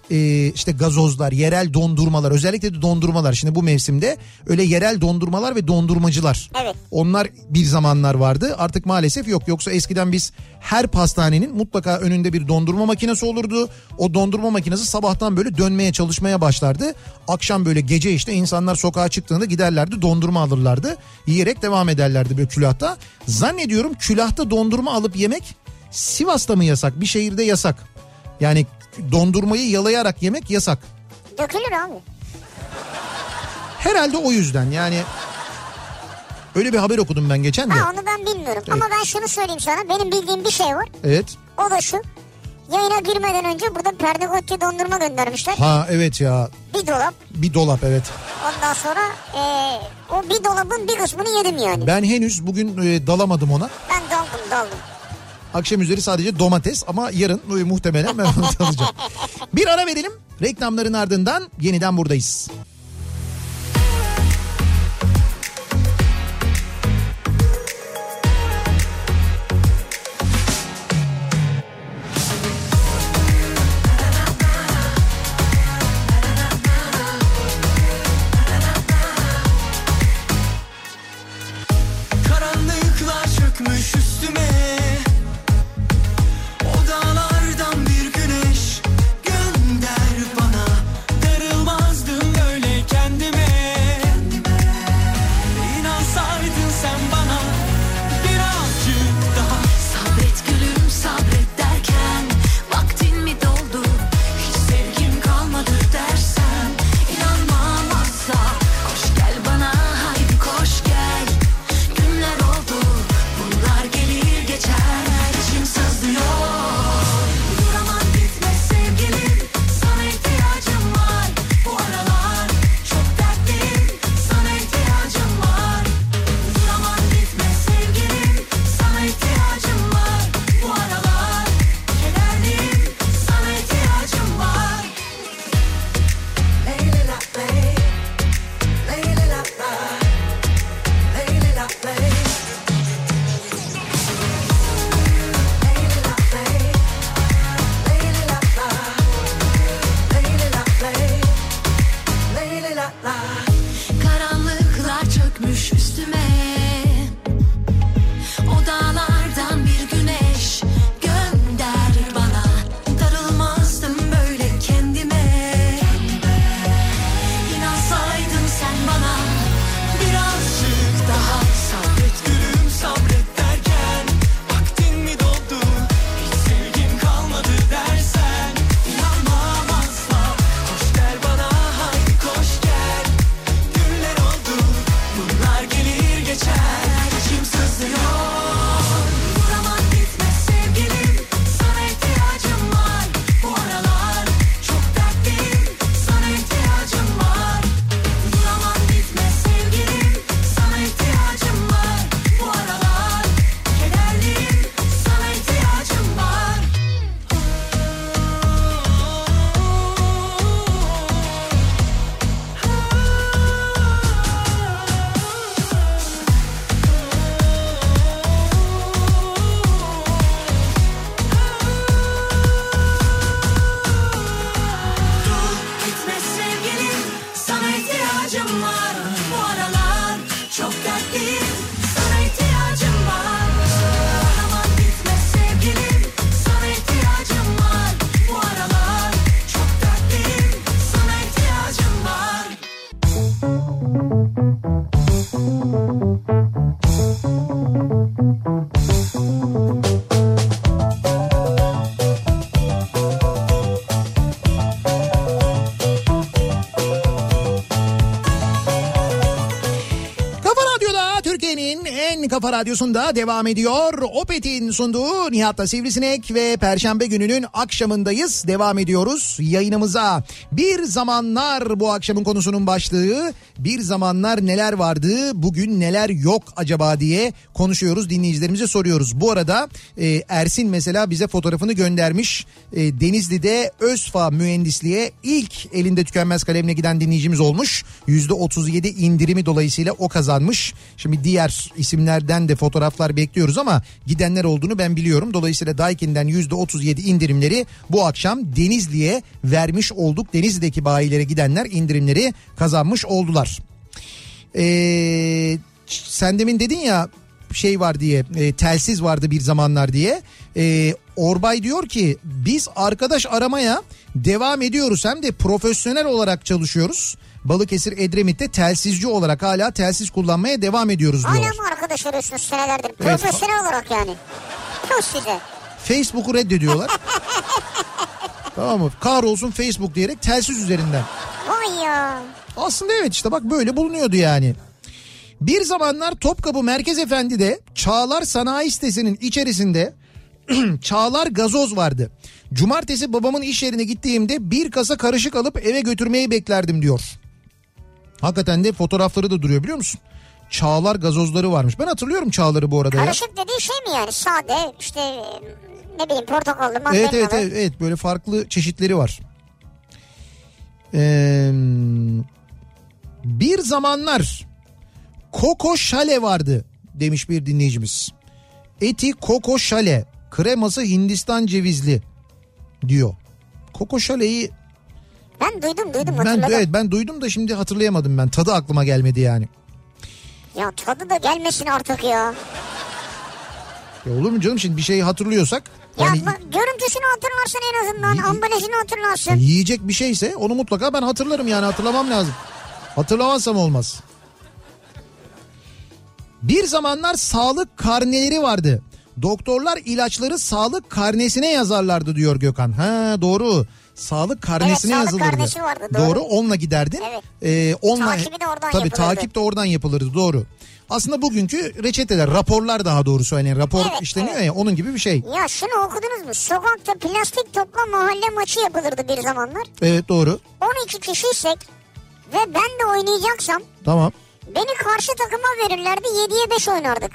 e, işte gazozlar, yerel dondurmalar, özellikle de dondurmalar. Şimdi bu mevsimde öyle yerel dondurmalar ve dondurmacılar. Evet. Onlar bir zamanlar vardı, artık maalesef yok. Yoksa eskiden biz her pastanenin mutlaka önünde bir dondurma makinesi olurdu. O dondurma makinesi sabahtan böyle dönmeye, çalışmaya başlardı. Akşam böyle gece işte insanlar sokağa çıktığında giderlerdi, dondurma alırlardı. Yiyerek devam ederlerdi böyle külahta. Zannediyorum külahta dondurma alıp yemek Sivas'ta mı yasak? Bir şehirde yasak. Yani dondurmayı yalayarak yemek yasak. Dökülür abi. Herhalde o yüzden yani. Öyle bir haber okudum ben geçen de. Ha, onu ben bilmiyorum. Evet. Ama ben şunu söyleyeyim sana. Benim bildiğim bir şey var. Evet. O da şu. Yayına girmeden önce burada perdegotti dondurma göndermişler. Ha evet ya. Bir dolap. Bir dolap evet. Ondan sonra e, o bir dolabın bir kısmını yedim yani. Ben henüz bugün e, dalamadım ona. Ben daldım daldım. Akşam üzeri sadece domates ama yarın e, muhtemelen ben onu alacağım. Bir ara verelim. Reklamların ardından yeniden buradayız. Kafa Radyosu'nda devam ediyor. Opet'in sunduğu Nihat'la Sivrisinek ve Perşembe gününün akşamındayız. Devam ediyoruz yayınımıza. Bir zamanlar bu akşamın konusunun başlığı. Bir zamanlar neler vardı, bugün neler yok acaba diye konuşuyoruz. Dinleyicilerimize soruyoruz. Bu arada e, Ersin mesela bize fotoğrafını göndermiş. E, Denizli'de ÖSFA mühendisliğe ilk elinde tükenmez kalemle giden dinleyicimiz olmuş. yüzde otuz yedi indirimi dolayısıyla o kazanmış. Şimdi diğer isimler dinleyicilerimizden de fotoğraflar bekliyoruz ama gidenler olduğunu ben biliyorum. Dolayısıyla Daikin'den yüzde otuz yedi indirimleri bu akşam Denizli'ye vermiş olduk. Denizli'deki bayilere gidenler indirimleri kazanmış oldular. Ee, sen demin dedin ya şey var diye, e, telsiz vardı bir zamanlar diye. E, Orbay diyor ki biz arkadaş aramaya devam ediyoruz, hem de profesyonel olarak çalışıyoruz. Balıkesir Edremit'te telsizci olarak hala telsiz kullanmaya devam ediyoruz diyor. Hala mı arkadaş arıyorsunuz senelerdir? Evet. Profesyonel olarak yani. Çok size. Facebook'u reddediyorlar. Tamam mı? Kahrolsun Facebook diyerek telsiz üzerinden. Vay ya. Aslında evet, işte bak böyle bulunuyordu yani. Bir zamanlar Topkapı Merkez Efendi'de Çağlar Sanayi Sitesi'nin içerisinde Çağlar gazoz vardı. Cumartesi babamın iş yerine gittiğimde bir kasa karışık alıp eve götürmeyi beklerdim diyor. Hakikaten de fotoğrafları da duruyor, biliyor musun? Çağlar gazozları varmış. Ben hatırlıyorum Çağlar'ı bu arada ya. Karışık dediği şey mi yani? Sade işte ne bileyim portakallı, mandalinalı. Evet evet evet, evet böyle farklı çeşitleri var. Ee, bir zamanlar Koko Şale vardı demiş bir dinleyicimiz. Eti Koko Şale, kreması Hindistan cevizli diyor. Koko Şale'yi ben duydum duydum ben, hatırladım. evet ben duydum da şimdi hatırlayamadım ben. Tadı aklıma gelmedi yani. Ya tadı da gelmesin artık ya. Ya olur mu canım, şimdi bir şeyi hatırlıyorsak. Ya Yani, bak, görüntüsünü hatırlarsın en azından. Y- ambalajını hatırlarsın. yiyecek bir şeyse onu mutlaka ben hatırlarım yani, hatırlamam lazım. Hatırlamazsam olmaz. Bir zamanlar sağlık karneleri vardı. Doktorlar ilaçları sağlık karnesine yazarlardı diyor Gökhan. Ha doğru. Sağlık karnesine Evet, sağlık yazılırdı. karnesi vardı, doğru. Doğru, onunla giderdin. Evet. Ee, onunla, Takibi de oradan tabii, yapılırdı. takip de oradan yapılırdı, doğru. Aslında bugünkü reçeteler, raporlar daha doğrusu, hani rapor Evet, işleniyor evet. ya, onun gibi bir şey. Ya şunu okudunuz mu? Sokakta plastik topla mahalle maçı yapılırdı bir zamanlar. Evet doğru. on iki kişiysek ve ben de oynayacaksam Tamam. beni karşı takıma verirlerdi, yediye beş oynardık.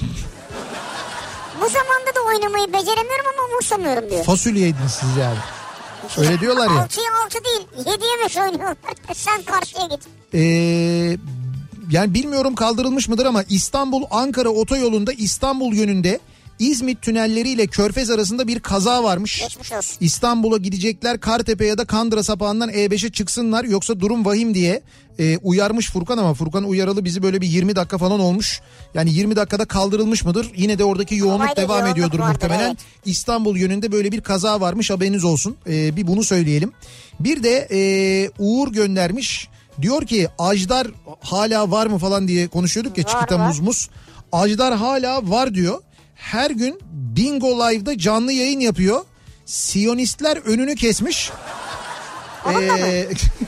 Bu zamanda da oynamayı beceremiyorum ama umursamıyorum diyor. Fasulyeydiniz siz yani. Öyle diyorlar ya. altıya altı değil, yediye beş oynuyorlar. Sen karşıya git. Ee, yani bilmiyorum kaldırılmış mıdır ama İstanbul-Ankara otoyolunda İstanbul yönünde İzmit tünelleriyle Körfez arasında bir kaza varmış. Geçmiş olsun. İstanbul'a gidecekler, Kartepe ya da Kandıra sapağından E beşe çıksınlar yoksa durum vahim diye e, uyarmış Furkan, ama Furkan uyaralı bizi böyle bir yirmi dakika falan olmuş. Yani yirmi dakikada kaldırılmış mıdır? Yine de oradaki yoğunluk Olayda devam yoğunluk ediyordur vardır, muhtemelen. evet. İstanbul yönünde böyle bir kaza varmış, haberiniz olsun. E, bir bunu söyleyelim. Bir de e, Uğur göndermiş. Diyor ki Ajdar hala var mı falan diye konuşuyorduk ya, Var, Çikitamuzmuz. Ajdar hala var diyor. Her gün Bingo Live'da canlı yayın yapıyor. Siyonistler önünü kesmiş. Ee,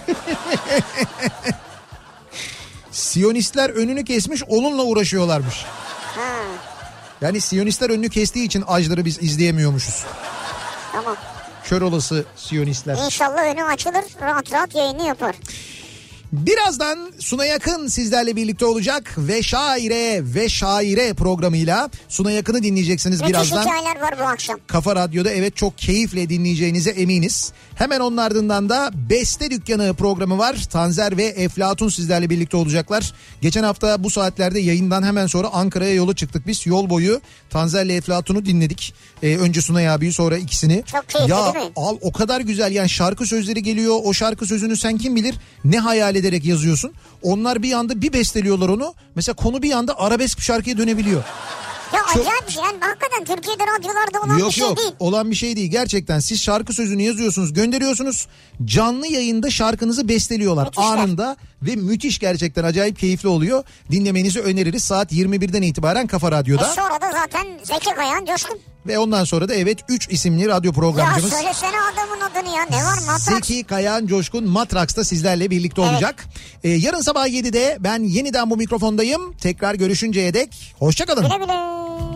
Siyonistler önünü kesmiş, onunla uğraşıyorlarmış. Ha, Yani Siyonistler önünü kestiği için Ajdar'ı biz izleyemiyormuşuz. tamam. Kör olası Siyonistler. İnşallah önü açılır, rahat rahat yayını yapar. Birazdan Suna Yakın sizlerle birlikte olacak ve şaire ve şaire programıyla Suna Yakın'ı dinleyeceksiniz Müthiş birazdan. hikayeler var bu akşam. Kafa Radyo'da, evet, çok keyifle dinleyeceğinize eminiz. Hemen onun ardından da Beste Dükkanı programı var. Tanzer ve Eflatun sizlerle birlikte olacaklar. Geçen hafta bu saatlerde yayından hemen sonra Ankara'ya yola çıktık biz. Yol boyu Tanzer'le Eflatun'u dinledik. Ee, önce Sunay abiyi, sonra ikisini. Çok keyifli ya, değil mi? al, o kadar güzel yani, şarkı sözleri geliyor. O şarkı sözünü sen kim bilir ne hayal ederek yazıyorsun. Onlar bir anda bir besteliyorlar onu. Mesela konu bir anda arabesk bir şarkıya dönebiliyor. Ya Çok- acayip bir şey. Yani hakikaten Türkiye'de radyolarda olan Yok bir şey yok değil. olan bir şey değil gerçekten. Siz şarkı sözünü yazıyorsunuz, gönderiyorsunuz, canlı yayında şarkınızı besteliyorlar Müthişler. anında ve müthiş, gerçekten acayip keyifli oluyor. Dinlemenizi öneririz saat yirmi birden itibaren Kafa Radyo'da. E sonra da zaten Zeki Kayan Coşkun. Ve ondan sonra da evet üç isimli radyo Ya programcımız söylesene adamın adını ya, ne var Matrax? Zeki Kayan Coşkun Matrax'ta sizlerle birlikte olacak. Ee, yarın sabah yedide ben yeniden bu mikrofondayım. Tekrar görüşünceye dek hoşça kalın. Güle güle.